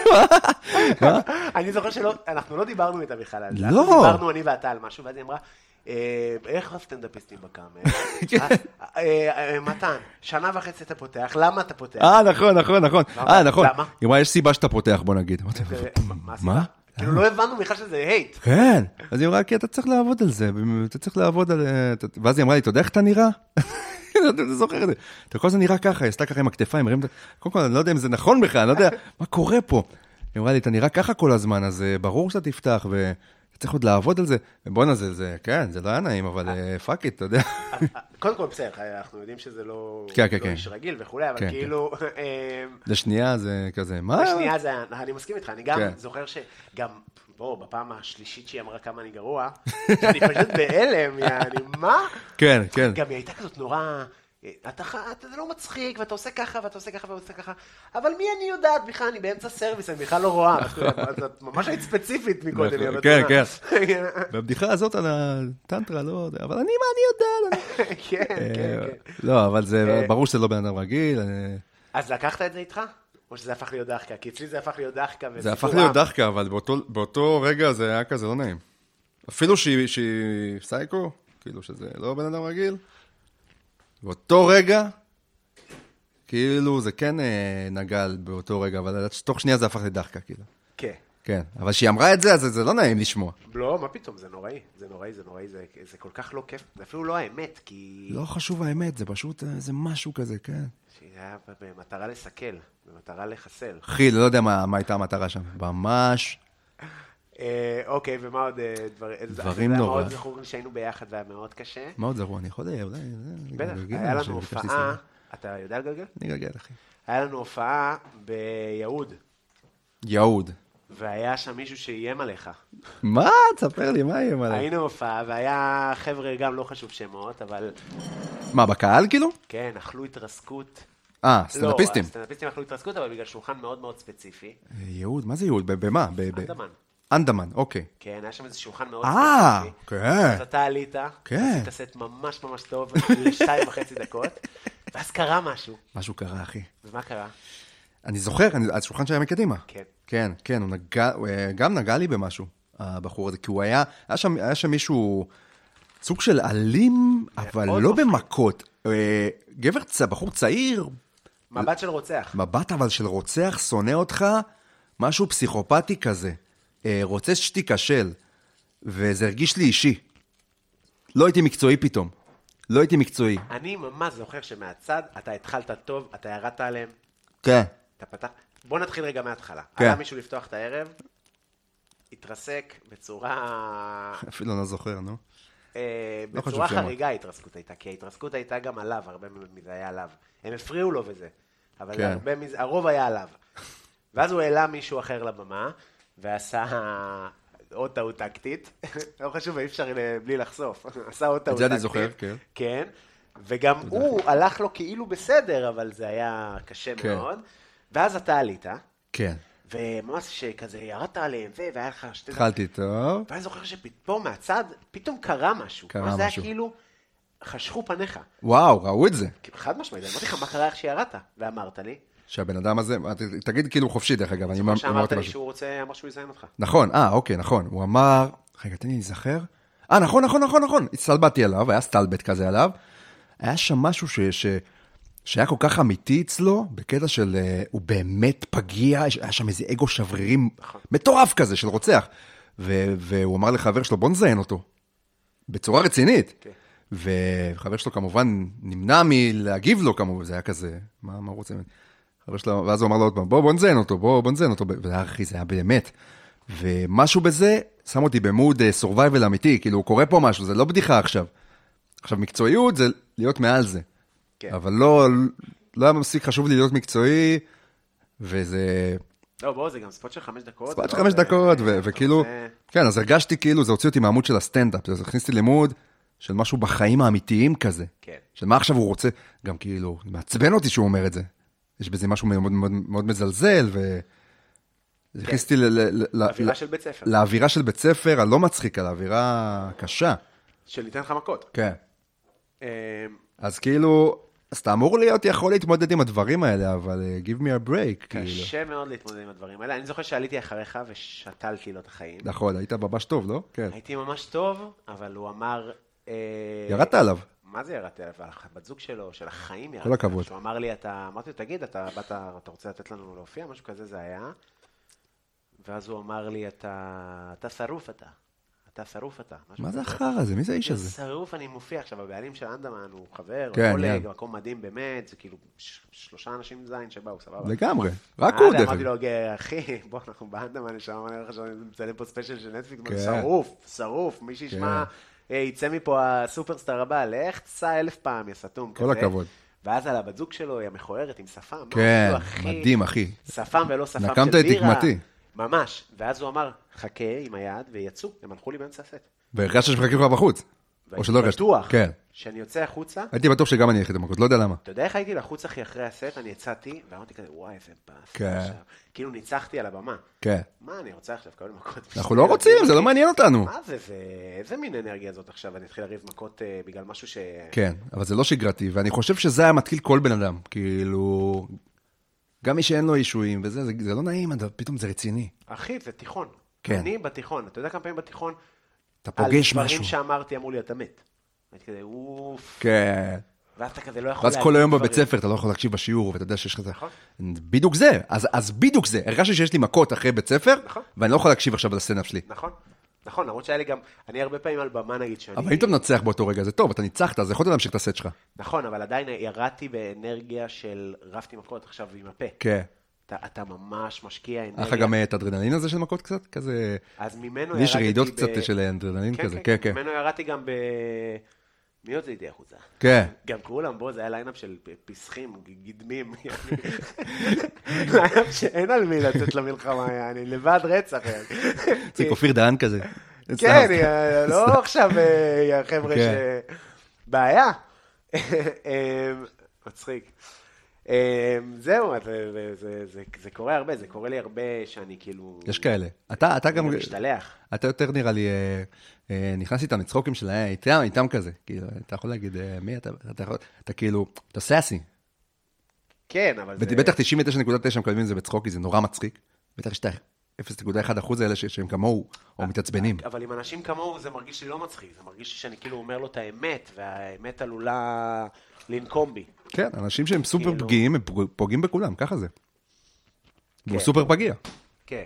אני זוכר שלא, אנחנו לא דיברנו איתה בכלל על זה. לא. דיברנו אני ואתה על משהו, ואז היא אמרה, איך הסטנדאפיסטים בקאמל? מתן, שנה וחצי אתה פותח, למה אתה פותח? אה, נכון, נכון, נכון. אה, נכון. למה? היא אמרה, יש סיבה שאתה פותח, בוא נגיד. מה הסיבה? כאילו לא הבנו בכלל שזה הייט. כן. אז היא אמרה, כי אתה צריך לעבוד על זה, אתה צריך לעבוד על... ואז היא אמרה לי, אתה יודע איך אתה נראה? אתה זוכר את זה. אתה כל זה נראה ככה, היא עשתה ככה עם הכתפיים, קודם כל, אני לא יודע אם זה נכון בכלל, אני לא יודע מה קורה פה. היא אמרה לי, אתה נראה ככה כל הזמן, אז ברור שאתה תפתח, וצריך עוד לעבוד על זה. ובואנה, זה, כן, זה לא היה נעים, אבל פאק איט, אתה יודע. קודם כל, בסדר, אנחנו יודעים שזה לא איש רגיל וכולי, אבל כאילו... לשנייה זה כזה, מה? לשנייה זה, אני מסכים איתך, אני גם זוכר שגם... בוא, בפעם השלישית שהיא אמרה כמה אני גרוע, שאני פשוט בהלם, יעני, מה? כן, כן. גם היא הייתה כזאת נורא אתה, אתה לא מצחיק, ואתה עושה ככה, ואתה עושה ככה, ואתה עושה ככה, אבל מי אני יודעת, בכלל, אני באמצע סרוויס, אני בכלל לא רואה, את ממש היית ספציפית מקודם. כן, כן. בבדיחה הזאת על הטנטרה, לא יודע, אבל אני, מה אני יודע? כן, כן, כן. לא, אבל זה, ברור שזה לא בן אדם רגיל. אז לקחת את זה איתך? או שזה הפך להיות דחקה? כי אצלי זה הפך להיות דחקה. זה הפך להיות דחקה, אבל באותו רגע זה היה כזה לא נעים. אפילו שהיא סייקו, כאילו שזה לא בן אדם רגיל, באותו רגע, כאילו זה כן נגל באותו רגע, אבל תוך שנייה זה הפך לדחקה, כאילו. כן. כן, אבל שהיא אמרה את זה, אז זה לא נעים לשמוע. לא, מה פתאום, זה נוראי, זה נוראי, זה נוראי, זה, זה כל כך לא כיף, זה אפילו לא האמת, כי... לא חשוב האמת, זה פשוט, זה משהו כזה, כן. שהיה במטרה לסכל, במטרה לחסל. אחי, לא יודע מה, מה הייתה המטרה שם, ממש... אוקיי, ומה עוד דברים? דברים נורא. זה היה מאוד זכור שהיינו ביחד, והיה מאוד קשה. מאוד זכור, אני יכול, אולי... בטח, היה לנו הופעה, אתה יודע לגלגל? אני גלגל, אחי. היה לנו הופעה ביהוד. יהוד. והיה שם מישהו שאיים עליך. מה? תספר לי, מה איים עליך? היינו הופעה, והיה חבר'ה גם לא חשוב שמות, אבל... מה, בקהל כאילו? כן, אכלו התרסקות. אה, סטנדאפיסטים. לא, הסטנדאפיסטים אכלו התרסקות, אבל בגלל שולחן מאוד מאוד ספציפי. יהוד, מה זה יהוד? במה? אנדמן. אנדמן, אוקיי. כן, היה שם איזה שולחן מאוד ספציפי. אה, כן. אז אתה עלית, כן. עשית סט ממש ממש טוב, לשתיים וחצי דקות, ואז קרה משהו. משהו קרה, אחי. ומה קרה? אני זוכר, השולחן שהיה מקדימה. כן. כן, כן, הוא נגע, הוא גם נגע לי במשהו, הבחור הזה, כי הוא היה, היה שם, היה שם מישהו, סוג של אלים, אבל לא במכות. גבר, בחור צעיר. מבט של רוצח. מבט אבל של רוצח, שונא אותך, משהו פסיכופתי כזה. רוצה שתיכשל, וזה הרגיש לי אישי. לא הייתי מקצועי פתאום. לא הייתי מקצועי. אני ממש זוכר שמהצד, אתה התחלת טוב, אתה ירדת עליהם. כן. אתה פתח... בוא נתחיל רגע מההתחלה. כן. עלה מישהו לפתוח את הערב, התרסק בצורה... אפילו לא זוכר, נו. בצורה חריגה ההתרסקות הייתה, כי ההתרסקות הייתה גם עליו, הרבה מזה היה עליו. הם הפריעו לו וזה, אבל הרבה מזה, הרוב היה עליו. ואז הוא העלה מישהו אחר לבמה, ועשה עוד טעות טקטית, לא חשוב, אי אפשר בלי לחשוף, עשה עוד טעות טקטית. את זה אני זוכר, כן. כן, וגם הוא הלך לו כאילו בסדר, אבל זה היה קשה מאוד. ואז אתה עלית. כן. וממש שכזה ירדת עליהם, והיה לך שתי... התחלתי טוב. ואני זוכר שפתאום מהצד, פתאום קרה משהו. קרה משהו. זה היה כאילו, חשכו פניך. וואו, ראו את זה. חד משמעית, אמרתי לך, מה קרה איך שירדת? ואמרת לי. שהבן אדם הזה, תגיד כאילו חופשי דרך אגב. זה מה שאמרת לי שהוא רוצה, אמר שהוא יזיין אותך. נכון, אה, אוקיי, נכון. הוא אמר, רגע, תן לי להיזכר. אה, נכון, נכון, נכון, נכון. הסתלבטתי עליו, היה סטלבט כזה עליו. היה שם משהו ש... שהיה כל כך אמיתי אצלו, בקטע של, uh, הוא באמת פגיע, היה שם איזה אגו שברירים, מטורף כזה של רוצח, ו- והוא אמר לחבר שלו, בוא נזיין אותו, בצורה רצינית, okay. וחבר שלו כמובן נמנע מלהגיב לו כמובן, זה היה כזה, מה, מה הוא רוצה? חבר שלו, ואז הוא אמר לו עוד פעם, בוא, בוא נזיין אותו, בוא, בוא נזיין אותו, ואחי, זה היה באמת, ומשהו בזה, שם אותי במוד סורווייבל אמיתי, כאילו, הוא קורא פה משהו, זה לא בדיחה עכשיו, עכשיו מקצועיות זה להיות מעל זה, כן. אבל לא, לא היה מספיק חשוב לי להיות מקצועי, וזה... לא, בוא, זה גם ספוט של חמש דקות. ספוט של חמש דקות, וכאילו... כן, אז הרגשתי כאילו, זה הוציא אותי מהעמוד של הסטנדאפ, אז הכניסתי לימוד של משהו בחיים האמיתיים כזה. כן. של מה עכשיו הוא רוצה, גם כאילו, מעצבן אותי שהוא אומר את זה. יש בזה משהו מאוד, מאוד, מאוד מזלזל, ו... זה הכניסתי לאווירה של בית ספר. לאווירה של בית ספר, הלא מצחיקה, לאווירה קשה. של ניתן לך מכות. כן. אז כאילו... אז אתה אמור להיות יכול להתמודד עם הדברים האלה, אבל uh, give me a break. קשה כאילו. מאוד להתמודד עם הדברים האלה. אני זוכר שעליתי אחריך ושתלתי לו את החיים. נכון, היית ממש טוב, לא? כן. הייתי ממש טוב, אבל הוא אמר... אה, ירדת עליו. מה זה ירדת עליו? הבת זוג שלו, של החיים ירדת. כל הכבוד. הוא אמר לי, אתה... אמרתי, תגיד, אתה, באת, אתה רוצה לתת לנו להופיע? משהו כזה זה היה. ואז הוא אמר לי, אתה, אתה שרוף אתה. אתה שרוף אתה. מה זה אחר הזה? מי זה האיש הזה? שרוף, אני מופיע עכשיו, הבעלים של אנדמן, הוא חבר, כן, הוא קולג, מקום מדהים באמת, זה כאילו שלושה אנשים זין שבאו, סבבה. לגמרי, רק הוא דרך. אמרתי לו, אחי, בוא, אנחנו באנדמן, יש שם, אני חושב, אני מצלם פה ספיישל של נטפליקס, שרוף, שרוף, מי שישמע, יצא מפה הסופרסטאר הבא, לך תסע אלף פעם, יסתום כזה. כל הכבוד. ואז על הבת זוג שלו, היא המכוערת עם שפם. כן, מדהים, אחי. שפם ולא שפם של נקמת את תקמתי. ממש, ואז הוא אמר, חכה עם היד, ויצאו, הם הלכו לי באמצע הסט. והרגשת שמחכים לך בחוץ? או שלא הרגשת? בטוח, כן. שאני יוצא החוצה, הייתי בטוח שגם אני אלך למכות, לא יודע למה. אתה יודע איך הייתי לחוץ אחי אחרי הסט, אני יצאתי, ואמרתי כזה, וואי, איזה באס עכשיו. כאילו ניצחתי על הבמה. כן. מה, אני רוצה עכשיו לקבל מכות? אנחנו לא רוצים, זה לא מעניין אותנו. מה זה, איזה מין אנרגיה זאת עכשיו, אני אתחיל לריב מכות בגלל משהו ש... כן, אבל זה לא שגרתי, ואני חושב שזה היה מתקיל כל בן אדם. כאילו, גם מי שאין לו אישויים, וזה, זה, זה לא נעים, פתאום זה רציני. אחי, זה תיכון. כן. אני בתיכון, אתה יודע כמה פעמים בתיכון, אתה פוגש משהו. על דברים שאמרתי, אמרו לי, אתה מת. הייתי כזה, אוף. כן. ואז אתה כזה לא יכול ואז כל היום בבית ספר, אתה לא יכול להקשיב בשיעור, ואתה יודע שיש לך זה. בדיוק זה, אז, אז בדיוק זה. הרגשתי שיש לי מכות אחרי בית ספר, נכון. ואני לא יכול להקשיב עכשיו לסטנדאפ שלי. נכון, נכון, למרות שהיה לי גם, אני הרבה פעמים על במה נגיד שאני... אבל אם אתה מנצח באותו רגע, זה טוב, אתה ניצחת, אז יכולת להמשיך את הסט שלך. נכון, אבל עדיין ירדתי באנרגיה של רבתי מכות עכשיו עם הפה. כן. אתה, אתה ממש משקיע אנרגיה. היה לך גם את האדרנלין הזה של מכות קצת? כזה... אז ממנו ירדתי... יש רעידות קצת של אדרנלין כזה, כן, כן. ממנו ירדתי גם ב... מי עוד זה איתי החוצה? כן. גם כולם, בוא, זה היה ליינאפ של פסחים, גדמים. ליינאפ שאין על מי לצאת למלחמה, אני לבד רצח. זה כופיר דהן כזה. כן, לא עכשיו החבר'ה ש... בעיה. מצחיק. זהו, זה קורה הרבה, זה קורה לי הרבה שאני כאילו... יש כאלה. אתה גם... משתלח. אתה יותר נראה לי... נכנס איתם לצחוקים שלהם, איתם, איתם כזה. כאילו, אתה יכול להגיד, מי אתה? אתה כאילו, אתה סאסי. כן, אבל זה... בטח תשעים ותשע נקודה תשע מקלבים זה בצחוקי, זה נורא מצחיק. בטח שאתה אפס נקודה אחת אחוז האלה שהם כמוהו, או מתעצבנים. אבל עם אנשים כמוהו זה מרגיש לי לא מצחיק, זה מרגיש שאני כאילו אומר לו את האמת, והאמת עלולה לנקום בי. כן, אנשים שהם סופר פגיעים, הם פוגעים בכולם, ככה זה. והוא סופר פגיע. כן.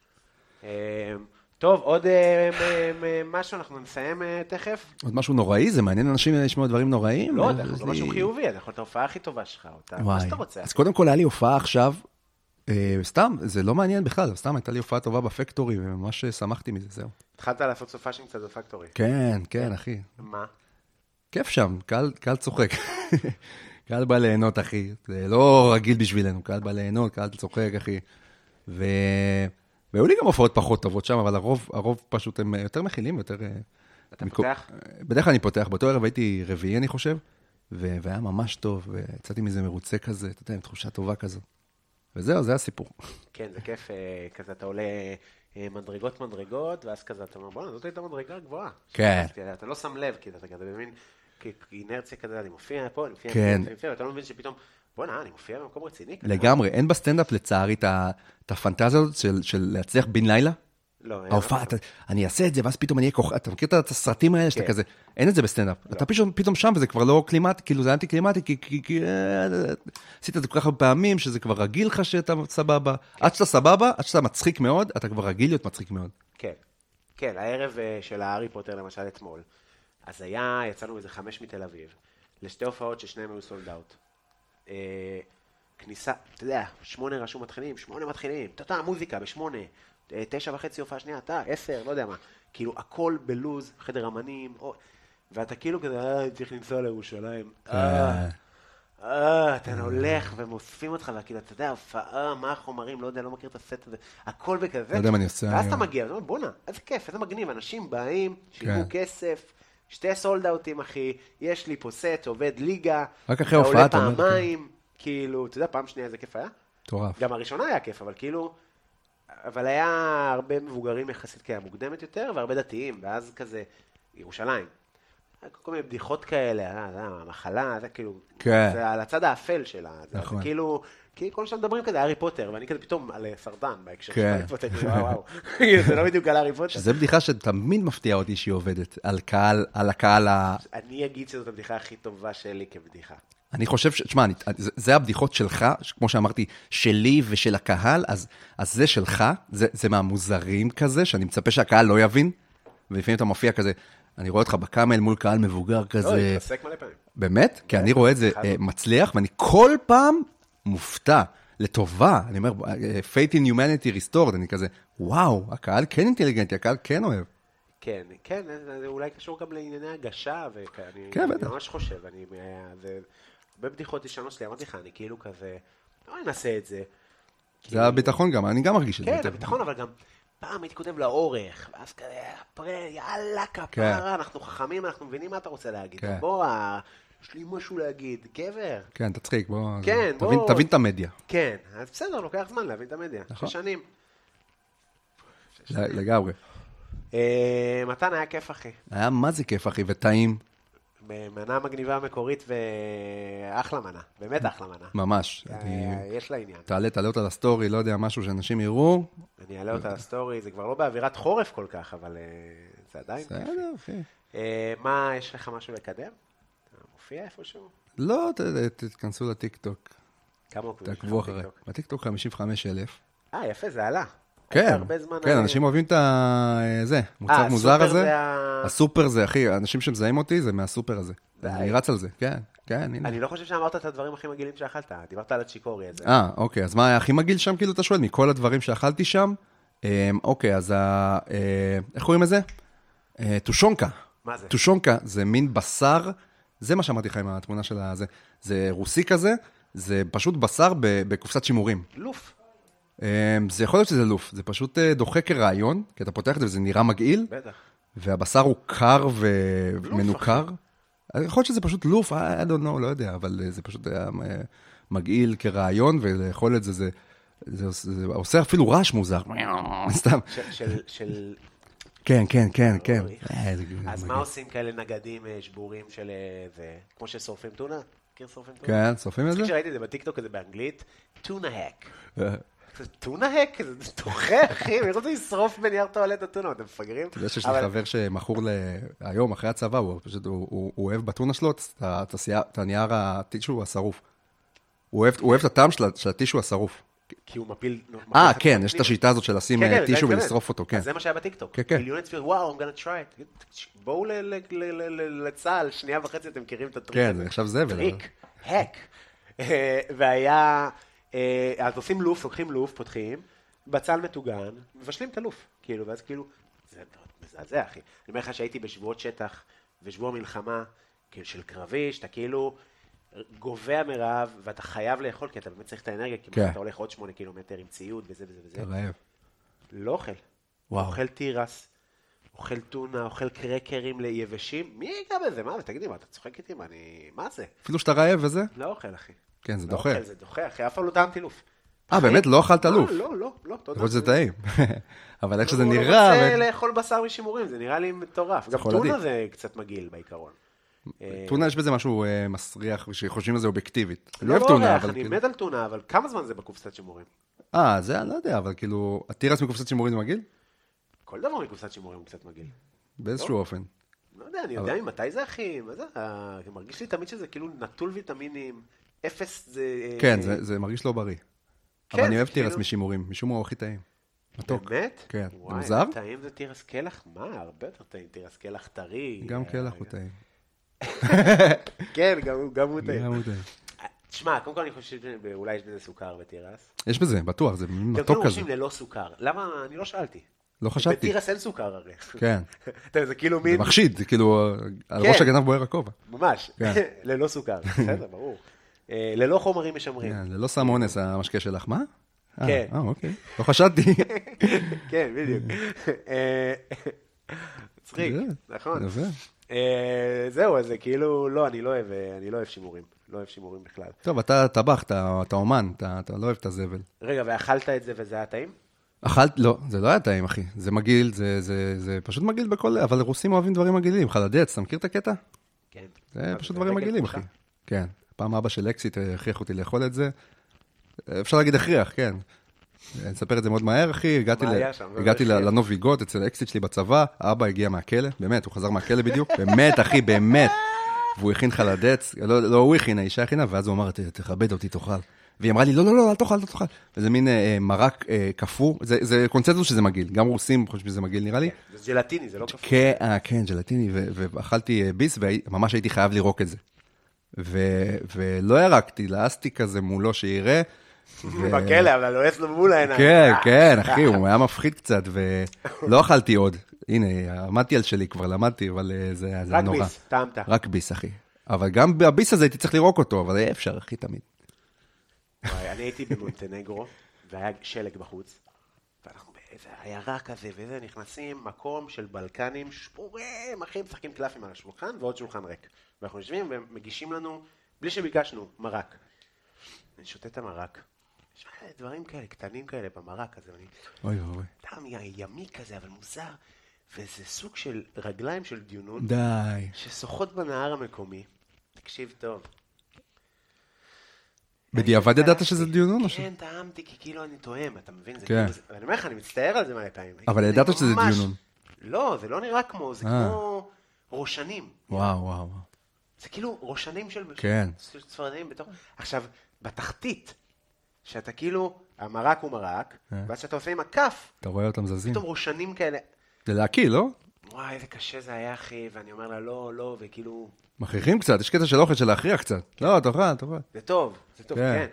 טוב, עוד משהו, אנחנו נסיים תכף. עוד משהו נוראי? זה מעניין אנשים לשמוע דברים נוראים? לא, זה משהו חיובי, זה יכול להיות ההופעה הכי טובה שלך, מה שאתה רוצה. אז קודם כל היה לי הופעה עכשיו, סתם, זה לא מעניין בכלל, סתם הייתה לי הופעה טובה בפקטורי, וממש שמחתי מזה, זהו. התחלת לעשות סופאשים קצת בפקטורי. כן, כן, אחי. מה? כיף שם, קהל צוחק. קהל בא ליהנות, אחי. זה לא רגיל בשבילנו, קהל בא ליהנות, קהל צוחק, אחי. ו... והיו לי גם הופעות פחות טובות שם, אבל הרוב, הרוב פשוט הם יותר מכילים, יותר... אתה פותח? בדרך כלל אני פותח, באותו ערב הייתי רביעי, אני חושב, והיה ממש טוב, ויצאתי מזה מרוצה כזה, אתה יודע, עם תחושה טובה כזו. וזהו, זה הסיפור. כן, זה כיף, כזה אתה עולה מדרגות מדרגות, ואז כזה אתה אומר, בוא, זאת הייתה מדרגה גבוהה. כן. אתה לא שם לב, כי אתה כזה מבין, כאינרציה כזה, אני מופיע פה, אני מופיע פה, ואתה לא מבין שפתאום, בוא נע, אני מופיע במקום רציני. לגמרי, אין בסטנדאפ לצערי את הפנטזיה הזאת של להצליח בן לילה? לא, אין. ההופעה, אני אעשה את זה, ואז פתאום אני אהיה כוכב, אתה מכיר את הסרטים האלה שאתה כזה, אין את זה בסטנדאפ. אתה פתאום שם, וזה כבר לא קלימטי, כאילו זה אנטי קלימטי, כי עשית את זה כל כך הרבה פעמים, שזה כבר רגיל לך שאתה סבבה. עד שאתה סבבה, עד שאתה מצחיק מאוד, אתה כבר רגיל להיות מצחיק מאוד. כן, כן, הערב של הארי פוטר למשל אתמול, אז היה, יצאנו איזה חמש מתל אביב, לשתי הופעות ששניהם היו סולד אאוט. כניסה, אתה יודע, שמונה רשום מתחילים, שמונה מתחילים, אתה מוזיקה בשמונה, תשע וחצי הופעה שנייה, אתה, עשר, לא יודע מה. כאילו, הכל בלוז, חדר אמנים, ואתה כאילו כזה, אה, צריך לנסוע לירושלים. אה, אה, אתה הולך ומוספים אותך, וכאילו, אתה יודע, הופעה, מה החומרים, לא יודע, לא מכיר את הסט הזה, הכל בכזה. לא יודע מה אני עושה. ואז אתה מגיע, אתה אומר, בונה, איזה כיף, איזה מגניב, אנשים באים, שילמו כסף, שתי סולד אאוטים, אחי, יש לי פה סט, עובד ליגה, רק אחרי הופעה, אתה עולה פעמיים, כאילו, אתה יודע, פעם שנייה איזה כיף היה? טורף. גם הראשונה היה כיף, אבל כאילו, אבל היה הרבה מבוגרים יחסית כאלה מוקדמת יותר, והרבה דתיים, ואז כזה, ירושלים. כל מיני בדיחות כאלה, המחלה, זה כאילו, זה על הצד האפל שלה. זה כאילו, כי כל שם מדברים כזה, הארי פוטר, ואני כזה פתאום על סרטן, בהקשר של הארי פוטר, וואו, וואו. זה לא בדיוק על הארי פוטר. שזה בדיחה שתמיד מפתיעה אותי שהיא עובדת, על קהל, על הקהל ה... אני אגיד שזאת הבדיחה הכי טובה שלי כבדיחה. אני חושב ש... תשמע, זה הבדיחות שלך, כמו שאמרתי, שלי ושל הקהל, אז, אז זה שלך, זה, זה מהמוזרים כזה, שאני מצפה שהקהל לא יבין, ולפעמים אתה מופיע כזה, אני רואה אותך בקאמל מול קהל מבוגר כזה. לא, התעסק מלא פעמים. באמת? כי אני רואה את זה מצליח, ואני כל פעם מופתע, לטובה. אני אומר, faith in humanity restored, אני כזה, וואו, הקהל כן אינטליגנטי, הקהל כן אוהב. כן, כן, זה אולי קשור גם לענייני הגשה, ואני ממש חושב, אני... הרבה בדיחות ישנות שלי, אמרתי לך, אני כאילו כזה, לא ננסה את זה. זה הביטחון גם, אני גם מרגיש את זה. כן, הביטחון, אבל גם, פעם הייתי כותב לאורך, ואז כזה, פרה, יאללה, כפרה, אנחנו חכמים, אנחנו מבינים מה אתה רוצה להגיד. בוא, יש לי משהו להגיד, גבר. כן, תצחיק, בוא. כן, בוא. תבין את המדיה. כן, אז בסדר, לוקח זמן להבין את המדיה. שש שנים. לגמרי. מתן, היה כיף, אחי. היה מה זה כיף, אחי, וטעים. מנה מגניבה מקורית ואחלה מנה, באמת אחלה מנה. ממש. יש לה עניין. תעלה, תעלה אותה לסטורי, לא יודע, משהו שאנשים יראו. אני אעלה אותה לסטורי, זה כבר לא באווירת חורף כל כך, אבל זה עדיין כיף. בסדר, אחי. מה, יש לך משהו לקדם? אתה מופיע איפשהו? לא, תתכנסו לטיקטוק. כמה עוקבים? תעקבו אחרי. בטיקטוק חמישים וחמישה אלף. אה, יפה, זה עלה. כן, כן, אנשים אוהבים את זה, מוצר מוזר הזה. הסופר זה, אחי, האנשים שמזהים אותי זה מהסופר הזה. אני רץ על זה, כן, כן, הנה. אני לא חושב שאמרת את הדברים הכי מגעילים שאכלת, דיברת על הצ'יקורי הזה. אה, אוקיי, אז מה היה הכי מגעיל שם, כאילו אתה שואל, מכל הדברים שאכלתי שם? אוקיי, אז איך קוראים לזה? טושונקה. מה זה? טושונקה זה מין בשר, זה מה שאמרתי לך עם התמונה של הזה, זה רוסי כזה, זה פשוט בשר בקופסת שימורים. לוף. זה יכול להיות שזה לוף, זה פשוט דוחה כרעיון, כי אתה פותח את זה וזה נראה מגעיל, בטח. והבשר הוא קר ומנוכר. יכול להיות שזה פשוט לוף, I don't know, לא יודע, אבל זה פשוט היה מגעיל כרעיון, ולאכול את זה, זה, זה, זה עושה אפילו רעש מוזר, סתם. של, של... כן, כן, כן, כן. אז מה עושים כאלה נגדים שבורים של זה, כמו ששורפים טונה? מכיר שורפים טונה? כן, שורפים את זה? כשראיתי את זה בטיקטוק הזה באנגלית, טונה האק. טונה האק? זה דוחה, אחי, אני רוצה לשרוף בנייר טואלט הטונה, אתם מפגרים? אתה יודע שיש לי חבר שמכור היום, אחרי הצבא, הוא אוהב בטונה שלו את הנייר הטישו השרוף. הוא אוהב את הטעם של הטישו השרוף. כי הוא מפיל... אה, כן, יש את השיטה הזאת של לשים טישו ולשרוף אותו, כן. אז זה מה שהיה בטיקטוק. כן, כן. מיליון הצפיות, וואו, I'm gonna try it. בואו לצהל, שנייה וחצי, אתם מכירים את הטריק. כן, עכשיו זה. טריק, האק. והיה... אז עושים לוף, לוקחים לוף, פותחים, בצל מטוגן, מבשלים את הלוף, כאילו, ואז כאילו, זה מזעזע, אחי. אני אומר לך שהייתי בשבועות שטח, ושבוע מלחמה, כאילו, של קרבי, שאתה כאילו גובע מרעב, ואתה חייב לאכול, כי אתה באמת צריך את האנרגיה, כי אתה הולך עוד שמונה קילומטר עם ציוד, וזה וזה וזה. אתה רעב. לא אוכל. וואו. אוכל תירס, אוכל טונה, אוכל קרקרים ליבשים, מי ייגע בזה? מה? ותגידי, מה, אתה צוחק איתי? מה, אני... מה זה? אפילו שאתה רעב וזה? לא אוכל, אחי. כן, זה לא דוחה. אוכל, זה דוחה, אחי, אף פעם לא טעמתי לוף. אה, באמת? לא אכלת לוף? לא, לא, לא, תודה. יכול להיות שזה טעים. אבל איך שזה הוא נראה... לא רוצה לאכול בשר משימורים, זה נראה לי מטורף. גם טונה זה קצת מגעיל בעיקרון. טונה יש בזה משהו מסריח, שחושבים על זה אובייקטיבית. לא אורך, אני מת על טונה, אבל כמה זמן זה בקופסת שימורים? אה, זה אני לא יודע, אבל כאילו, התירס מקופסת שימורים זה מגעיל? כל דבר מקופסת שימורים הוא קצת מגעיל. באיזשהו אופן. לא יודע, אני יודע ממתי זה, אחי, מה זה? מרגיש לי תמיד שזה כאילו נטול ויטמינים, אפס זה... כן, זה מרגיש לא בריא. אבל אני אוהב תירס משימורים, משום מה הוא הכי טעים. מתוק. באמת? כן. וואי, מוזר? טעים זה תירס קלח? מה? הרבה יותר טעים, תירס קלח טרי. גם קלח הוא טעים. כן, גם הוא טעים. גם הוא טעים. תשמע, קודם כל אני חושב שאולי יש בזה סוכר בתירס. יש בזה, בטוח, זה מתוק כזה. גם כאילו חושבים ללא סוכר. למה? אני לא שאלתי. לא חשבתי. בתירס אין סוכר הרי. כן. זה כאילו מין... זה מחשיד, זה כאילו, על ראש הגנב בוער הכובע. ממש, ללא סוכר, בסדר, ברור. ללא חומרים משמרים. ללא סם אונס המשקה שלך, מה? כן. אה, אוקיי. לא חשדתי. כן, בדיוק. צחיק, נכון. זהו, אז זה כאילו, לא, אני לא אוהב, אני לא אוהב שימורים. לא אוהב שימורים בכלל. טוב, אתה טבח, אתה אומן, אתה לא אוהב את הזבל. רגע, ואכלת את זה וזה היה טעים? אכלת, לא, זה לא היה טעים, אחי. זה מגעיל, זה פשוט מגעיל בכל, אבל רוסים אוהבים דברים מגעילים. חלדץ, אתה מכיר את הקטע? כן. זה פשוט דברים מגעילים, אחי. כן. פעם אבא של אקסיט הכריח אותי לאכול את זה. אפשר להגיד הכריח, כן. אני אספר את זה מאוד מהר, אחי. הגעתי לנוביגות אצל אקסיט שלי בצבא, האבא הגיע מהכלא, באמת, הוא חזר מהכלא בדיוק. באמת, אחי, באמת. והוא הכין חלדץ, לא הוא הכין, האישה הכינה, ואז הוא אמר, תכבד אותי, תאכל. והיא אמרה לי, לא, לא, לא, אל תאכל, אל תאכל. וזה מין מרק קפוא, זה קונצנזוס שזה מגעיל. גם רוסים חושבים שזה מגעיל, נראה לי. זה ג'לטיני, זה לא קפוא. כן, ג'לטיני, ואכלתי ביס, וממש הייתי חייב לירוק את זה. ולא ירקתי, לעסתי כזה מולו שיראה. בכלא, אבל לא אצלו מול העיניים. כן, כן, אחי, הוא היה מפחיד קצת, ולא אכלתי עוד. הנה, עמדתי על שלי כבר, למדתי, אבל זה נורא. רק ביס, טעמת. רק ביס, אחי. אבל גם בביס הזה הייתי צריך לירוק אותו, אבל אי אפשר, אחי, תמיד. אני הייתי במונטנגרו, והיה שלג בחוץ, ואנחנו איזה עיירה כזה, וזה נכנסים מקום של בלקנים שפורים, אחי, משחקים קלפים על השולחן, ועוד שולחן ריק. ואנחנו יושבים ומגישים לנו, בלי שביקשנו, מרק. אני שותה את המרק. יש דברים כאלה, קטנים כאלה במרק הזה, ואני... אוי אוי. טעם ימי כזה, אבל מוזר. וזה סוג של רגליים של דיונון. די. ששוחות בנהר המקומי. תקשיב טוב. בדיעבד ידעת שזה דיונון? כן, טעמתי, כי כאילו אני טועם, אתה מבין? כן. אני אומר לך, אני מצטער על זה מלא פעמים. אבל ידעת שזה דיונון. לא, זה לא נראה כמו, זה כמו ראשנים. וואו, וואו. זה כאילו ראשנים של צפרדעים בתוך... עכשיו, בתחתית, שאתה כאילו, המרק הוא מרק, ואז שאתה עושה עם הכף, אתה רואה אותם זזים. פתאום ראשנים כאלה. זה להקיא, לא? וואי, איזה קשה זה היה, אחי, ואני אומר לה, לא, לא, וכאילו... מכריחים קצת, יש קטע של אוכל של להכריח קצת. לא, תאכל, תאכל. זה טוב, זה טוב, כן.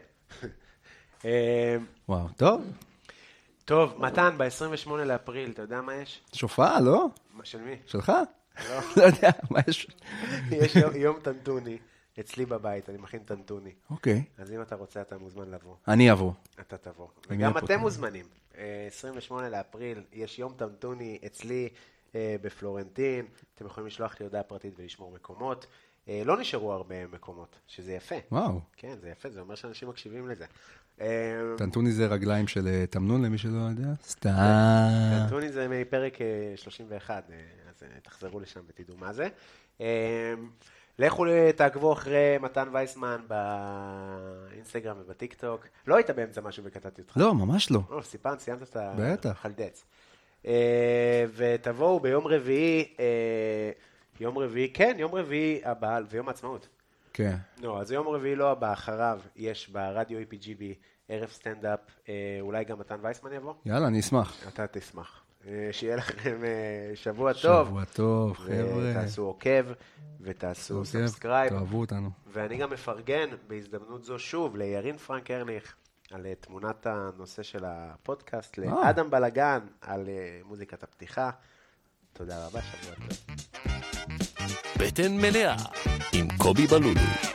וואו, טוב. טוב, מתן, ב-עשרים ושמונה לאפריל, אתה יודע מה יש? שופעה, לא? של מי? שלך? לא. לא יודע, מה יש? יש יום טנטוני, אצלי בבית, אני מכין טנטוני. אוקיי. אז אם אתה רוצה, אתה מוזמן לבוא. אני אבוא. אתה תבוא. וגם אתם מוזמנים. עשרים ושמונה לאפריל, יש יום טנטוני אצלי בפלורנטין. אתם יכולים לשלוח לי הודעה פרטית ולשמור מקומות. לא נשארו הרבה מקומות, שזה יפה. וואו. כן, זה יפה, זה אומר שאנשים מקשיבים לזה. טנטוני זה רגליים של תמנון, למי שלא יודע? סתם. טנטוני זה מפרק שלושים ואחת, אז תחזרו לשם ותדעו מה זה. לכו תעקבו אחרי מתן וייסמן באינסטגרם ובטיקטוק. לא היית באמצע משהו וקטעתי אותך. לא, ממש לא. לא, סיפן, סיימת את החלדץ. ותבואו ביום רביעי, יום רביעי, כן, יום רביעי הבא, ויום העצמאות. כן. לא, אז יום רביעי לא הבא, אחריו יש ברדיו אי פי ג'י בי ערב סטנדאפ, אולי גם מתן וייסמן יבוא? יאללה, אני אשמח. אתה תשמח. שיהיה לכם שבוע טוב. שבוע טוב, חבר'ה. ותעשו עוקב, ותעשו סאבסקרייב. תאהבו אותנו. ואני גם מפרגן בהזדמנות זו שוב לירין פרנק ארליך, על תמונת הנושא של הפודקאסט, לאדם בלגן, על מוזיקת הפתיחה. תודה רבה, שבוע טוב. בטן מלאה עם קובי בלולו.